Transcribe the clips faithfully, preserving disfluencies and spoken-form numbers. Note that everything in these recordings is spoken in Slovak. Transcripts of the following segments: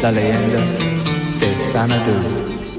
la leyenda de Xanadu.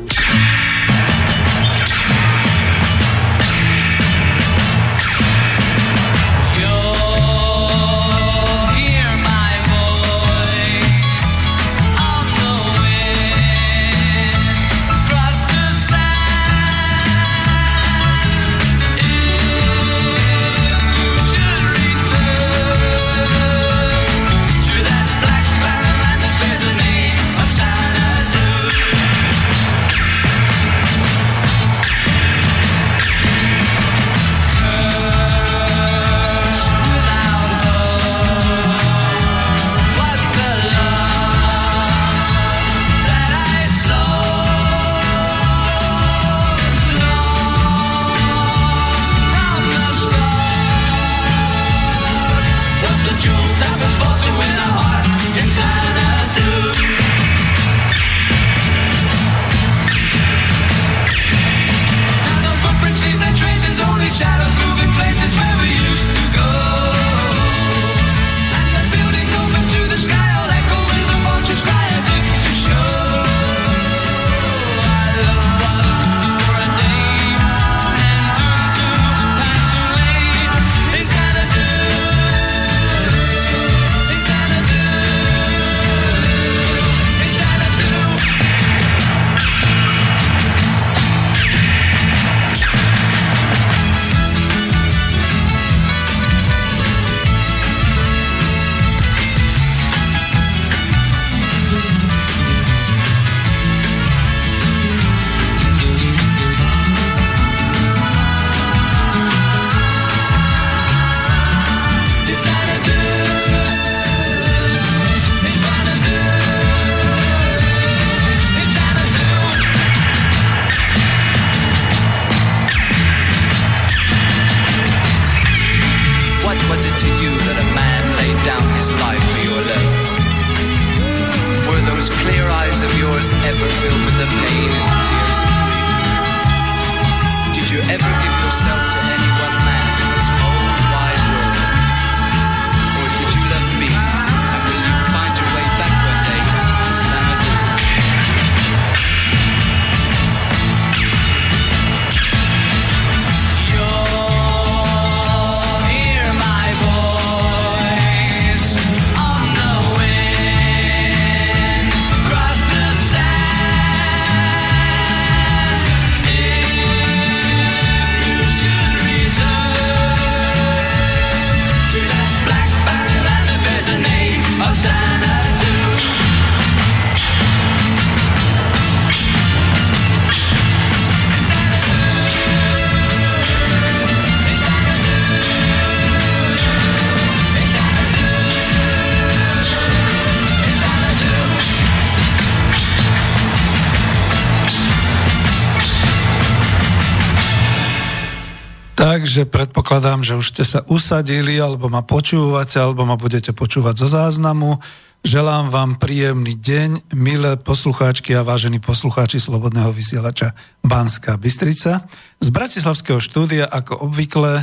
Takže predpokladám, že už ste sa usadili, alebo ma počúvate, alebo ma budete počúvať zo záznamu. Želám vám príjemný deň, milé poslucháčky a vážení poslucháči Slobodného vysielača Banská Bystrica. Z bratislavského štúdia, ako obvykle,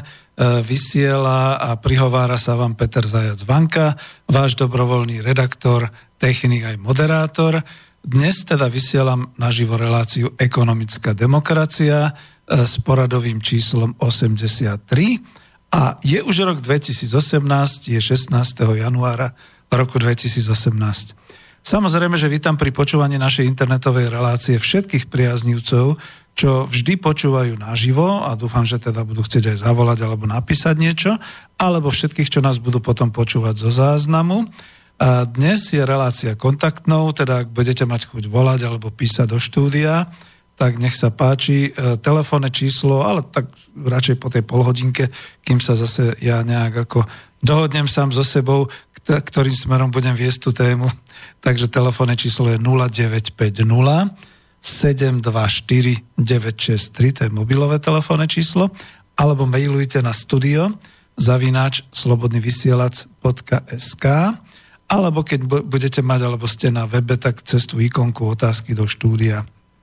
vysiela a prihovára sa vám Peter Zajac Vanka, váš dobrovoľný redaktor, technik aj moderátor. Dnes teda vysielam naživo reláciu Ekonomická demokracia s poradovým číslom osemdesiattri a je už rok dvetisícosemnásť, je šestnásteho januára roku dvetisícosemnásť. Samozrejme, že vítam pri počúvaní našej internetovej relácie všetkých priaznivcov, čo vždy počúvajú naživo a dúfam, že teda budú chcieť aj zavolať alebo napísať niečo, alebo všetkých, čo nás budú potom počúvať zo záznamu. A dnes je relácia kontaktnou, teda ak budete mať chuť volať alebo písať do štúdia, tak nech sa páči, telefónne číslo, ale tak radšej po tej polhodinke, kým sa zase ja nejak ako dohodnem sám so sebou, ktorým smerom budem viesť tú tému. Takže telefónne číslo je nula deväť päť nula sedem dva štyri deväť šesť tri, to je mobilové telefónne číslo, alebo mailujte na studio zavináč slobodnyvysielac bodka es ká, alebo keď budete mať, alebo ste na webe, tak cez tú ikonku otázky do štúdia.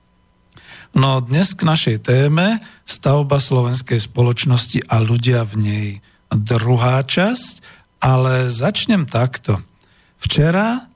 No dnes k našej téme stavba slovenskej spoločnosti a ľudia v nej. Druhá časť, ale začnem takto. Včera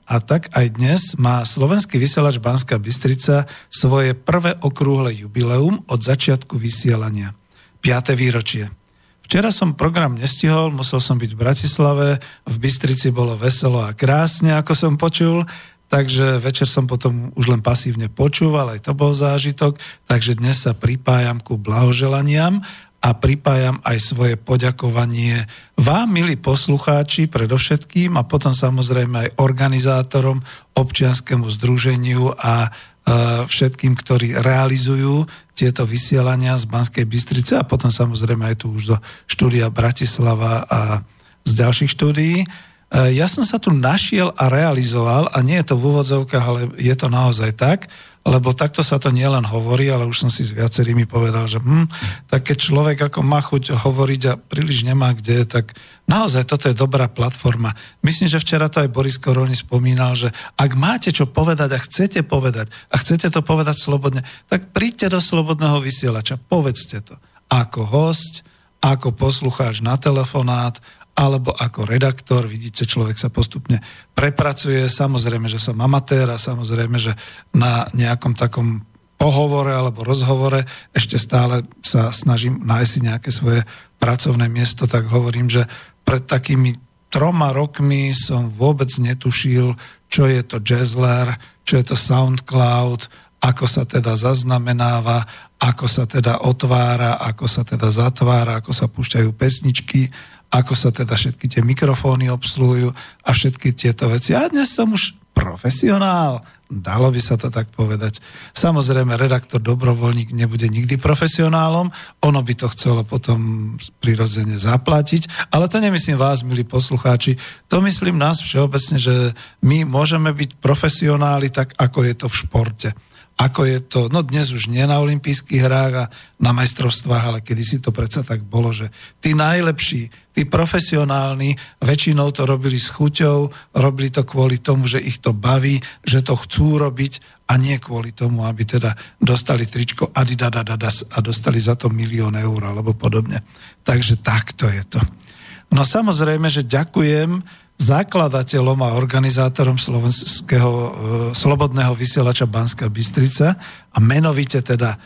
a tak aj dnes má Slovenský vysielač Banská Bystrica svoje prvé okrúhle jubileum od začiatku vysielania. piate výročie. Včera som program nestihol, musel som byť v Bratislave, v Bystrici bolo veselo a krásne, ako som počul, takže večer som potom už len pasívne počúval, aj to bol zážitok, takže dnes sa pripájam ku blahoželaniam a pripájam aj svoje poďakovanie vám, milí poslucháči, predovšetkým a potom samozrejme aj organizátorom, občianskému združeniu a všetkým, ktorí realizujú tieto vysielania z Banskej Bystrice a potom samozrejme aj tu už do štúdia Bratislava a z ďalších štúdií. Ja som sa tu našiel a realizoval a nie je to v úvodzovkách, ale je to naozaj tak, lebo takto sa to nielen hovorí, ale už som si s viacerými povedal, že hm, tak keď človek ako má chuť hovoriť a príliš nemá kde, tak naozaj toto je dobrá platforma. Myslím, že včera to aj Boris Koroni spomínal, že ak máte čo povedať a chcete povedať a chcete to povedať slobodne, tak príďte do Slobodného vysielača, povedzte to. Ako hosť, ako poslucháč na telefonát, alebo ako redaktor, vidíte, človek sa postupne prepracuje, samozrejme, že som amatér a samozrejme, že na nejakom takom pohovore alebo rozhovore ešte stále sa snažím nájsť si nejaké svoje pracovné miesto, tak hovorím, že pred takými troma rokmi som vôbec netušil, čo je to Jazzler, čo je to SoundCloud, ako sa teda zaznamenáva, ako sa teda otvára, ako sa teda zatvára, ako sa púšťajú pesničky, ako sa teda všetky tie mikrofóny obsluhujú a všetky tieto veci. A dnes som už profesionál, dalo by sa to tak povedať. Samozrejme, redaktor dobrovoľník nebude nikdy profesionálom, ono by to chcelo potom prirodzene zaplatiť, ale to nemyslím vás, milí poslucháči, to myslím nás všeobecne, že my môžeme byť profesionáli tak, ako je to v športe. Ako je to, no dnes už nie na olympijských hrách a na majstrovstvách, ale kedysi to predsa tak bolo, že tí najlepší, tí profesionálni väčšinou to robili s chuťou, robili to kvôli tomu, že ich to baví, že to chcú robiť a nie kvôli tomu, aby teda dostali tričko Adidas a dostali za to milión eur alebo podobne. Takže takto je to. No samozrejme, že ďakujem zakladateľom a organizátorom slovenského e, slobodného vysielača Banská Bystrica a menovite teda e,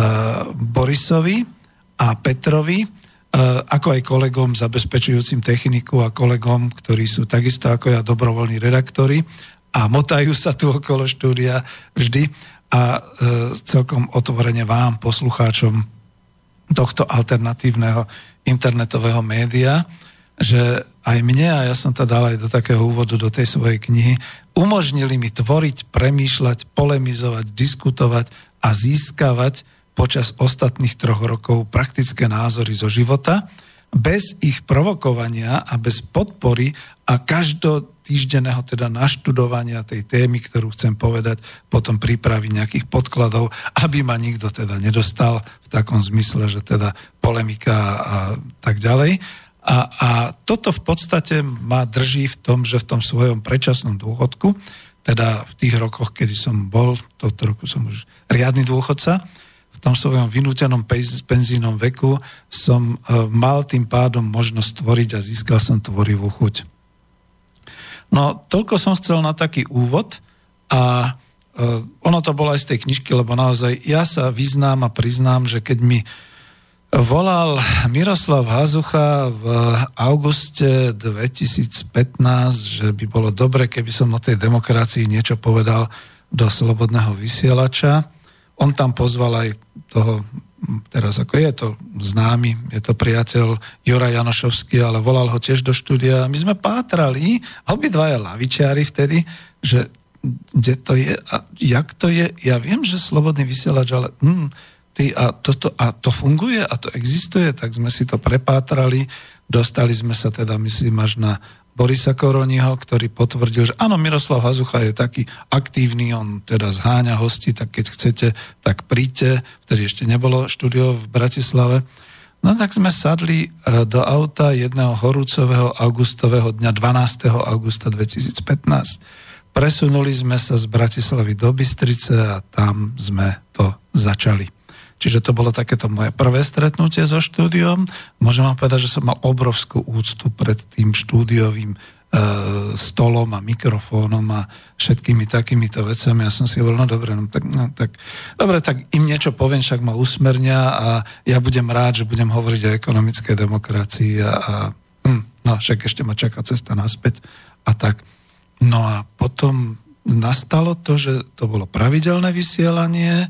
Borisovi a Petrovi, e, ako aj kolegom zabezpečujúcim techniku a kolegom, ktorí sú takisto ako ja dobrovoľní redaktori a motajú sa tu okolo štúdia vždy a e, celkom otvorene vám, poslucháčom tohto alternatívneho internetového média, že aj mne, a ja som to dal aj do takého úvodu do tej svojej knihy, umožnili mi tvoriť, premýšľať, polemizovať, diskutovať a získavať počas ostatných troch rokov praktické názory zo života, bez ich provokovania a bez podpory a každotýždenného teda naštudovania tej témy, ktorú chcem povedať, potom prípravy nejakých podkladov, aby ma nikto teda nedostal v takom zmysle, že teda polemika a tak ďalej. A, a toto v podstate ma drží v tom, že v tom svojom predčasnom dôchodku, teda v tých rokoch, kedy som bol, tohto roku som už riadny dôchodca, v tom svojom vynútenom penzínom veku som e, mal tým pádom možnosť tvoriť a získal som tvorivú chuť. No, toľko som chcel na taký úvod a e, ono to bolo aj z tej knižky, lebo naozaj ja sa vyznám a priznám, že keď mi volal Miroslav Hazucha v auguste dvetisícpätnásť, že by bolo dobre, keby som o tej demokracii niečo povedal do Slobodného vysielača. On tam pozval aj toho, teraz ako je to známy, je to priateľ Juraj Janošovský, ale volal ho tiež do štúdia. My sme pátrali, obidvaja lavičiari vtedy, že kde to je a jak to je. Ja viem, že Slobodný vysielač, ale... Hmm, Ty, a, toto, a to funguje a to existuje, tak sme si to prepátrali, dostali sme sa teda, myslím, až na Borisa Koroniho, ktorý potvrdil, že áno, Miroslav Hazucha je taký aktívny, on teda zháňa hosti, tak keď chcete, tak príďte, vtedy ešte nebolo štúdio v Bratislave. No tak sme sadli do auta jedného horúcového augustového dňa dvanásteho augusta dvetisícpätnásť. Presunuli sme sa z Bratislavy do Bystrice a tam sme to začali. Čiže to bolo takéto moje prvé stretnutie so štúdiom. Môžem vám povedať, že som mal obrovskú úctu pred tým štúdiovým stolom a mikrofónom a všetkými takýmito vecami. Ja som si hovoril, no dobre, no tak, no tak, dobre, tak im niečo poviem, však ma usmernia a ja budem rád, že budem hovoriť o ekonomickej demokracii a, a hm, no však ešte ma čaká cesta naspäť a tak. No a potom nastalo to, že to bolo pravidelné vysielanie.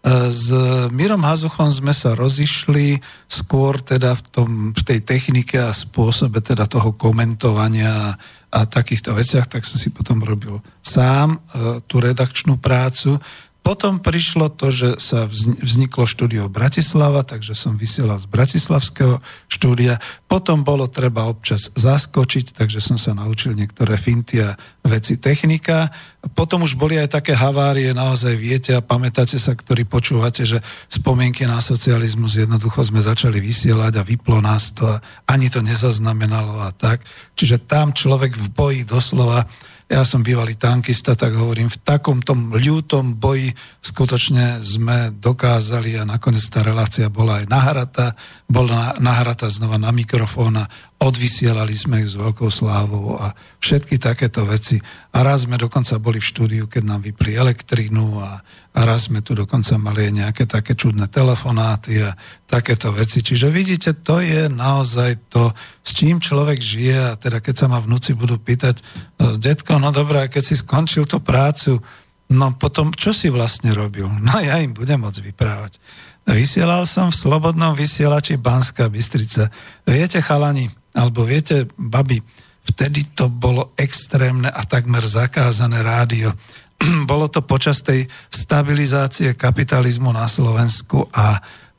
S Mírom Hazuchom sme sa rozišli skôr teda v, tom, v tej technike a spôsobe teda toho komentovania a takýchto veciach, tak som si potom robil sám tú redakčnú prácu. Potom prišlo to, že sa vzniklo štúdio Bratislava, takže som vysielal z bratislavského štúdia. Potom bolo treba občas zaskočiť, takže som sa naučil niektoré finty a veci technika. Potom už boli aj také havárie, naozaj viete a pamätáte sa, ktorí počúvate, že spomienky na socializmus jednoducho sme začali vysielať a vyplo nás to a ani to nezaznamenalo a tak. Čiže tam človek v boji doslova, ja som bývalý tankista, tak hovorím, v takom tom ľútom boji skutočne sme dokázali a nakoniec tá relácia bola aj nahratá, bola nahratá znova na mikrofón a odvysielali sme ju s veľkou slávou a všetky takéto veci. A raz sme dokonca boli v štúdiu, keď nám vypli elektrínu a, a raz sme tu dokonca mali aj nejaké také čudné telefonáty a takéto veci. Čiže vidíte, to je naozaj to, s čím človek žije a teda keď sa ma vnúci budú pýtať, detko, no dobré, keď si skončil tú prácu, no potom čo si vlastne robil? No ja im budem môcť vyprávať. Vysielal som v Slobodnom vysielači Banská Bystrica. Viete, chalani, alebo viete, babi, vtedy to bolo extrémne a takmer zakázané rádio. Bolo to počas tej stabilizácie kapitalizmu na Slovensku a e,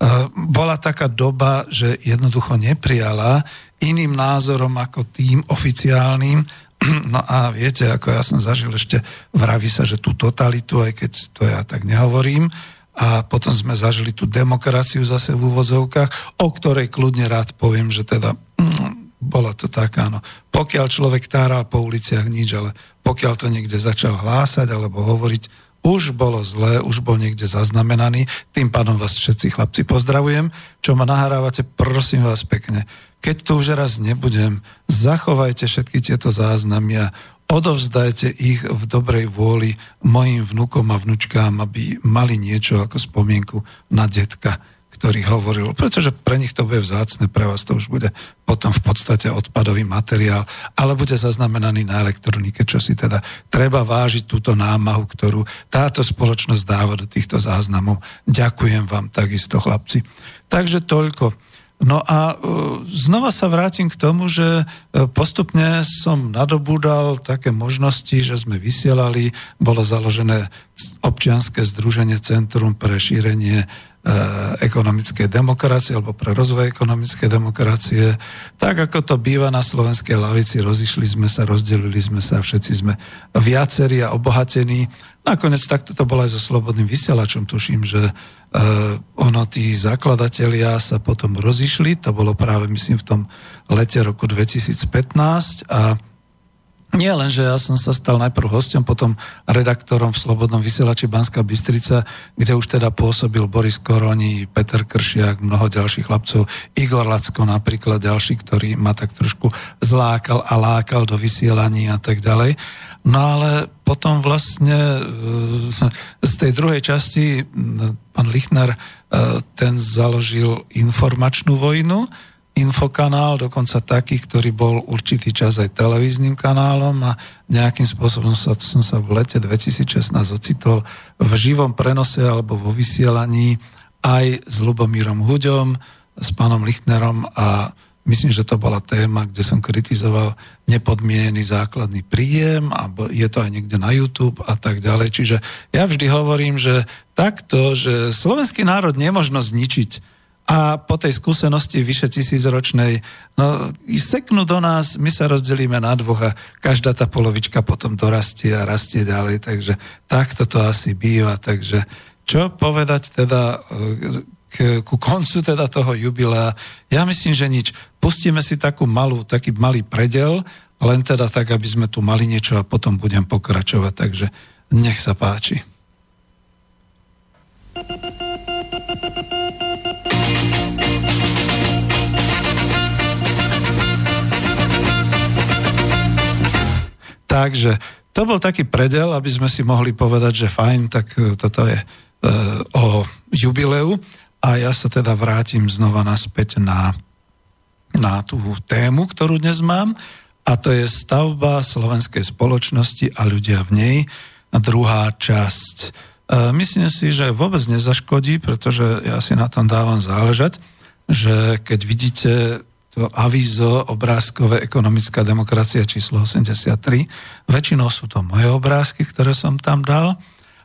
bola taká doba, že jednoducho neprijala iným názorom ako tým oficiálnym. No a viete, ako ja som zažil ešte, vraví sa, že tú totalitu, aj keď to ja tak nehovorím, a potom sme zažili tú demokraciu zase v úvozovkách, o ktorej kľudne rád poviem, že teda mm, bola to tak, áno. Pokiaľ človek táral po uliciach nič, ale pokiaľ to niekde začal hlásať alebo hovoriť, už bolo zlé, už bol niekde zaznamenaný. Tým pádom vás všetci chlapci pozdravujem. Čo ma nahrávate, prosím vás pekne. Keď tu už raz nebudem, zachovajte všetky tieto záznamy a odovzdajte ich v dobrej vôli mojim vnukom a vnučkám, aby mali niečo ako spomienku na detka, ktorý hovoril, pretože pre nich to bude vzácne, pre vás to už bude potom v podstate odpadový materiál, ale bude zaznamenaný na elektronike, čo si teda treba vážiť túto námahu, ktorú táto spoločnosť dáva do týchto záznamov. Ďakujem vám takisto, chlapci. Takže toľko. No a znova sa vrátim k tomu, že postupne som nadobúdal také možnosti, že sme vysielali, bolo založené občianske združenie Centrum pre šírenie ekonomickej demokracie alebo pre rozvoj ekonomickej demokracie. Tak ako to býva na slovenskej lavici, rozišli sme sa, rozdelili sme sa, všetci sme viacerí a obohatení. Nakoniec takto to bolo aj so Slobodným vysielačom. Tuším, že uh, ono, tí zakladatelia sa potom rozišli. To bolo práve, myslím, v tom lete roku dvetisícpätnásť a nie len, že ja som sa stal najprv hosťom, potom redaktorom v Slobodnom vysielači Banská Bystrica, kde už teda pôsobil Boris Koroni, Peter Kršiak, mnoho ďalších chlapcov, Igor Lacko napríklad, ďalší, ktorý ma tak trošku zlákal a lákal do vysielaní a tak ďalej. No ale potom vlastne z tej druhej časti pán Lichtner ten založil informačnú vojnu, infokanál, dokonca taký, ktorý bol určitý čas aj televíznym kanálom a nejakým spôsobom sa, som sa v lete dvetisícšestnásť ocitol v živom prenose alebo vo vysielaní aj s Ľubomírom Huďom, s pánom Lichtnerom a myslím, že to bola téma, kde som kritizoval nepodmienený základný príjem a je to aj niekde na YouTube a tak ďalej. Čiže ja vždy hovorím, že takto, že slovenský národ nemožno zničiť. A po tej skúsenosti vyše tisícročnej, no seknú do nás, my sa rozdelíme na dvoch a každá tá polovička potom dorastie a rastie ďalej, takže takto to asi býva, takže čo povedať teda k, ku koncu teda toho jubilea? Ja myslím, že nič. Pustíme si takú malú, taký malý predel, len teda tak, aby sme tu mali niečo a potom budem pokračovať, takže nech sa páči. Takže to bol taký predel, aby sme si mohli povedať, že fajn, tak toto je e, o jubileu a ja sa teda vrátim znova naspäť na, na tú tému, ktorú dnes mám, a to je stavba slovenskej spoločnosti a ľudia v nej, druhá časť. E, myslím si, že vôbec nezaškodí, pretože ja si na tom dávam záležať, že keď vidíte to avízo obrázkové Ekonomická demokracia číslo osemdesiattri, väčšinou sú to moje obrázky, ktoré som tam dal,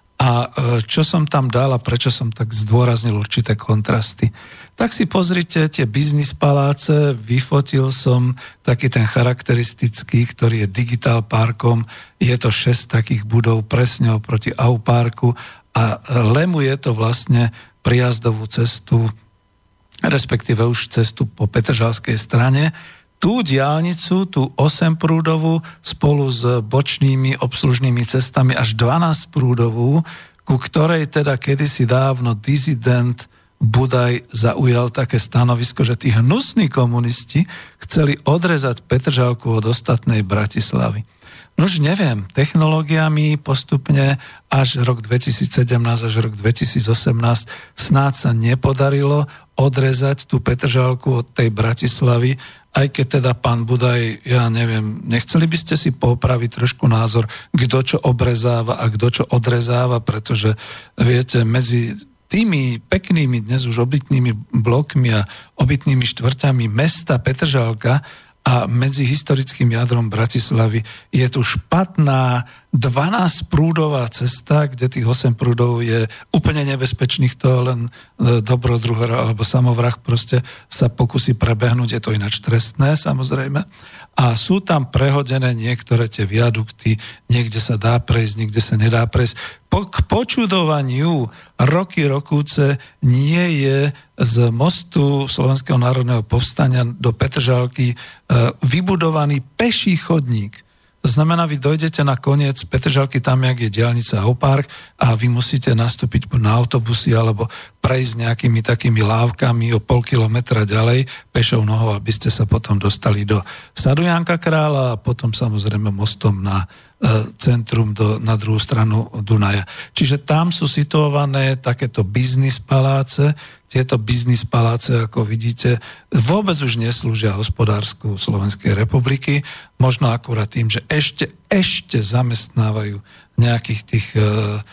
a čo som tam dal a prečo som tak zdôraznil určité kontrasty. Tak si pozrite tie biznis paláce, vyfotil som taký ten charakteristický, ktorý je Digital Parkom, je to šesť takých budov presne oproti Au Parku a lemuje to vlastne prijazdovú cestu, respektíve už cestu po Petržalskej strane. Tú diaľnicu, tú osemprúdovú, spolu s bočnými obslužnými cestami až dvanásťprúdovú, ku ktorej teda kedysi dávno dizident Budaj zaujal také stanovisko, že tí hnusní komunisti chceli odrezať Petržalku od ostatnej Bratislavy. No už neviem, technológiami postupne až rok dvetisícsedemnásť až rok dvetisícosemnásť snáď sa nepodarilo odrezať tú Petržalku od tej Bratislavy, aj keď teda pán Budaj, ja neviem, nechceli by ste si popraviť trošku názor, kto čo obrezáva a kto čo odrezáva, pretože viete, medzi tými peknými dnes už obytnými blokmi a obytnými štvrťami mesta Petržalka a medzi historickým jadrom Bratislavy je tu špatná dvanásťprúdová cesta, kde tých osem prúdov je úplne nebezpečných, to len dobrodruhor alebo samovrah proste sa pokusí prebehnúť, je to ináč trestné samozrejme. A sú tam prehodené niektoré tie viadukty, niekde sa dá prejsť, niekde sa nedá prejsť. Po, k počudovaniu roky rokúce nie je z mostu Slovenského národného povstania do Petržalky e, vybudovaný peší chodník. To znamená, vy dojdete na koniec Petržalky, tam, jak je diaľnica Au Park, a vy musíte nastúpiť na autobusy alebo prejsť nejakými takými lávkami o pol kilometra ďalej pešou nohou, aby ste sa potom dostali do Sadu Janka Kráľa a potom samozrejme mostom na centrum do, na druhú stranu Dunaja. Čiže tam sú situované takéto biznis paláce. Tieto biznis paláce, ako vidíte, vôbec už neslúžia hospodársku Slovenskej republiky. Možno akurát tým, že ešte, ešte zamestnávajú nejakých tých e,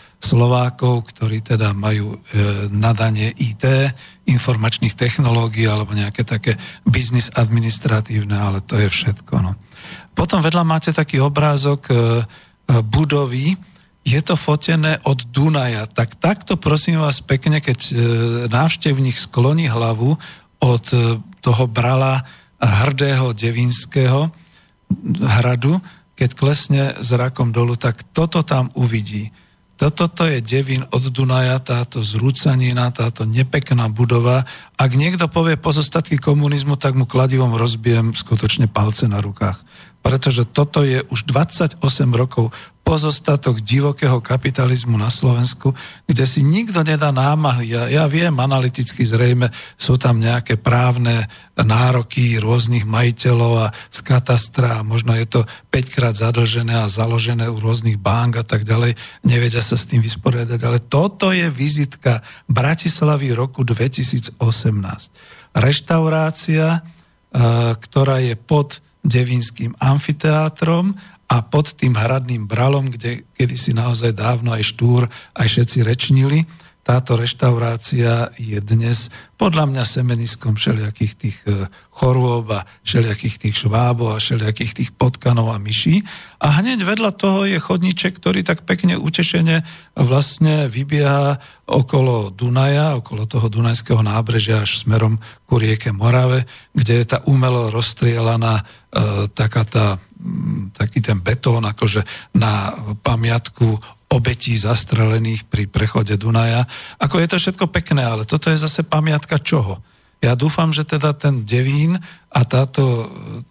Slovákov, ktorí teda majú e, nadanie í té, informačných technológií alebo nejaké také biznis administratívne, ale to je všetko. No. Potom vedľa máte taký obrázok e, budovy, je to fotené od Dunaja. Tak takto prosím vás pekne, keď e, návštevník skloní hlavu od e, toho brala hrdého Devinského hradu, keď klesne zrakom dolu, tak toto tam uvidí. Toto je Devín od Dunaja, táto zrúcanina, táto nepekná budova. Ak niekto povie pozostatky komunizmu, tak mu kladivom rozbijem skutočne palce na rukách. Pretože toto je už dvadsaťosem rokov pozostatok divokého kapitalizmu na Slovensku, kde si nikto nedá námahy. Ja, ja viem, analyticky zrejme sú tam nejaké právne nároky rôznych majiteľov a z katastra, a možno je to päťkrát zadlžené a založené u rôznych bank a tak ďalej, nevedia sa s tým vysporiadať, ale toto je vizitka Bratislavy roku dvetisícosemnásť. Reštaurácia, ktorá je pod Devínskym amfiteátrom a pod tým hradným bralom, kde kedysi naozaj dávno aj Štúr, aj všetci rečnili. Táto reštaurácia je dnes podľa mňa semeniskom všelijakých tých chorôb a všelijakých tých švábov a všelijakých tých potkanov a myší. A hneď vedľa toho je chodníček, ktorý tak pekne utešene vlastne vybieha okolo Dunaja, okolo toho Dunajského nábrežia až smerom ku rieke Morave, kde je tá umelo rozstrielaná e, taká tá, taký ten betón akože na pamiatku obetí zastrelených pri prechode Dunaja. Ako je to všetko pekné, ale toto je zase pamiatka čoho? Ja dúfam, že teda ten Devín a táto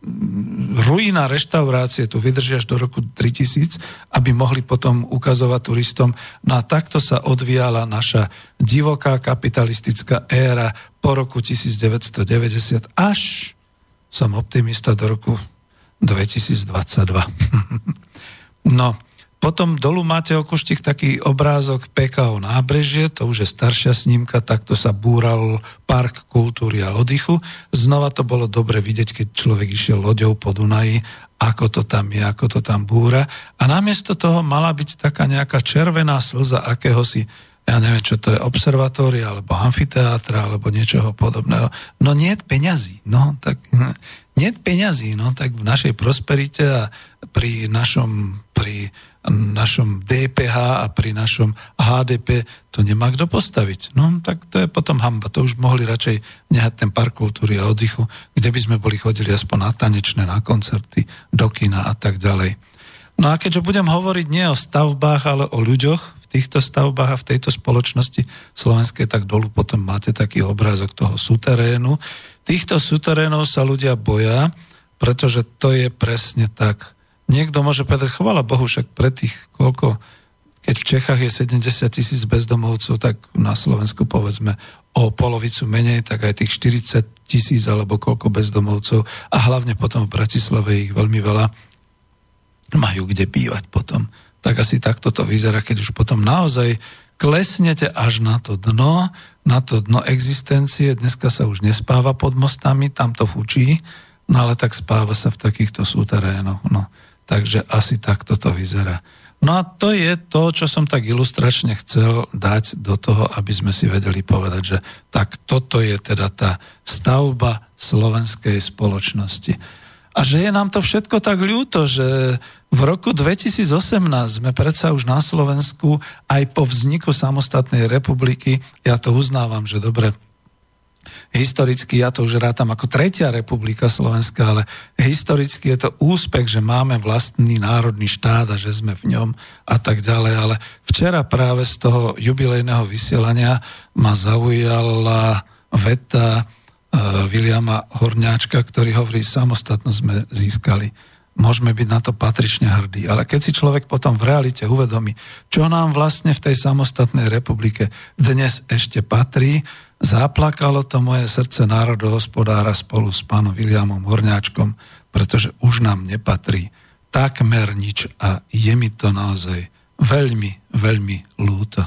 ruína reštaurácie tu vydrží až do roku tritisíc, aby mohli potom ukazovať turistom. No a takto sa odvíjala naša divoká kapitalistická éra po roku devätnásťstodeväťdesiat až, som optimista, do roku dvetisícdvadsaťdva. No, potom dolu máte okuštík taký obrázok pé ká ó Nábrežie, to už je staršia snímka, takto sa búral park kultúry a oddychu. Znova to bolo dobre vidieť, keď človek išiel loďou po Dunaji, ako to tam je, ako to tam búra. A namiesto toho mala byť taká nejaká červená slza akéhosi, ja neviem, čo to je, observatória, alebo amfiteátra, alebo niečoho podobného. No niet peňazí, no tak... Niet peňazí, no tak v našej prosperite a pri našom, pri našom dé pé há a pri našom há dé pé to nemá kto postaviť. No tak to je potom hanba. To už mohli radšej nehať ten park kultúry a oddychu, kde by sme boli chodili aspoň na tanečné, na koncerty, do kina a tak ďalej. No a keďže budem hovoriť nie o stavbách, ale o ľuďoch v týchto stavbách a v tejto spoločnosti slovenskej, tak dolu potom máte taký obrázok toho suterénu. Týchto suterénov sa ľudia boja, pretože to je presne tak. Niekto môže povedať, chvála Bohu, však pre tých koľko, keď v Čechách je sedemdesiat tisíc bezdomovcov, tak na Slovensku povedzme o polovicu menej, tak aj tých štyridsať tisíc alebo koľko bezdomovcov a hlavne potom v Bratislave ich veľmi veľa majú kde bývať potom. Tak asi takto to vyzerá, keď už potom naozaj klesnete až na to dno, na to dno existencie. Dneska sa už nespáva pod mostami, tam to fučí, no ale tak spáva sa v takýchto súterénoch. No, takže asi takto to vyzerá. No a to je to, čo som tak ilustračne chcel dať do toho, aby sme si vedeli povedať, že tak toto je teda tá stavba slovenskej spoločnosti. A že je nám to všetko tak ľúto, že v roku dvetisícosemnásť sme predsa už na Slovensku aj po vzniku samostatnej republiky, ja to uznávam, že dobre, historicky ja to už rátam ako tretia republika Slovenska, ale historicky je to úspech, že máme vlastný národný štát a že sme v ňom a tak ďalej, ale včera práve z toho jubilejného vysielania ma zaujala veta Viliama Horňáčka, ktorý hovorí, samostatnosť sme získali. Môžeme byť na to patrične hrdí. Ale keď si človek potom v realite uvedomí, čo nám vlastne v tej samostatnej republike dnes ešte patrí, zaplakalo to moje srdce národohospodára spolu s pánom Viliamom Horňáčkom, pretože už nám nepatrí takmer nič a je mi to naozaj veľmi, veľmi ľúto.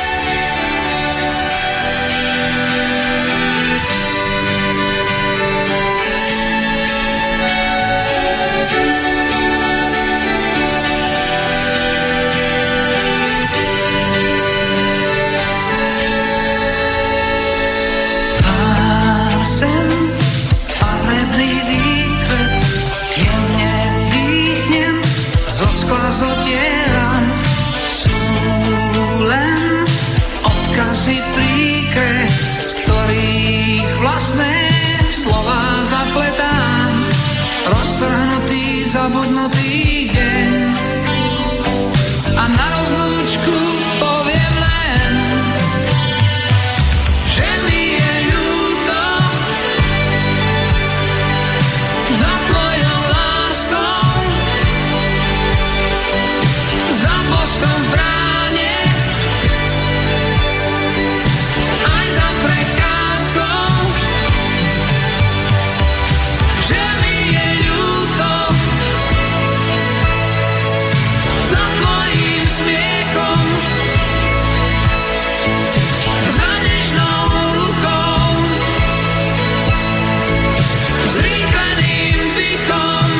Zotieram, sú len odkazy príkre, z ktorých vlastné slova zapletám. Roztrhnutý, zabudnutý deň a na rozlúčku poviem len, že mi je ľúto za tvojou láskou, za boskom v bráne, aj za prechádzkou, že mi je ľúto za tvojím smiechom, za nežnou rukou, zrýchleným dychom.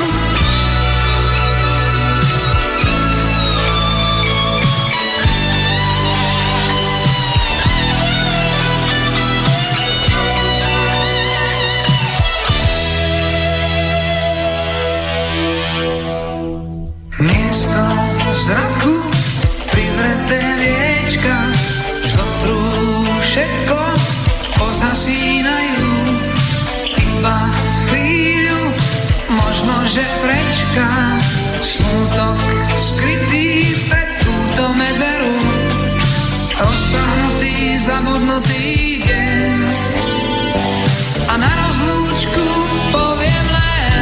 Miesto zraku, privreté viečka, zotrú všetko, pozhasínajú. Iba chvíľu, možno že prečká, smutok skrytý pred túto medzeru. Roztrhnutý, zabudnutý deň a na rozlúčku poviem len,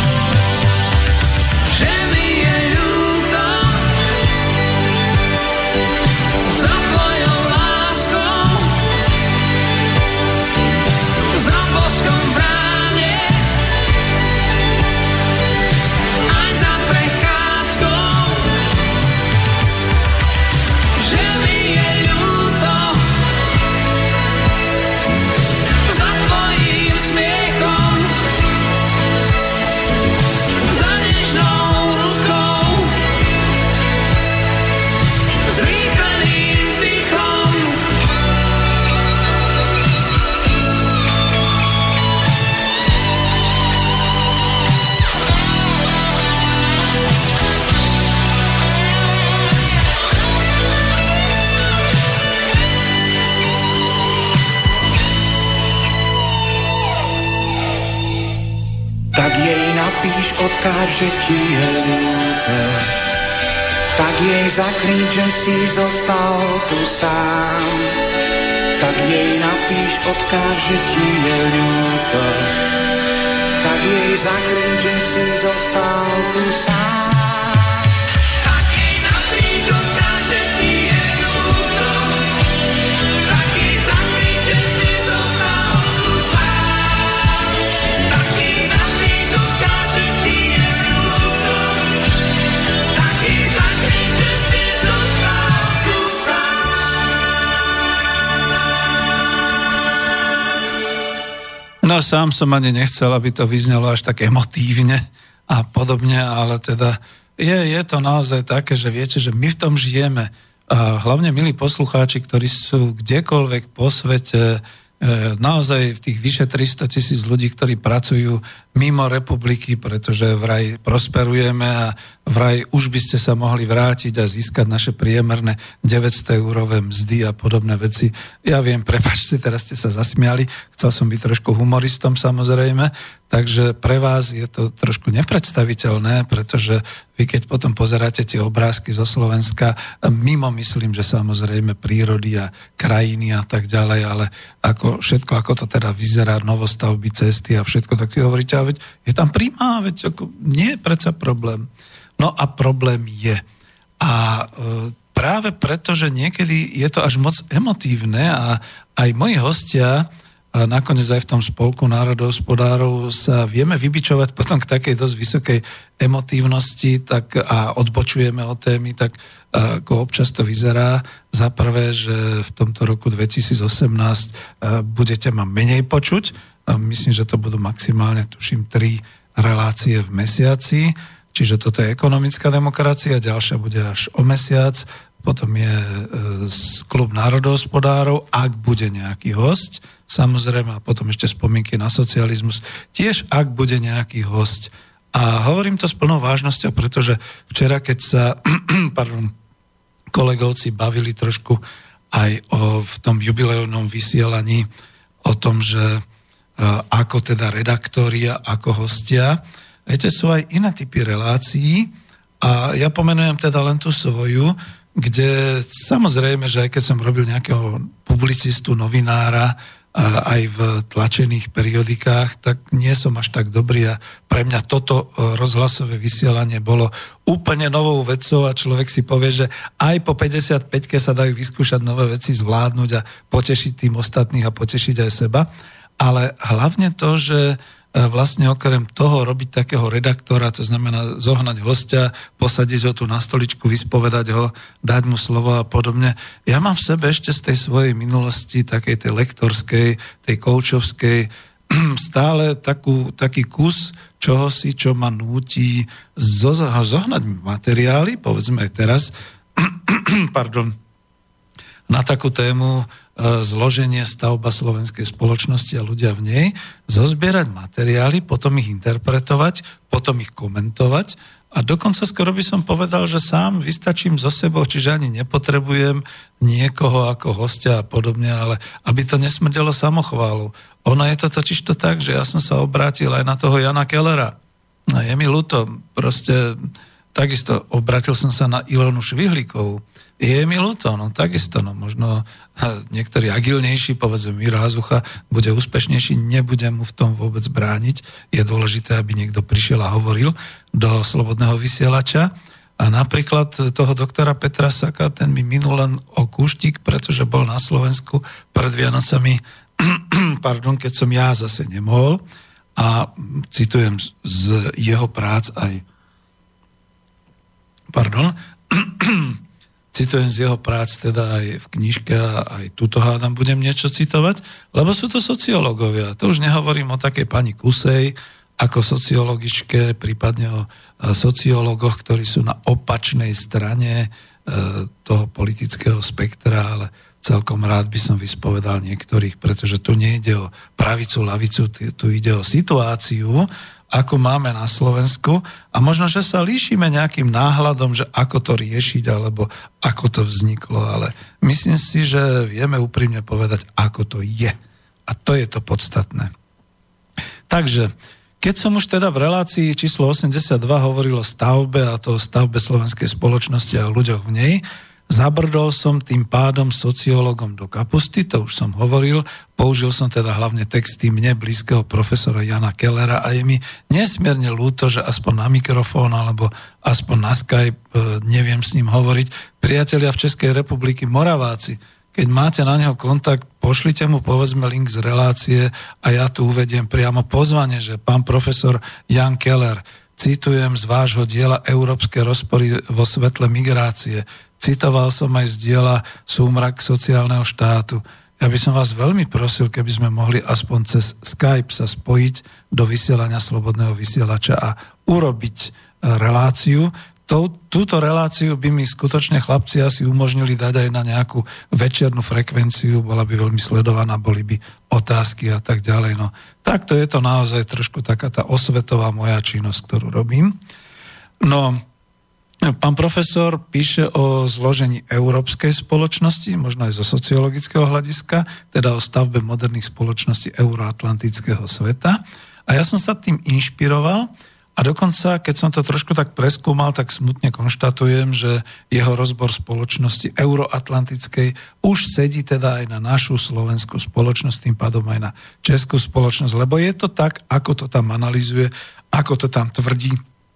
že mi je ľúto za tvojou láskou, za boskom v bráne, aj za prechádzkou, napíš, odkáž, že ti je ľúto. Tak jej zakryť, že si zostal tu sám. Tak jej napíš, odkáž, že ti je ľúto. Tak jej zakryť, že si zostal tu sám. Tak jej napíš, odkáž, že ti je ľúto. Tak jej zakryť, že si zostal tu sám. Tak jej napíš, odkáž, že ti je ľúto. Tak jej zakryť, že si zostal tu sám. No sám som ani nechcel, aby to vyznelo až tak emotívne a podobne, ale teda je, je to naozaj také, že viete, že my v tom žijeme. A hlavne milí poslucháči, ktorí sú kdekoľvek po svete, naozaj v tých vyše tristo tisíc ľudí, ktorí pracujú mimo republiky, pretože vraj prosperujeme a vraj už by ste sa mohli vrátiť a získať naše priemerné deväťsto eurové mzdy a podobné veci. Ja viem, prepáčte, teraz ste sa zasmiali, chcel som byť trošku humoristom samozrejme, takže pre vás je to trošku nepredstaviteľné, pretože vy keď potom pozeráte tie obrázky zo Slovenska, mimo myslím, že samozrejme prírody a krajiny a tak ďalej, ale ako všetko, ako to teda vyzerá, novostavby, cesty a všetko, tak si hovoríte, a veď je tam príjma, veď ako, nie je predsa problém. No a problém je. A e, práve preto, že niekedy je to až moc emotívne a aj moji hostia, a nakoniec aj v tom spolku národohospodárov sa vieme vybičovať potom k takej dosť vysokej emotívnosti tak, a odbočujeme od témy, tak ako občas to vyzerá. Za prvé, že v tomto roku dvetisícosemnásť budete ma menej počuť. Myslím, že to budú maximálne, tuším, tri relácie v mesiaci. Čiže toto je ekonomická demokracia, ďalšia bude až o mesiac. Potom je klub národohospodárov, ak bude nejaký hosť, samozrejme, a potom ešte spomienky na socializmus, tiež ak bude nejaký hosť. A hovorím to s plnou vážnosťou, pretože včera, keď sa pardon, kolegovci bavili trošku aj o, v tom jubilejnom vysielaní o tom, že ako teda redaktori a ako hostia, viete, sú aj iné typy relácií a ja pomenujem teda len tú svoju, kde samozrejme, že aj keď som robil nejakého publicistu, novinára, aj v tlačených periodikách, tak nie som až tak dobrý a pre mňa toto rozhlasové vysielanie bolo úplne novou vecou a človek si povie, že aj po päťdesiatpäťke sa dajú vyskúšať nové veci, zvládnuť a potešiť tým ostatných a potešiť aj seba. Ale hlavne to, že vlastne okrem toho robiť takého redaktora, to znamená zohnať hostia, posadiť ho tu na stoličku, vyspovedať ho, dať mu slovo a podobne. Ja mám v sebe ešte z tej svojej minulosti, takej tej lektorskej, tej koučovskej, stále takú, taký kus čohosi, čo ma núti zohnať materiály, povedzme aj teraz, pardon, na takú tému zloženie, stavba slovenskej spoločnosti a ľudia v nej, zozbierať materiály, potom ich interpretovať, potom ich komentovať a dokonca skoro by som povedal, že sám vystačím so sebou, čiže ani nepotrebujem niekoho ako hostia a podobne, ale aby to nesmrdelo samochválu. Ono je to totiž to tak, že ja som sa obrátil aj na toho Jana Kellera. A je mi ľúto, proste takisto obrátil som sa na Ilonu Švihlíkovú. Je mi ľúto, no takisto, no možno niektorý agilnejší, povedzme Miro Hazucha, bude úspešnejší, nebudem mu v tom vôbec brániť. Je dôležité, aby niekto prišiel a hovoril do slobodného vysielača. A napríklad toho doktora Petra Saka, ten mi minul len o kúštik, pretože bol na Slovensku pred Vianocami, pardon, keď som ja zase nemohol. A citujem z jeho prác aj pardon, citujem z jeho prác teda aj v knižke a aj túto hádam budem niečo citovať, lebo sú to sociológovia. To už nehovorím o takej pani Kusej, ako sociologičke, prípadne o sociológoch, ktorí sú na opačnej strane toho politického spektra, ale celkom rád by som vyspovedal niektorých, pretože tu nejde o pravicu, lavicu, tu ide o situáciu, ako máme na Slovensku a možno, že sa líšime nejakým náhľadom, že ako to riešiť, alebo ako to vzniklo, ale myslím si, že vieme úprimne povedať, ako to je. A to je to podstatné. Takže, Keď som už teda v relácii číslo osemdesiatdva hovoril o stavbe a to o stavbe slovenskej spoločnosti a o ľuďoch v nej, zabrdol som tým pádom sociológom do kapusty, to už som hovoril, použil som teda hlavne texty mne blízkeho profesora Jana Kellera a je mi nesmierne ľúto, že aspoň na mikrofón alebo aspoň na Skype neviem s ním hovoriť. Priatelia v Českej republiky, Moraváci, keď máte na neho kontakt, pošlite mu povedzme link z relácie a ja tu uvediem priamo pozvanie, že pán profesor Jan Keller, citujem z vášho diela Európske rozpory vo svetle migrácie, citoval som aj z diela Súmrak sociálneho štátu. Ja by som vás veľmi prosil, keby sme mohli aspoň cez Skype sa spojiť do vysielania Slobodného vysielača a urobiť reláciu. Túto reláciu by mi skutočne chlapci asi umožnili dať aj na nejakú večernú frekvenciu, bola by veľmi sledovaná, boli by otázky a tak ďalej. No, takto je to naozaj trošku taká tá osvetová moja činnosť, ktorú robím. No, pán profesor píše o zložení európskej spoločnosti, možno aj zo sociologického hľadiska, teda o stavbe moderných spoločností euroatlantického sveta. A ja som sa tým inšpiroval a dokonca, keď som to trošku tak preskúmal, tak smutne konštatujem, že jeho rozbor spoločnosti euroatlantickej už sedí teda aj na našu slovenskú spoločnosť, tým pádom aj na českú spoločnosť, lebo je to tak, ako to tam analyzuje, ako to tam tvrdí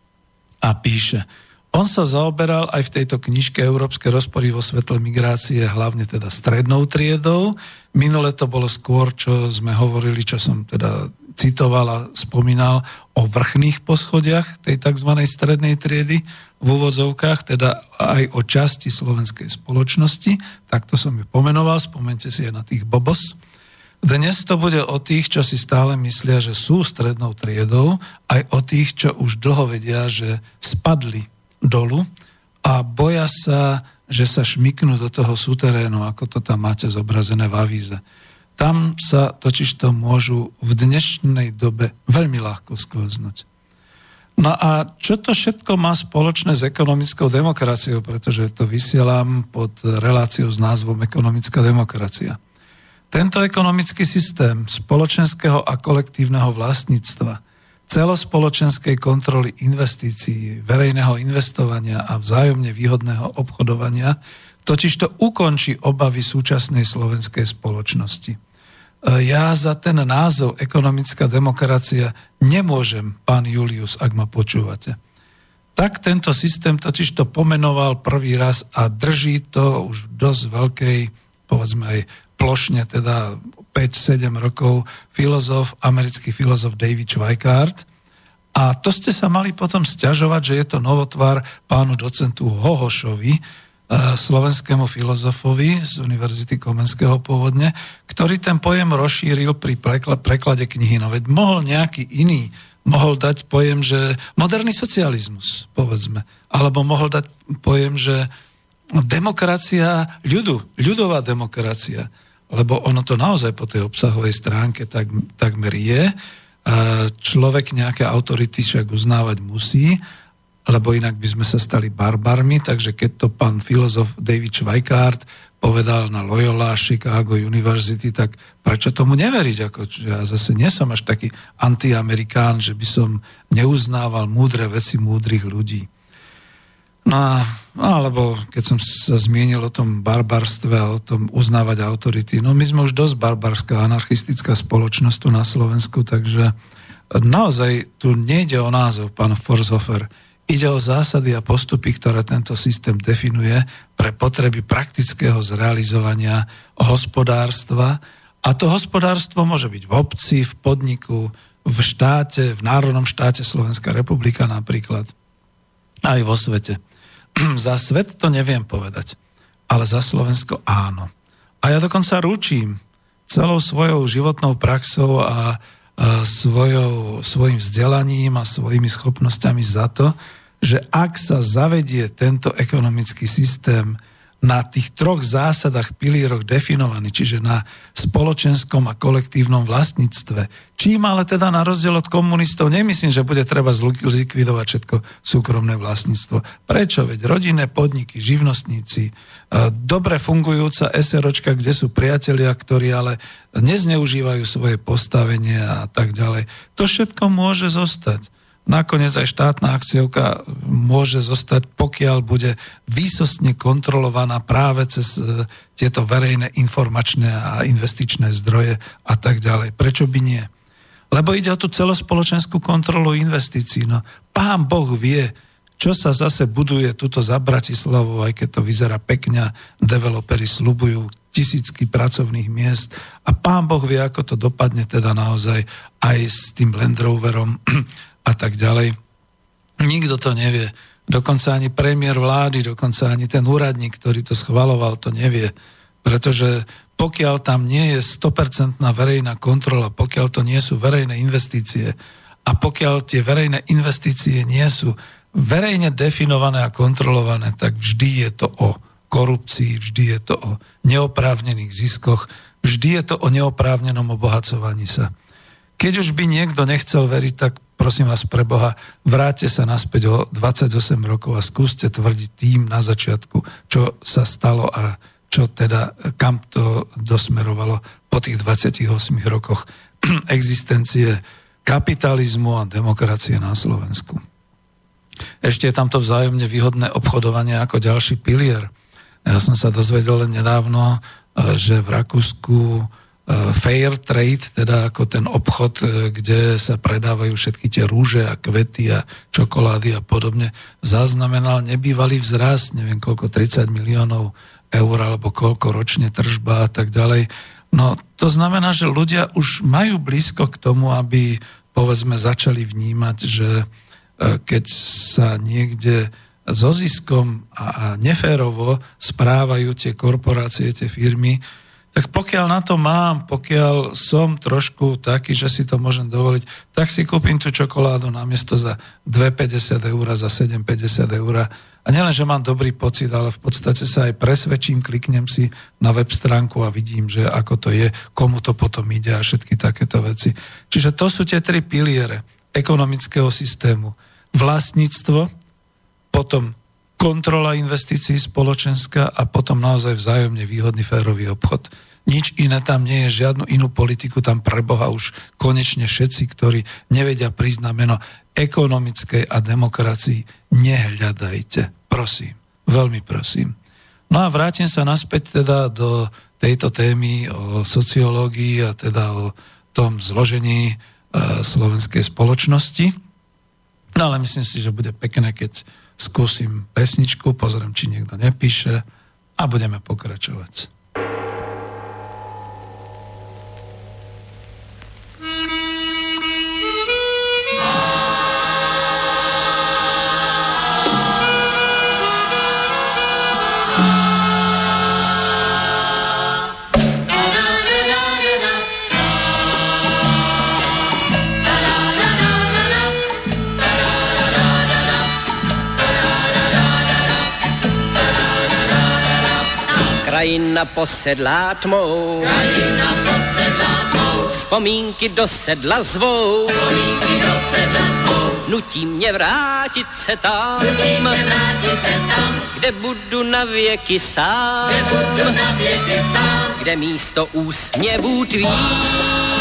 a píše. On sa zaoberal aj v tejto knižke Európske rozpory vo svetle migrácie, hlavne teda strednou triedou. Minule to bolo skôr, čo sme hovorili, čo som teda citoval a spomínal o vrchných poschodiach tej tzv. Strednej triedy v úvodzovkách, teda aj o časti slovenskej spoločnosti. Takto som ju pomenoval, spomente si aj na tých bobos. Dnes to bude o tých, čo si stále myslia, že sú strednou triedou, aj o tých, čo už dlho vedia, že spadli dolu a boja sa, že sa šmyknú do toho súterénu, ako to tam máte zobrazené v avíze. Tam sa totižto môžu v dnešnej dobe veľmi ľahko sklznúť. No a čo to všetko má spoločné s ekonomickou demokraciou, pretože to vysielam pod reláciou s názvom Ekonomická demokracia. Tento ekonomický systém spoločenského a kolektívneho vlastníctva, celospoločenskej kontroly investícií, verejného investovania a vzájomne výhodného obchodovania totižto ukončí obavy súčasnej slovenskej spoločnosti. Ja za ten názov ekonomická demokracia nemôžem, pán Julius, ak ma počúvate. Tak tento systém totižto pomenoval prvý raz a drží to už v dosť veľkej, povedzme aj plošne, teda päť sedem rokov, filozof, americký filozof David Schweikart. A to ste sa mali potom sťažovať, že je to novotvar pánu docentu Hohošovi, slovenskému filozofovi z Univerzity Komenského pôvodne, ktorý ten pojem rozšíril pri preklade knihy. No veď mohol nejaký iný, mohol dať pojem, že moderný socializmus, povedzme, alebo mohol dať pojem, že demokracia ľudu, ľudová demokracia, lebo ono to naozaj po tej obsahovej stránke tak, takmer je. Človek nejaké autority však uznávať musí, lebo inak by sme sa stali barbarmi, takže keď to pán filozof David Schweikart povedal na Loyola Chicago University, tak prečo tomu neveriť? Ako, ja zase nie som až taký antiamerikán, že by som neuznával múdre veci múdrych ľudí. No, alebo keď som sa zmienil o tom barbarstve a o tom uznávať autority, no my sme už dosť barbarská, anarchistická spoločnosť tu na Slovensku, takže naozaj tu nejde o názov, pán Forshofer. Ide o zásady a postupy, ktoré tento systém definuje pre potreby praktického zrealizovania hospodárstva. A to hospodárstvo môže byť v obci, v podniku, v štáte, v národnom štáte Slovenská republika napríklad, aj vo svete. Za svet to neviem povedať, ale za Slovensko áno. A ja dokonca ručím celou svojou životnou praxou a svojou, svojim vzdelaním a svojimi schopnosťami za to, že ak sa zavedie tento ekonomický systém na tých troch zásadách, pilieroch definovaný, čiže na spoločenskom a kolektívnom vlastníctve. Čím ale teda na rozdiel od komunistov nemyslím, že bude treba zlikvidovať všetko súkromné vlastníctvo. Prečo? Veď rodinné podniky, živnostníci, dobre fungujúca SROčka, kde sú priatelia, ktorí ale nezneužívajú svoje postavenie a tak ďalej. To všetko môže zostať. Nakoniec aj štátna akciovka môže zostať, pokiaľ bude výsostne kontrolovaná práve cez tieto verejné informačné a investičné zdroje a tak ďalej. Prečo by nie? Lebo ide o tú celospoločenskú kontrolu investícií. No, Pán Boh vie, čo sa zase buduje tuto za Bratislavou, aj keď to vyzerá pekne, developeri sľubujú tisícky pracovných miest a Pán Boh vie, ako to dopadne teda naozaj aj s tým Land Roverom a tak ďalej. Nikto to nevie. Dokonca ani premiér vlády, dokonca ani ten úradník, ktorý to schvaloval, to nevie. Pretože pokiaľ tam nie je sto percent verejná kontrola, pokiaľ to nie sú verejné investície a pokiaľ tie verejné investície nie sú verejne definované a kontrolované, tak vždy je to o korupcii, vždy je to o neoprávnených ziskoch, vždy je to o neoprávnenom obohacovaní sa. Keď už by niekto nechcel veriť, tak prosím vás pre Boha, vráťte sa naspäť o dvadsaťosem rokov a skúste tvrdiť tým na začiatku, čo sa stalo a čo teda, kam to dosmerovalo po tých dvadsiatich ôsmich rokoch existencie kapitalizmu a demokracie na Slovensku. Ešte je tam to vzájomne výhodné obchodovanie ako ďalší pilier. Ja som sa dozvedel len nedávno, že v Rakúsku fair trade, teda ako ten obchod, kde sa predávajú všetky tie rúže a kvety a čokolády a podobne, zaznamenal nebývalý vzrast, neviem koľko, tridsať miliónov eur alebo koľko ročne tržba a tak ďalej. No to znamená, že ľudia už majú blízko k tomu, aby povedzme začali vnímať, že keď sa niekde so ziskom a neférovo správajú tie korporácie, tie firmy, tak pokiaľ na to mám, pokiaľ som trošku taký, že si to môžem dovoliť, tak si kúpim tú čokoládu namiesto za dve päťdesiat eur, za sedem päťdesiat eur. A nielen, že mám dobrý pocit, ale v podstate sa aj presvedčím, kliknem si na web stránku a vidím, že ako to je, komu to potom ide a všetky takéto veci. Čiže to sú tie tri piliere ekonomického systému. Vlastníctvo, potom kontrola investícií spoločenská a potom naozaj vzájomne výhodný férový obchod. Nič iné tam nie je, žiadnu inú politiku tam pre Boha už konečne všetci, ktorí nevedia prísť na meno ekonomickej a demokracii, nehľadajte. Prosím, veľmi prosím. No a vrátim sa naspäť teda do tejto témy o sociológii a teda o tom zložení e, slovenskej spoločnosti. No ale myslím si, že bude pekné, keď skúsim pesničku, pozriem, či niekto nepíše a budeme pokračovať. Krajina posedlá tmou, Krajina posedlá tmou, vzpomínky do sedla zvou, vzpomínky do sedla zvou, nutí mě vrátit se tam, nutí mě vrátit se tam, kde budu na věky sám, kde budu na věky sám, kde místo úsměvů tvých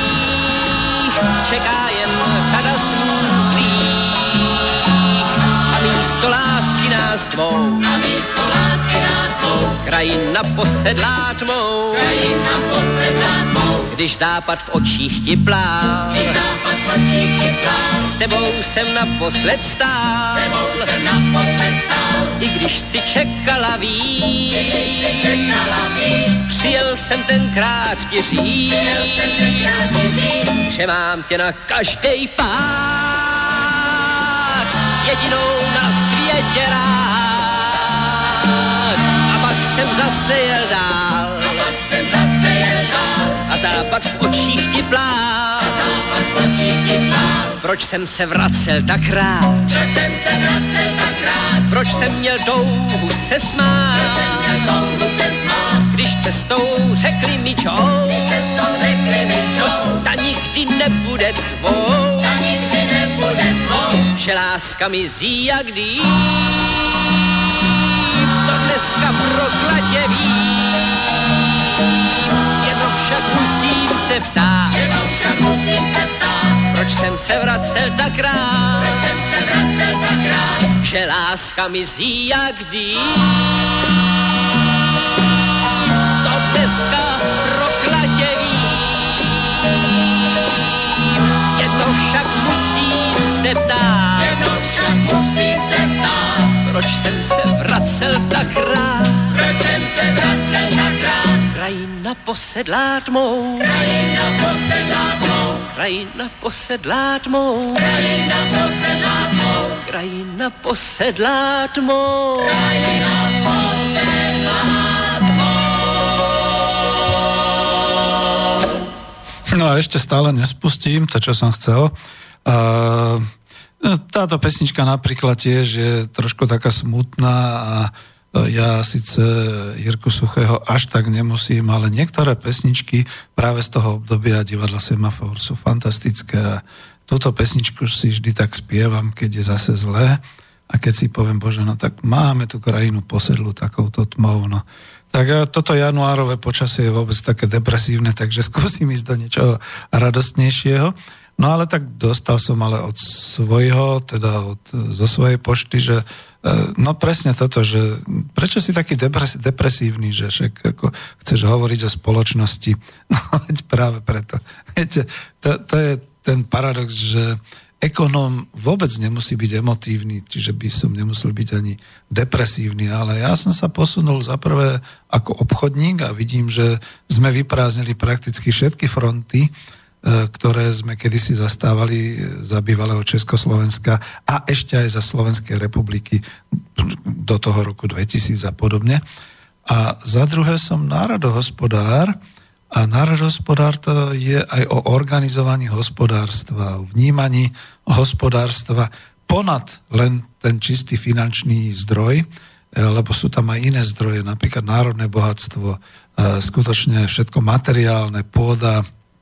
čeká jen řada snů zlých a místo lásky nás dvou, a místo lásky nás dvou, krajina posedlá tmou, krajina posedlá tmou, když západ v očích ti plál, když západ v očích ti plál, s tebou jsem naposled stál, s tebou jsem naposled stál, i když si čekala víc, i když si čekala víc, přijel jsem tenkrát ti říct, přijel jsem tenkrát ti říct, že mám tě na každej pád, jedinou na světě rád. A pak jsem zase jel dál, a pak jsem zase jel dál, a západ v očích ti plál, a západ v Proč jsem se vracel tak rád? Proč jsem měl touhu se smát? Když cestou řekli mi čou, ta nikdy nebude tvou, že láska mizí jak dým, to dneska prokladě vím, jenom však musím se ptát, proč jsem se vracel tak rád, že láska mizí jak dým, to dneska prokladě vím, jednou však musím se ptát, proč jsem se vracel tak rád, krajina posedlá tmou, krajina posedlá tmou, krajina posedlá tmou. No a ešte stále nespustím to, čo som chcel. Uh, táto pesnička napríklad tiež je trošku taká smutná a ja síce Jirku Suchého až tak nemusím, ale niektoré pesničky práve z toho obdobia Divadla Semafor sú fantastické a túto pesničku si vždy tak spievam, keď je zase zlé a keď si poviem, bože, no tak máme tú krajinu posedlú takouto tmou, no. Tak toto januárové počasie je vôbec také depresívne, takže skúsim ísť do niečoho radostnejšieho. No ale tak dostal som ale od svojho, teda od, zo svojej pošty, že no presne toto, že prečo si taký depres, depresívny, že však ako chceš hovoriť o spoločnosti. No veď práve preto. Viete, to, to je ten paradox, že ekonóm vôbec nemusí byť emotívny, čiže by som nemusel byť ani depresívny, ale ja som sa posunul za prvé ako obchodník a vidím, že sme vyprázdnili prakticky všetky fronty, ktoré sme kedysi zastávali za bývalého Československa a ešte aj za Slovenskej republiky do toho roku dvetisíc a podobne. A za druhé som národohospodár a národohospodár to je aj o organizovaní hospodárstva, o vnímaní hospodárstva ponad len ten čistý finančný zdroj, lebo sú tam aj iné zdroje, napríklad národné bohatstvo, skutočne všetko materiálne, pôda,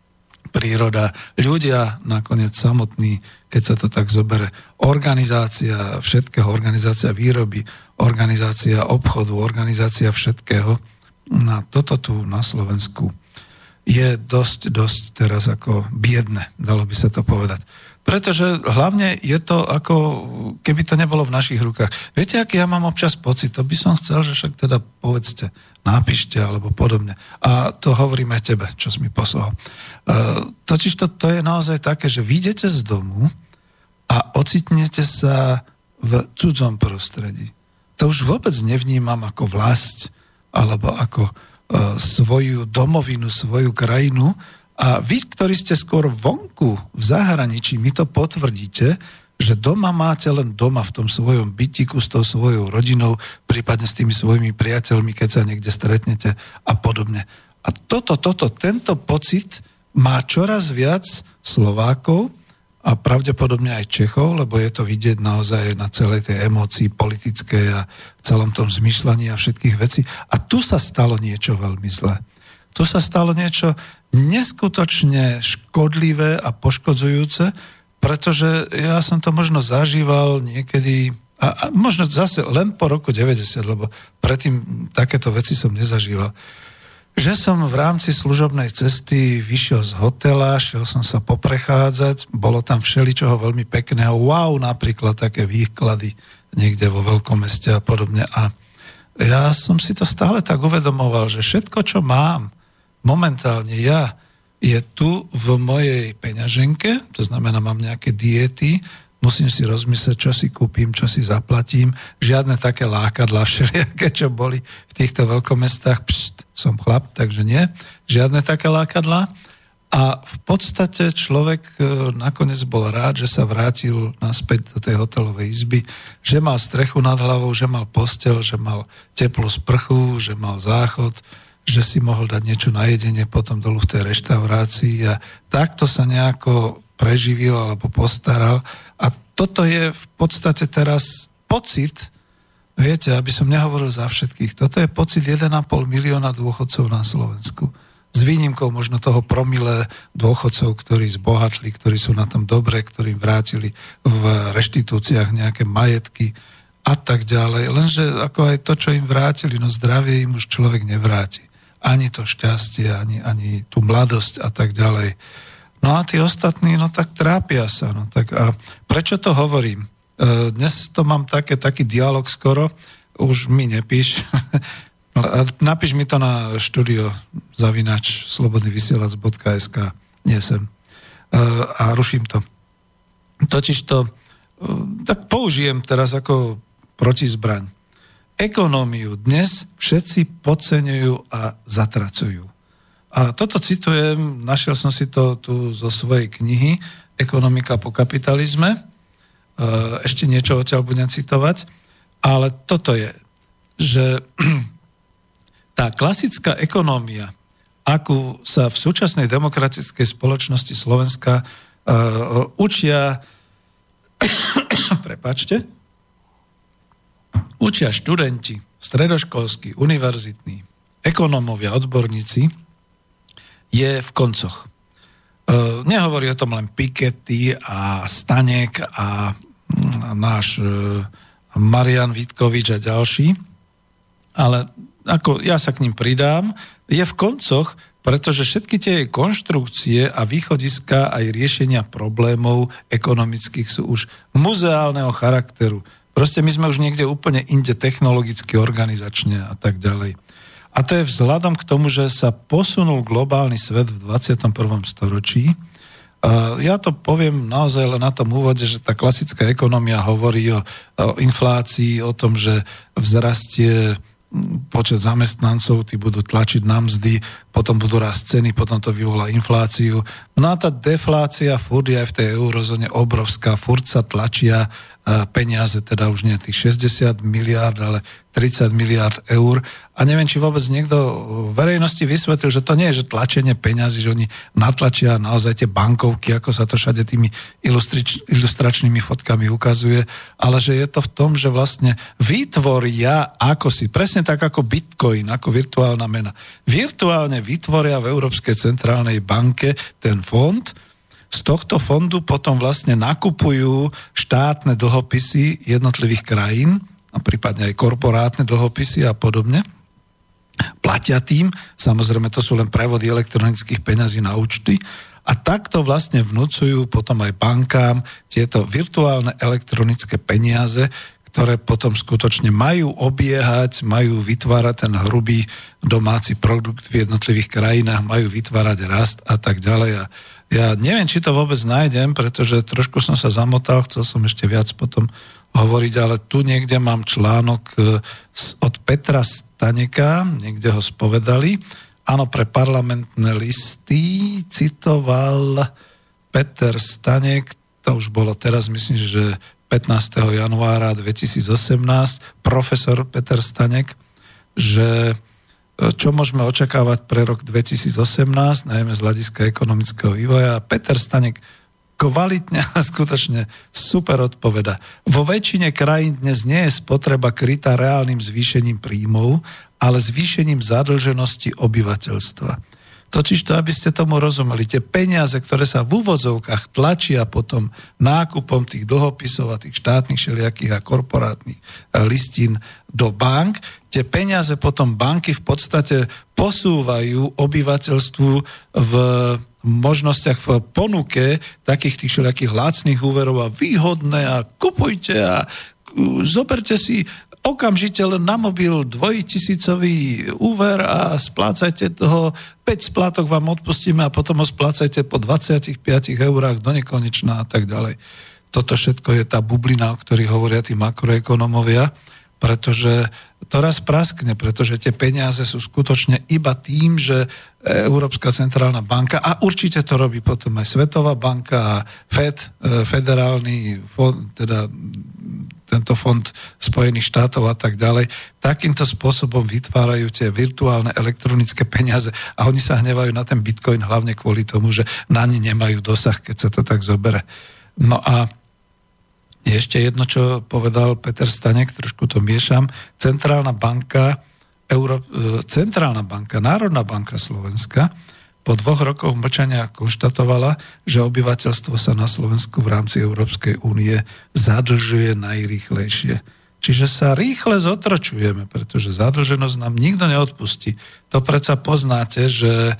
príroda, ľudia nakoniec samotní, keď sa to tak zobere, organizácia všetkého, organizácia výroby, organizácia obchodu, organizácia všetkého. Na toto tu na Slovensku je dosť, dosť teraz ako biedne, dalo by sa to povedať. Pretože hlavne je to ako, keby to nebolo v našich rukách. Viete, aký ja mám občas pocit? To by som chcel, že však teda povedzte, napíšte alebo podobne. A to hovorím aj tebe, čo si mi poslal. Uh, totiž to, to je naozaj také, že vyjdete z domu a ocitnete sa v cudzom prostredí. To už vôbec nevnímam ako vlast alebo ako svoju domovinu, svoju krajinu a vy, ktorí ste skôr vonku v zahraničí, mi to potvrdíte, že doma máte len doma v tom svojom bytiku s tou svojou rodinou, prípadne s tými svojimi priateľmi, keď sa niekde stretnete a podobne. A toto, toto, tento pocit má čoraz viac Slovákov a pravdepodobne aj Čechov, lebo je to vidieť naozaj na celej tej emócii politickej a celom tom zmyšľaní a všetkých vecí. A tu sa stalo niečo veľmi zlé. Tu sa stalo niečo neskutočne škodlivé a poškodzujúce, pretože ja som to možno zažíval niekedy, a, a možno zase len po roku deväťdesiat, lebo predtým takéto veci som nezažíval. Že som v rámci služobnej cesty vyšiel z hotela, šiel som sa poprechádzať, bolo tam všeličoho veľmi pekného, wow, napríklad také výklady niekde vo veľkom meste a podobne. A ja som si to stále tak uvedomoval, že všetko, čo mám momentálne ja, je tu v mojej peňaženke, to znamená, mám nejaké diety, musím si rozmyslieť, čo si kúpim, čo si zaplatím. Žiadne také lákadlá všelijaké, čo boli v týchto veľkomestách. Pšt, som chlap, takže nie. Žiadne také lákadlá. A v podstate človek nakoniec bol rád, že sa vrátil naspäť do tej hotelovej izby, že mal strechu nad hlavou, že mal posteľ, že mal teplú sprchu, že mal záchod, že si mohol dať niečo na jedenie potom dolu v tej reštaurácii a takto sa nejako preživil alebo postaral. A toto je v podstate teraz pocit, viete, aby som nehovoril za všetkých, toto je pocit jeden a pol milióna dôchodcov na Slovensku. S výnimkou možno toho promile dôchodcov, ktorí zbohatli, ktorí sú na tom dobre, ktorým vrátili v reštitúciách nejaké majetky a tak ďalej. Lenže ako aj to, čo im vrátili, no zdravie im už človek nevráti. Ani to šťastie, ani, ani tú mladosť a tak ďalej. No a tí ostatní, no tak trápia sa. No tak a prečo to hovorím? Dnes to mám také, taký dialog skoro, už mi nepíš, napíš mi to na štúdio zavinač slobodnyvysielac bodka es ká, nie sem, a ruším to. Totiž to, tak použijem teraz ako protizbraň. Ekonómiu dnes všetci podceňujú a zatracujú. A toto citujem, našiel som si to tu zo svojej knihy Ekonomika po kapitalizme. Ešte niečo odtiaľ budem citovať. Ale toto je, že tá klasická ekonómia, akú sa v súčasnej demokratickej spoločnosti Slovenska uh, učia prepáčte, učia študenti, stredoškolskí, univerzitní, ekonómovia, odborníci, je v koncoch. Uh, nehovorí o tom len Piketty a Stanek a, a náš uh, Marian Vítkovič a ďalší, ale ako ja sa k ním pridám, je v koncoch, pretože všetky tie konštrukcie a východiska aj riešenia problémov ekonomických sú už muzeálneho charakteru. Proste my sme už niekde úplne inde technologicky, organizačne a tak ďalej. A to je vzhľadom k tomu, že sa posunul globálny svet v dvadsiatom prvom storočí. Ja to poviem naozaj len na tom úvode, že tá klasická ekonomia hovorí o, o inflácii, o tom, že vzrastie počet zamestnancov, tí budú tlačiť na mzdy, potom budú rásť ceny, potom to vyvolá infláciu. No a tá deflácia furt je aj v tej eurozóne obrovská, furt sa tlačia peniaze, teda už nie tých šesťdesiat miliárd, ale tridsať miliárd eur. A neviem, či vôbec niekto v verejnosti vysvetlil, že to nie je, že tlačenie peňazí, že oni natlačia naozaj tie bankovky, ako sa to všade tými ilustrič, ilustračnými fotkami ukazuje, ale že je to v tom, že vlastne vytvoria ako si, presne tak ako Bitcoin, ako virtuálna mena. Virtuálne vytvoria v Európskej centrálnej banke ten fond. Z tohto fondu potom vlastne nakupujú štátne dlhopisy jednotlivých krajín, a prípadne aj korporátne dlhopisy a podobne. Platia tým, samozrejme to sú len prevody elektronických peňazí na účty, a takto vlastne vnúcujú potom aj bankám tieto virtuálne elektronické peniaze, ktoré potom skutočne majú obiehať, majú vytvárať ten hrubý domáci produkt v jednotlivých krajinách, majú vytvárať rast a tak ďalej. A ja neviem, či to vôbec nájdem, pretože trošku som sa zamotal, chcel som ešte viac potom hovoriť, ale tu niekde mám článok od Petra Staneka, niekde ho spovedali. Áno, pre Parlamentné listy citoval Peter Stanek, to už bolo teraz, myslím, že pätnásteho januára dvetisícosemnásť, profesor Peter Stanek, že čo môžeme očakávať pre rok dvetisícosemnásť, najmä z hľadiska ekonomického vývoja. Peter Stanek kvalitne a skutočne super odpoveda. Vo väčšine krajín dnes nie je spotreba krytá reálnym zvýšením príjmov, ale zvýšením zadlženosti obyvateľstva. Totižto, aby ste tomu rozumeli, tie peniaze, ktoré sa v úvodzovkách tlačia potom nákupom tých dlhopisov a tých štátnych všelijakých a korporátnych listín do bank, tie peniaze potom banky v podstate posúvajú obyvateľstvu v možnostiach, v ponuke takých tých všelijakých lacných úverov a výhodné a kupujte a zoberte si okamžite len na mobil dvojtisícový úver a splácajte toho, päť splátok vám odpustíme a potom ho splácajte po dvadsaťpäť eurách do nekonečna a tak ďalej. Toto všetko je tá bublina, o ktorej hovoria tí makroekonomovia, pretože to raz praskne, pretože tie peniaze sú skutočne iba tým, že Európska centrálna banka, a určite to robí potom aj Svetová banka a Fed, federálny fond, teda tento fond Spojených štátov a tak ďalej, takýmto spôsobom vytvárajú tie virtuálne elektronické peniaze a oni sa hnevajú na ten bitcoin hlavne kvôli tomu, že na ni nemajú dosah, keď sa to tak zobere. No a ešte jedno, čo povedal Peter Stanek, trošku to miešam, Centrálna banka, Euró... Centrálna banka, Národná banka Slovenska po dvoch rokoch mlčania konštatovala, že obyvateľstvo sa na Slovensku v rámci Európskej únie zadlžuje najrýchlejšie. Čiže sa rýchle zotročujeme, pretože zadlženosť nám nikto neodpustí. To predsa poznáte, že e,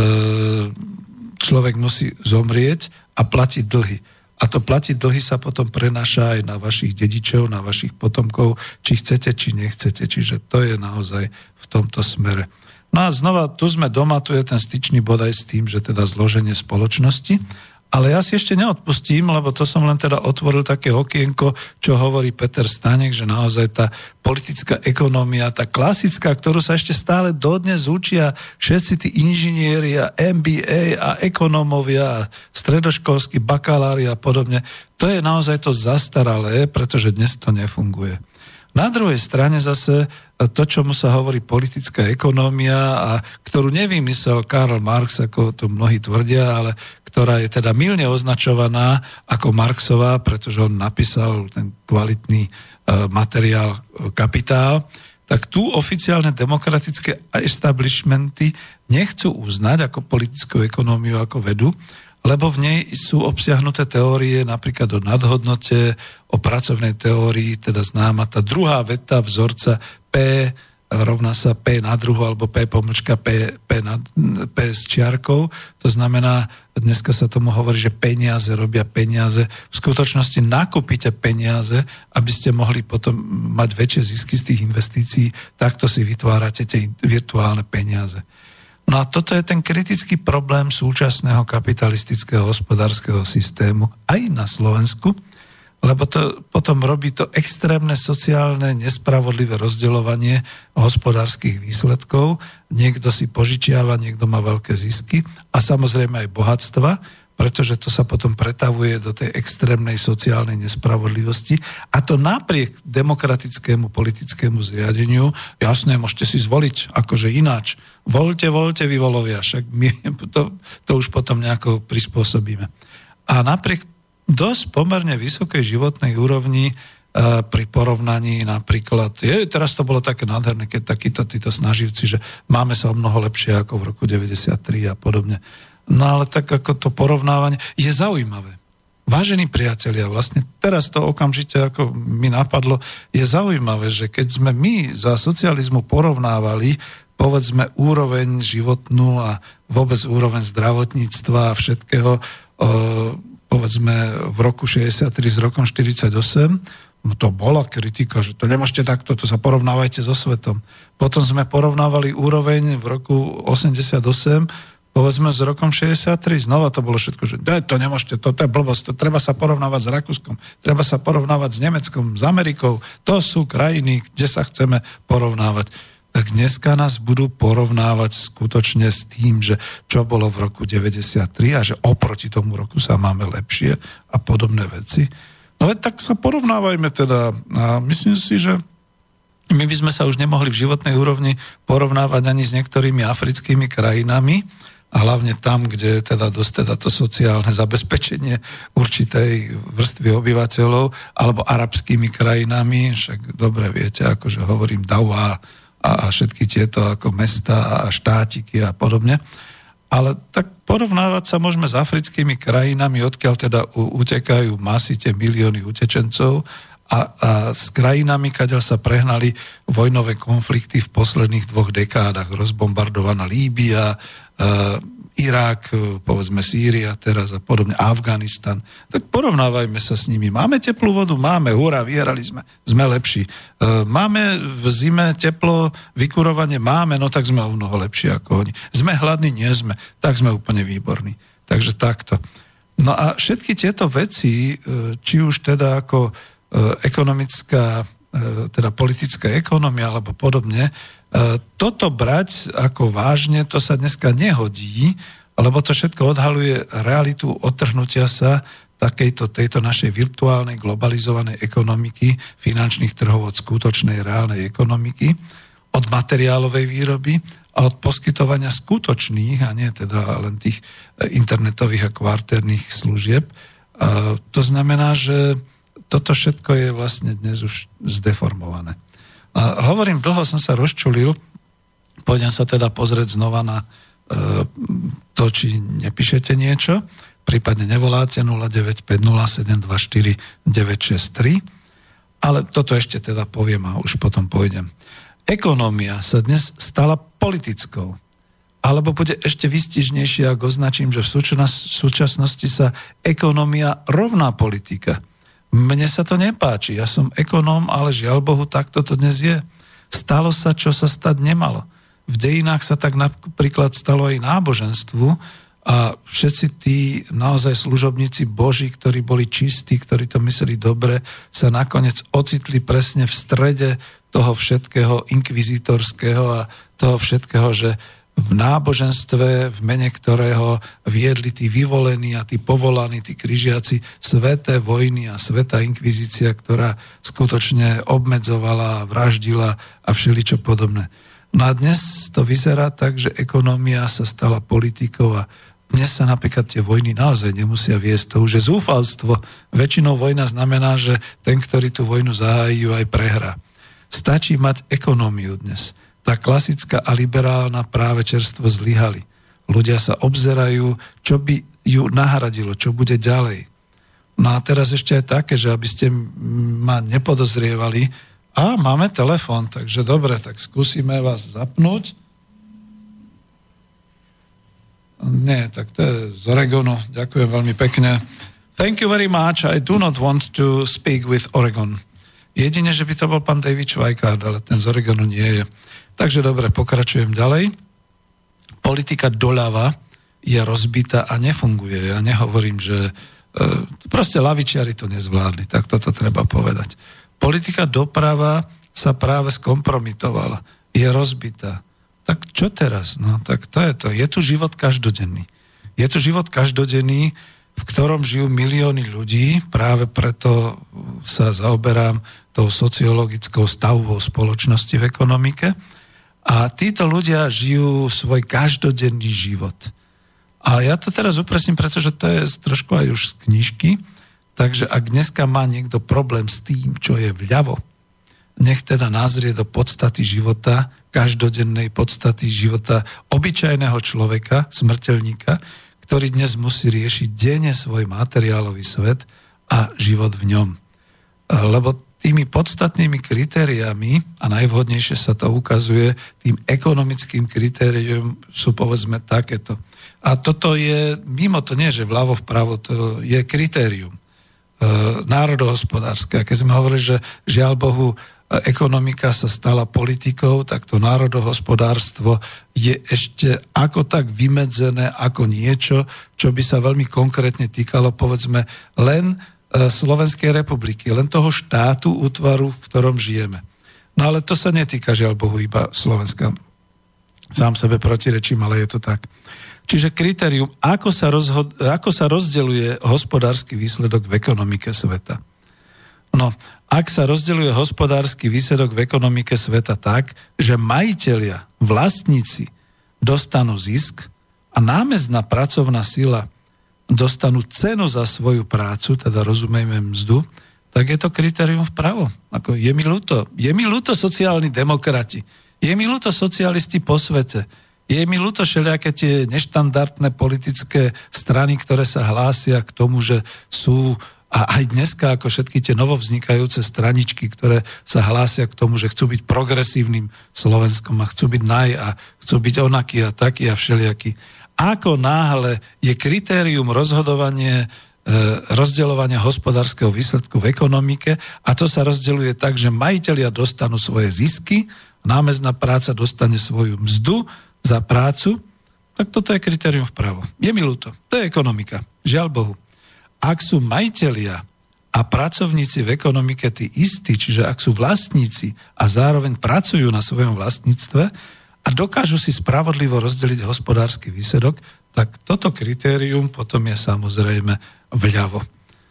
človek musí zomrieť a platiť dlhy. A to platiť dlhy sa potom prenáša aj na vašich dedičov, na vašich potomkov, či chcete, či nechcete. Čiže to je naozaj v tomto smere. No a znova, tu sme doma, tu je ten styčný bod aj s tým, že teda zloženie spoločnosti, ale ja si ešte neodpustím, lebo to som len teda otvoril také okienko, čo hovorí Peter Stanek, že naozaj tá politická ekonómia, tá klasická, ktorú sa ešte stále dodnes učia všetci tí inžinieri a em bí á a ekonómovia a stredoškolskí bakalári a podobne, to je naozaj to zastaralé, pretože dnes to nefunguje. Na druhej strane zase to, čomu sa hovorí politická ekonómia a ktorú nevymyslel Karl Marx, ako to mnohí tvrdia, ale ktorá je teda mylne označovaná ako Marxová, pretože on napísal ten kvalitný materiál Kapitál, tak tu oficiálne demokratické establishmenty nechcú uznať ako politickú ekonómiu, ako vedu, lebo v nej sú obsiahnuté teórie napríklad o nadhodnote, o pracovnej teórii, teda známa tá druhá veta vzorca P rovná sa P na druhu, alebo P pomlčka P, P, na, P s čiarkou. To znamená, dneska sa tomu hovorí, že peniaze robia peniaze. V skutočnosti nakúpite peniaze, aby ste mohli potom mať väčšie zisky z tých investícií, takto si vytvárate tie virtuálne peniaze. No a toto je ten kritický problém súčasného kapitalistického hospodárskeho systému aj na Slovensku, lebo to potom robí to extrémne sociálne nespravodlivé rozdeľovanie hospodárskych výsledkov. Niekto si požičiava, niekto má veľké zisky a samozrejme aj bohatstva, pretože to sa potom pretavuje do tej extrémnej sociálnej nespravodlivosti a to napriek demokratickému politickému zriadeniu, jasné, môžete si zvoliť, akože ináč. Voľte, voľte, vy volovia, však my to, to už potom nejako prispôsobíme. A napriek dosť pomerne vysokej životnej úrovni uh, pri porovnaní napríklad, je, teraz to bolo také nádherné, keď takíto títo snaživci, že máme sa o mnoho lepšie ako v roku deväťdesiattri a podobne. No ale tak ako to porovnávanie je zaujímavé. Vážení priatelia, vlastne teraz to okamžite ako mi napadlo, je zaujímavé, že keď sme my za socializmu porovnávali povedzme úroveň životnú a vôbec úroveň zdravotníctva a všetkého, povedzme v roku šesťdesiattri s rokom štyridsaťosem, to bola kritika, že to nemôžete takto, to sa porovnávajte so svetom. Potom sme porovnávali úroveň v roku osemdesiatosem, povedzme s rokom šesťdesiattri, znova to bolo všetko, že to nemôžete, to, to je blbosť, to treba sa porovnávať s Rakúskom, treba sa porovnávať s Nemeckom, s Amerikou, to sú krajiny, kde sa chceme porovnávať. Tak dneska nás budú porovnávať skutočne s tým, že čo bolo v roku deväťdesiattri a že oproti tomu roku sa máme lepšie a podobné veci. No veď tak sa porovnávajme teda a myslím si, že my by sme sa už nemohli v životnej úrovni porovnávať ani s niektorými africkými krajinami, a hlavne tam, kde je teda dosť teda to sociálne zabezpečenie určitej vrstvy obyvateľov, alebo arabskými krajinami, však dobre viete, akože hovorím Dawa a všetky tieto ako mesta a štátiky a podobne. Ale tak porovnávať sa môžeme s africkými krajinami, odkiaľ teda utekajú masy, tie milióny utečencov, a, a s krajinami, kadeľ sa prehnali vojnové konflikty v posledných dvoch dekádach. Rozbombardovaná Líbia, e, Irak, povedzme Sýria teraz a podobne, Afganistan. Tak porovnávajme sa s nimi. Máme teplú vodu? Máme, hurá, vyhrali sme, sme lepší. E, máme v zime teplo, vykurovanie? Máme, no tak sme o mnoho lepší ako oni. Sme hladní? Nie sme. Tak sme úplne výborní. Takže takto. No a všetky tieto veci, či už teda ako ekonomická, teda politická ekonomia alebo podobne, toto brať ako vážne, to sa dneska nehodí, lebo to všetko odhaluje realitu odtrhnutia sa takejto, tejto našej virtuálnej, globalizovanej ekonomiky, finančných trhov od skutočnej, reálnej ekonomiky, od materiálovej výroby a od poskytovania skutočných, a nie teda len tých internetových a kvartérnych služieb. A to znamená, že toto všetko je vlastne dnes už zdeformované. A hovorím, dlho som sa rozčulil, pôjdem sa teda pozrieť znova na e, to, či nepíšete niečo, prípadne nevoláte nula deväť päť nula sedem dva štyri deväť šesť tri, ale toto ešte teda poviem a už potom pôjdem. Ekonómia sa dnes stala politickou, alebo bude ešte výstižnejšie, ak označím, že v súčasnosti sa ekonómia rovná politika. Mne sa to nepáči, ja som ekonóm, ale žiaľ Bohu, takto to dnes je. Stalo sa, čo sa stať nemalo. V dejinách sa tak napríklad stalo aj náboženstvu, a všetci tí naozaj služobníci Boží, ktorí boli čistí, ktorí to mysleli dobre, sa nakoniec ocitli presne v strede toho všetkého inkvizitorského a toho všetkého, že v náboženstve, v mene ktorého viedli tí vyvolení a tí povolaní, tí križiaci, sveté vojny a svätá inkvizícia, ktorá skutočne obmedzovala, vraždila a všeličo podobné. No a dnes to vyzerá tak, že ekonómia sa stala politikou a dnes sa napríklad tie vojny naozaj nemusia viesť. To už je zúfalstvo. Väčšinou vojna znamená, že ten, ktorý tú vojnu zahájí, aj prehrá. Stačí mať ekonómiu dnes. Tá klasická a liberálna práve čerstvo zlyhali. Ľudia sa obzerajú, čo by ju nahradilo, čo bude ďalej. No a teraz ešte aj také, že aby ste ma nepodozrievali, a máme telefón, takže dobre, tak skúsime vás zapnúť. Nie, tak to je z Oregonu. Ďakujem veľmi pekne. Thank you very much. I do not want to speak with Oregon. Jedine, že by to bol pán David Schweikart, ale ten z Oregonu nie je. Takže dobre, pokračujem ďalej. Politika doľava je rozbitá a nefunguje. Ja nehovorím, že e, proste lavičiari to nezvládli. Tak toto treba povedať. Politika doprava sa práve skompromitovala. Je rozbitá. Tak čo teraz? No, tak to je to. Je tu život každodenný. Je tu život každodenný, v ktorom žijú milióny ľudí, práve preto sa zaoberám tou sociologickou stavbou spoločnosti v ekonomike. A títo ľudia žijú svoj každodenný život. A ja to teraz upresním, pretože to je trošku aj už z knižky. Takže ak dneska má niekto problém s tým, čo je vľavo, nech teda nazrie do podstaty života, každodennej podstaty života obyčajného človeka, smrteľníka, ktorý dnes musí riešiť denne svoj materiálový svet a život v ňom. Lebo tými podstatnými kritériami, a najvhodnejšie sa to ukazuje, tým ekonomickým kritériom sú povedzme takéto. A toto je, mimo to nie, že vľavo vpravo, to je kritérium národohospodárske. A keď sme hovorili, že žiaľ Bohu, ekonomika sa stala politikou, tak to národohospodárstvo je ešte ako tak vymedzené ako niečo, čo by sa veľmi konkrétne týkalo, povedzme, len Slovenskej republiky, len toho štátu, útvaru, v ktorom žijeme. No ale to sa netýka, žiaľ Bohu, iba Slovenska. Sám sebe protirečím, ale je to tak. Čiže kritérium, ako sa, rozhod- ako sa rozdeľuje hospodársky výsledok v ekonomike sveta. No, ak sa rozdeľuje hospodársky výsledok v ekonomike sveta tak, že majitelia, vlastníci dostanú zisk a námezná pracovná sila dostanú cenu za svoju prácu, teda rozumejme mzdu, tak je to kritérium vpravo. Ako je mi ľúto. Je mi ľúto sociálni demokrati. Je mi ľúto socialisti po svete. Je mi ľúto všelijaké tie neštandardné politické strany, ktoré sa hlásia k tomu, že sú, a aj dneska ako všetky tie novovznikajúce straničky, ktoré sa hlásia k tomu, že chcú byť progresívnym Slovenskom a chcú byť naj a chcú byť onaký a taký a všelijaký. Ako náhle je kritérium rozhodovanie, rozdeľovania hospodárskeho výsledku v ekonomike a to sa rozdeľuje tak, že majitelia dostanú svoje zisky, námezná práca dostane svoju mzdu za prácu, tak toto je kritérium vpravo. Je mi ľúto. To je ekonomika. Žiaľ Bohu. Ak sú majitelia a pracovníci v ekonomike tí istí, čiže ak sú vlastníci a zároveň pracujú na svojom vlastníctve a dokážu si spravodlivo rozdeliť hospodársky výsledok, tak toto kritérium potom je samozrejme vľavo.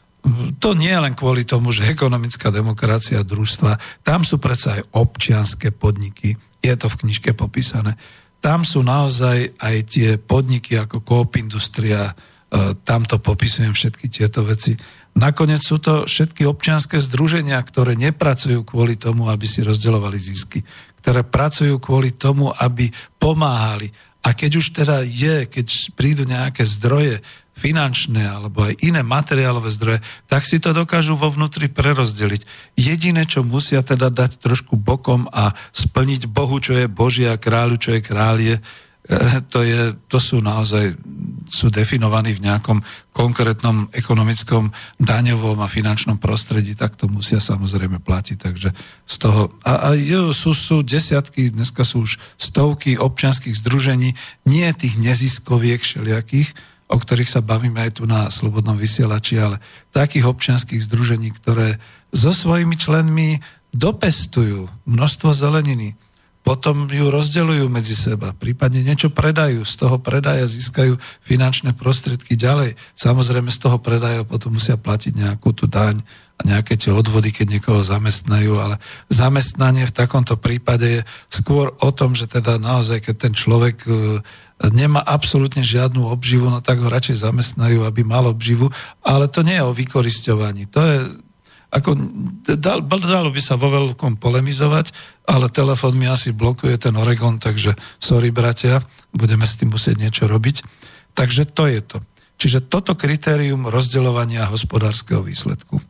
To nie je len kvôli tomu, že ekonomická demokracia družstva, tam sú predsa aj občianske podniky, je to v knižke popísané. Tam sú naozaj aj tie podniky ako Coop Industria, tam to popisujem všetky tieto veci. Nakoniec sú to všetky občianske združenia, ktoré nepracujú kvôli tomu, aby si rozdeľovali zisky, ktoré pracujú kvôli tomu, aby pomáhali. A keď už teda je, keď prídu nejaké zdroje finančné alebo aj iné materiálové zdroje, tak si to dokážu vo vnútri prerozdeliť. Jediné, čo musia teda dať trošku bokom a splniť Bohu, čo je Božie, a kráľu, čo je kráľie, to, je, to sú naozaj, sú definovaní v nejakom konkrétnom ekonomickom, daňovom a finančnom prostredí, tak to musia samozrejme platiť. Takže z toho, a, a sú, sú desiatky, dneska sú už stovky občianskych združení, nie tých neziskoviek všelijakých, o ktorých sa bavíme aj tu na Slobodnom vysielači, ale takých občianskych združení, ktoré so svojimi členmi dopestujú množstvo zeleniny, potom ju rozdeľujú medzi seba, prípadne niečo predajú, z toho predaja získajú finančné prostriedky ďalej. Samozrejme z toho predaja potom musia platiť nejakú tú daň a nejaké tie odvody, keď niekoho zamestnajú, ale zamestnanie v takomto prípade je skôr o tom, že teda naozaj, keď ten človek nemá absolútne žiadnu obživu, no tak ho radšej zamestnajú, aby mal obživu, ale to nie je o vykorisťovaní. To je, ako, dal, dalo by sa vo veľkom polemizovať, ale telefón mi asi blokuje ten Oregon, takže sorry, bratia, budeme s tým musieť niečo robiť. Takže to je to. Čiže toto kritérium rozdeľovania hospodárskeho výsledku.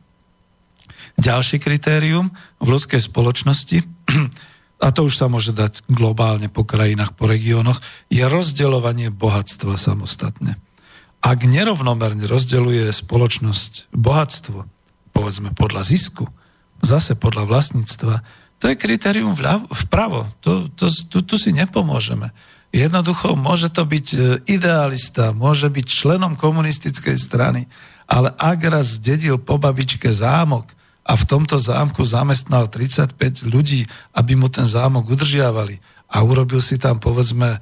Ďalšie kritérium v ľudskej spoločnosti, a to už sa môže dať globálne po krajinách, po regiónoch, je rozdeľovanie bohatstva samostatne. Ak nerovnomerne rozdeľuje spoločnosť bohatstvo, povedzme podľa zisku, zase podľa vlastníctva, to je kritérium vľavo, vpravo. To, to, tu, tu si nepomôžeme. Jednoducho môže to byť idealista, môže byť členom komunistickej strany, ale ak raz zdedil po babičke zámok a v tomto zámku zamestnal tridsaťpäť ľudí, aby mu ten zámok udržiavali a urobil si tam, povedzme, e,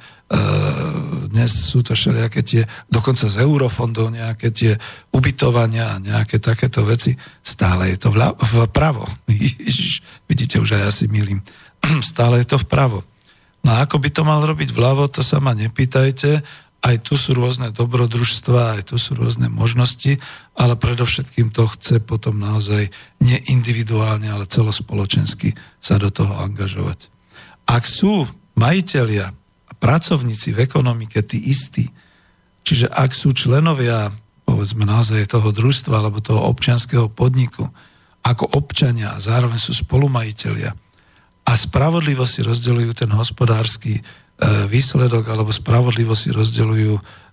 dnes sú to všelijaké tie, dokonca z eurofondov nejaké tie ubytovania a nejaké takéto veci, stále je to vľavo, vpravo. Ježiš, vidíte, už aj ja si milím. Stále je to vpravo. No a ako by to mal robiť vľavo, to sa ma nepýtajte. Aj tu sú rôzne dobrodružstvá, aj tu sú rôzne možnosti, ale predovšetkým to chce potom naozaj nie individuálne, ale celospoločensky sa do toho angažovať. Ak sú majitelia a pracovníci v ekonomike tí istí, čiže ak sú členovia, povedzme naozaj toho družstva alebo toho občianskeho podniku, ako občania a zároveň sú spolumajitelia a spravodlivo si rozdeľujú ten hospodársky výsledok alebo spravodlivo si rozdeľujú,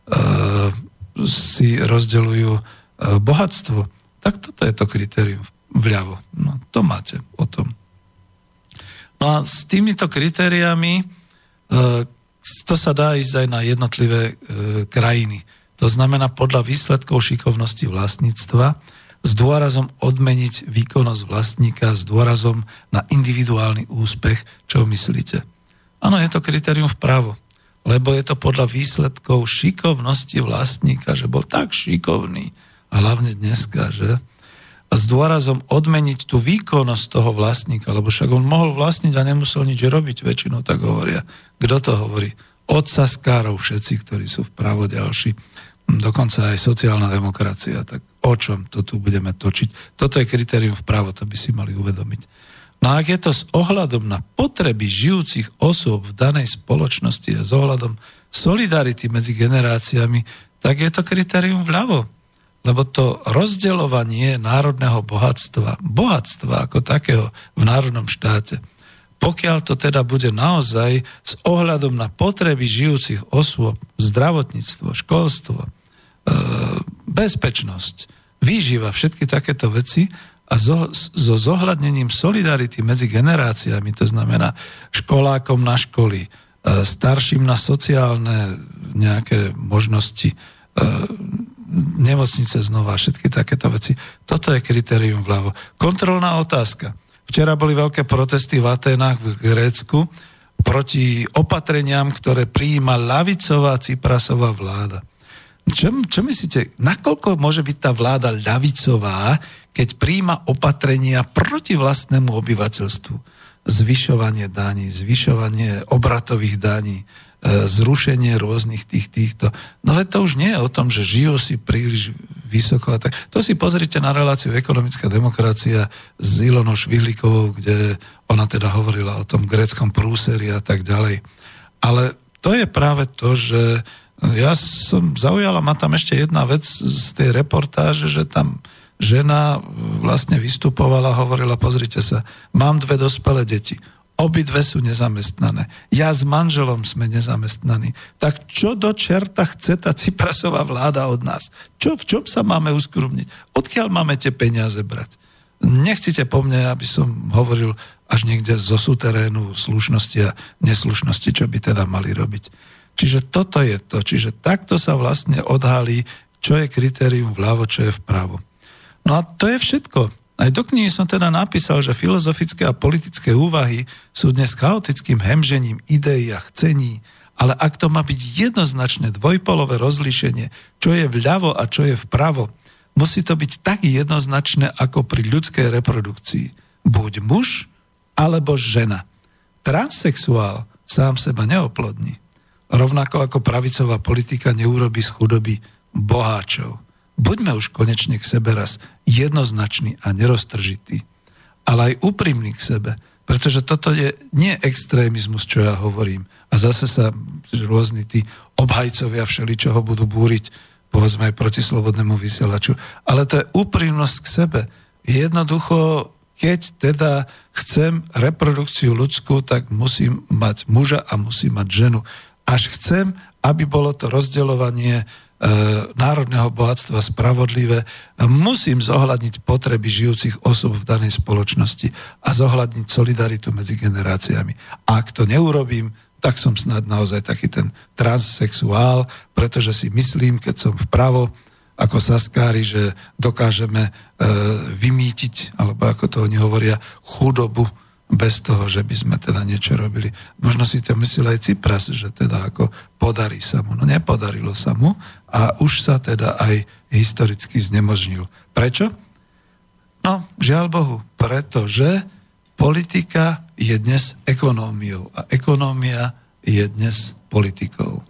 si rozdeľujú bohatstvo, tak toto je to kritérium vľavo. No, to máte o tom. No a s týmito kritériami to sa dá ísť aj na jednotlivé krajiny. To znamená podľa výsledkov šikovnosti vlastníctva s dôrazom odmeniť výkonnosť vlastníka, s dôrazom na individuálny úspech. Čo myslíte? Áno, je to kritérium vpravo, lebo je to podľa výsledkov šikovnosti vlastníka, že bol tak šikovný, a hlavne dneska, že a s dôrazom odmeniť tú výkonnosť toho vlastníka, lebo však on mohol vlastniť a nemusel nič robiť, väčšinou tak hovoria. Kto to hovorí? Odsaskárov všetci, ktorí sú vpravo ďalší, dokonca aj sociálna demokracia, tak o čom to tu budeme točiť? Toto je kritérium vpravo, to by si mali uvedomiť. No a ak je to s ohľadom na potreby žijúcich osôb v danej spoločnosti a s ohľadom solidarity medzi generáciami, tak je to kritérium vľavo. Lebo to rozdeľovanie národného bohatstva, bohatstva ako takého v národnom štáte, pokiaľ to teda bude naozaj s ohľadom na potreby žijúcich osôb, zdravotníctvo, školstvo, bezpečnosť, výživa, všetky takéto veci, a so, so zohľadnením solidarity medzi generáciami, to znamená školákom na školy, starším na sociálne nejaké možnosti, nemocnice znova, všetky takéto veci. Toto je kritérium vľavo. Kontrolná otázka. Včera boli veľké protesty v Aténách v Grécku proti opatreniam, ktoré prijíma ľavicová Tsiprasová vláda. Čo, čo myslíte, nakoľko môže byť tá vláda ľavicová, keď prijíma opatrenia proti vlastnému obyvateľstvu? Zvyšovanie daní, zvyšovanie obratových daní, zrušenie rôznych tých týchto. No veď to už nie je o tom, že žijú si príliš vysoko. Tak to si pozrite na reláciu Ekonomická demokracia s Ilonou Švihlíkovou, kde ona teda hovorila o tom gréckom prúseri a tak ďalej. Ale to je práve to, že ja som zaujala ma tam ešte jedna vec z tej reportáže, že tam žena vlastne vystupovala, hovorila, pozrite sa, mám dve dospelé deti. Obidve sú nezamestnané. Ja s manželom sme nezamestnaní. Tak čo do čerta chce tá Tsiprasová vláda od nás? Čo, v čom sa máme uskromniť? Odkiaľ máme tie peniaze brať? Nechcite po mne, aby som hovoril až niekde zo súterénu slušnosti a neslušnosti, čo by teda mali robiť. Čiže toto je to. Čiže takto sa vlastne odhalí, čo je kritérium vľavo, čo je vpravo. No a to je všetko. Aj do knihy som teda napísal, že filozofické a politické úvahy sú dnes chaotickým hemžením ideí a chcení, ale ak to má byť jednoznačné dvojpolové rozlíšenie, čo je vľavo a čo je vpravo, musí to byť tak jednoznačné ako pri ľudskej reprodukcii. Buď muž, alebo žena. Transsexuál sám seba neoplodní. Rovnako ako pravicová politika neurobí z chudoby boháčov. Buďme už konečne k sebe raz jednoznační a neroztržití, ale aj úprimní k sebe, pretože toto je nie extrémizmus, čo ja hovorím. A zase sa rôzni tí obhajcovia všeličoho budú búriť, povedzme aj proti slobodnému vysielaču, ale to je úprimnosť k sebe. Jednoducho, keď teda chcem reprodukciu ľudskú, tak musím mať muža a musím mať ženu. Až chcem, aby bolo to rozdeľovanie národného bohatstva spravodlivé, musím zohľadniť potreby žijúcich osôb v danej spoločnosti a zohľadniť solidaritu medzi generáciami. A ak to neurobím, tak som snad naozaj taký ten transsexuál, pretože si myslím, keď som vpravo, ako Saskári, že dokážeme vymýtiť, alebo ako to oni hovoria, chudobu bez toho, že by sme teda niečo robili. Možno si to myslel aj Tsipras, že teda ako podarí sa mu. No nepodarilo sa mu a už sa teda aj historicky znemožnil. Prečo? No, žiaľ Bohu, pretože politika je dnes ekonómiou a ekonómia je dnes politikou.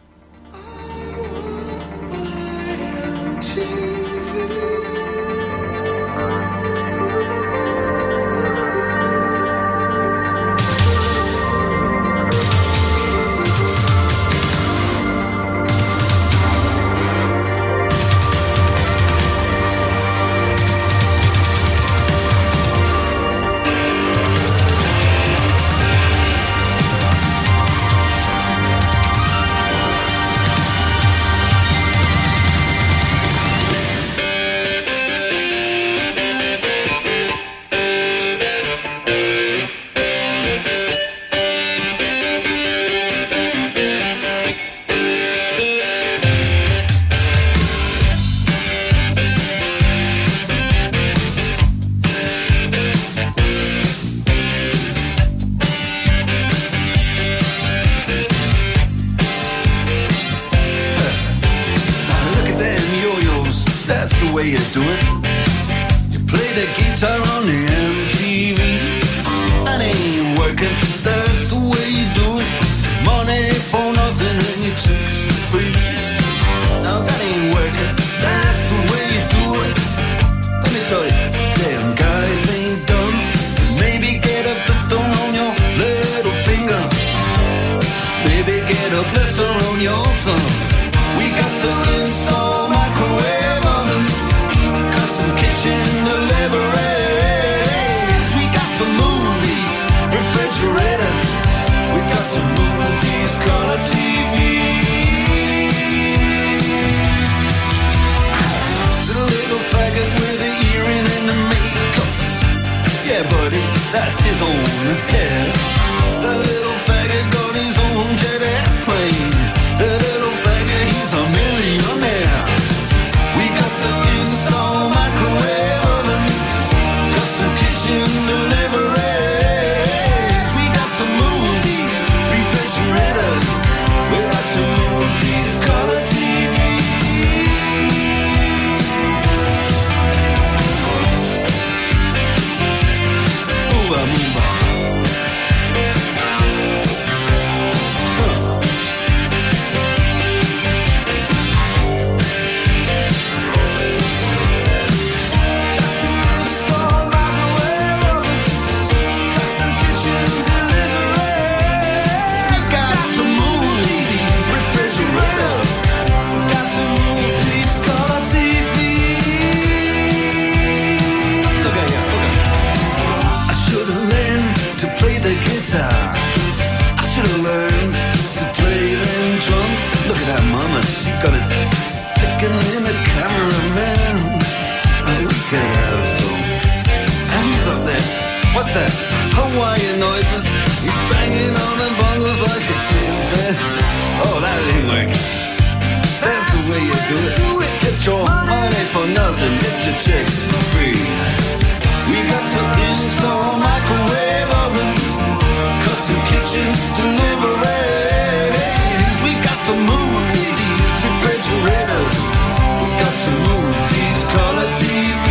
chicks for free. We got to install microwave oven, custom kitchen deliveries. We got to move these refrigerators. We got to move these color T Vs.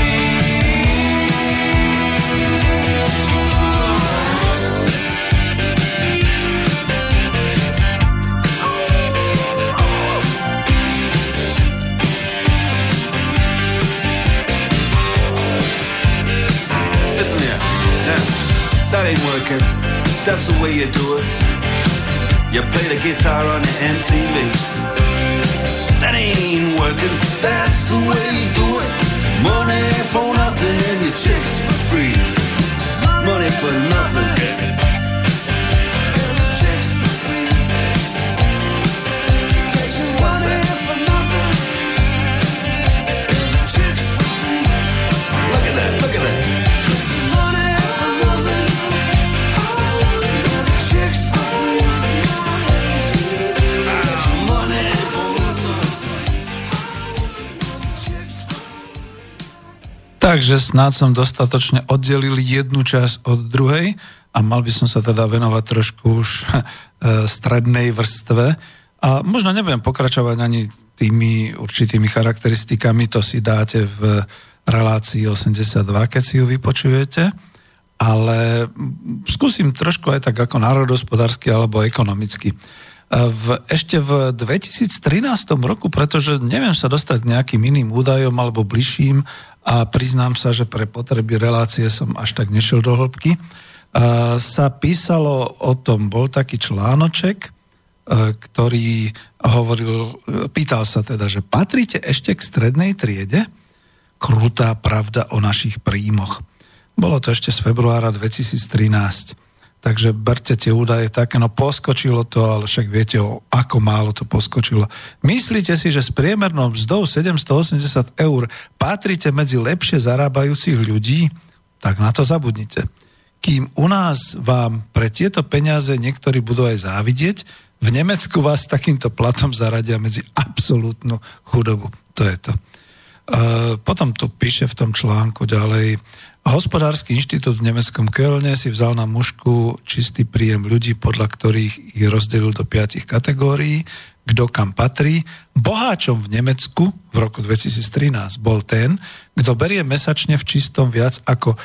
Listen here, now, that ain't working. That's the way you do it. You play the guitar on the M T V. That ain't working. That's the way you do it. Money for nothing and your chicks for free. Money for nothing. Chicks for free. Money for nothing. Chicks for free. Look at that, look at that. Money for nothing. Chicks for free. Money for nothing. Chicks for free. Takže snáď som dostatočne oddelil jednu časť od druhej a mal by som sa teda venovať trošku už strednej vrstve. A možno nebudem pokračovať ani tými určitými charakteristikami, to si dáte v relácii osemdesiatdva, keď si ju vypočujete, ale skúsim trošku aj tak ako národohospodársky alebo ekonomicky. V, ešte v dvetisíctrinástom roku, pretože neviem sa dostať k nejakým iným údajom alebo bližším a priznám sa, že pre potreby relácie som až tak nešiel do hĺbky, sa písalo o tom, bol taký článoček, ktorý hovoril, pýtal sa teda, že patríte ešte k strednej triede? Krutá pravda o našich príjmoch. Bolo to ešte z februára dvetisíctrinásť. Takže berte tie údaje také, no poskočilo to, ale však viete, o ako málo to poskočilo. Myslíte si, že s priemernou mzdou sedemstoosemdesiat eur patrite medzi lepšie zarábajúcich ľudí? Tak na to zabudnite. Kým u nás vám pre tieto peniaze niektorí budú aj závidieť, v Nemecku vás takýmto platom zaradia medzi absolútnu chudobu. To je to. E, potom tu píše v tom článku ďalej, Hospodársky inštitút v nemeckom Kölne si vzal na mušku čistý príjem ľudí, podľa ktorých ich rozdelil do piatich kategórií, kto kam patrí. Boháčom v Nemecku v roku dvetisíctrinásť bol ten, kto berie mesačne v čistom viac ako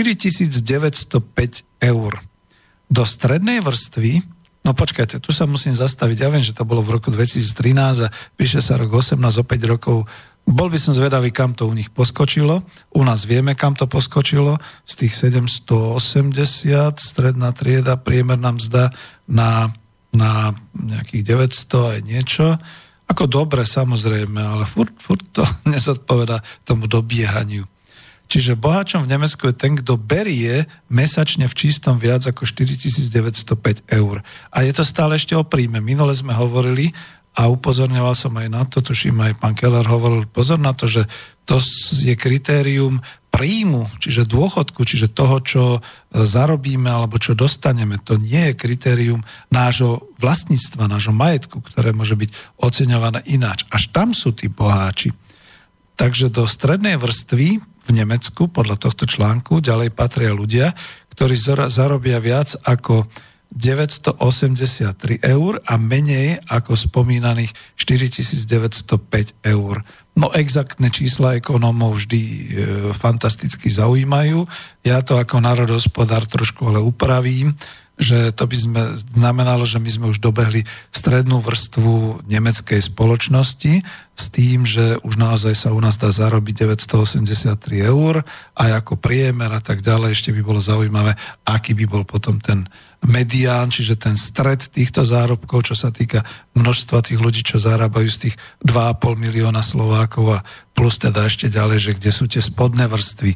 štyritisícdeväťstopäť eur. Do strednej vrstvy, no počkajte, tu sa musím zastaviť, ja viem, že to bolo v roku dvetisíctrinásť a píše sa rok osemnásť, o päť rokov. Bol by som zvedavý, kam to u nich poskočilo. U nás vieme, kam to poskočilo. Z tých sedemstoosemdesiat, stredná trieda, priemerná mzda na, na nejakých deväťsto aj niečo. Ako dobre, samozrejme, ale furt, furt to nezodpovedá tomu dobiehaniu. Čiže boháčom v Nemecku je ten, kto berie mesačne v čistom viac ako štyritisícdeväťstopäť eur. A je to stále ešte o príjme. Minule sme hovorili, a upozorňoval som aj na to, tuším aj pán Keller hovoril, pozor na to, že to je kritérium príjmu, čiže dôchodku, čiže toho, čo zarobíme alebo čo dostaneme. To nie je kritérium nášho vlastníctva, nášho majetku, ktoré môže byť oceňované ináč. Až tam sú tí boháči. Takže do strednej vrstvy v Nemecku, podľa tohto článku, ďalej patria ľudia, ktorí zarobia viac ako deväťstoosemdesiattri eur a menej ako spomínaných štyritisícdeväťstopäť eur. No exaktné čísla ekonómov vždy e, fantasticky zaujímajú. Ja to ako národohospodár trošku ale upravím, že to by sme znamenalo, že my sme už dobehli strednú vrstvu nemeckej spoločnosti s tým, že už naozaj sa u nás dá zarobiť deväťstoosemdesiattri eur a ako priemer a tak ďalej. Ešte by bolo zaujímavé, aký by bol potom ten medián, čiže ten stred týchto zárobkov, čo sa týka množstva tých ľudí, čo zarábajú z tých dva a pol milióna Slovákov a plus teda ešte ďalej, že kde sú tie spodné vrstvy,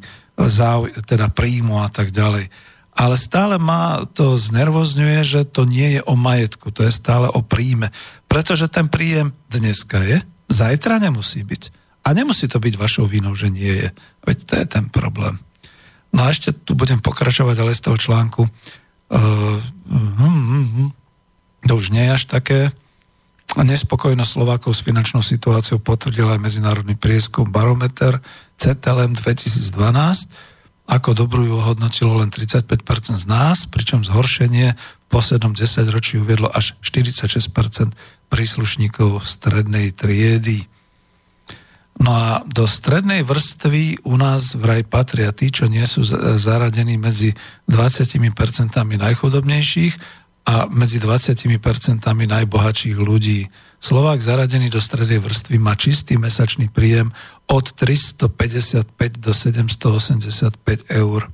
teda príjmu a tak ďalej. Ale stále ma to znervozňuje, že to nie je o majetku, to je stále o príjme. Pretože ten príjem dneska je, zajtra nemusí byť. A nemusí to byť vašou vinou, že nie je. Veď to je ten problém. No a ešte tu budem pokračovať ale z toho článku. Uh, hm, hm, hm. To už nie je až také Nespokojnosť Slovákov s finančnou situáciou potvrdil aj medzinárodný prieskum Barometer cé té el em dvetisícdvanásť. Ako dobrú ju ohodnotilo len tridsaťpäť percent z nás, pričom zhoršenie v poslednom desaťročí uviedlo až štyridsaťšesť percent príslušníkov strednej triedy. No a do strednej vrstvy u nás vraj patria tí, čo nie sú zaradení medzi dvadsiatimi percentami najchudobnejších a medzi dvadsiatimi percentami najbohatších ľudí. Slovák zaradený do strednej vrstvy má čistý mesačný príjem od tristopäťdesiatpäť do sedemstoosemdesiatpäť eur.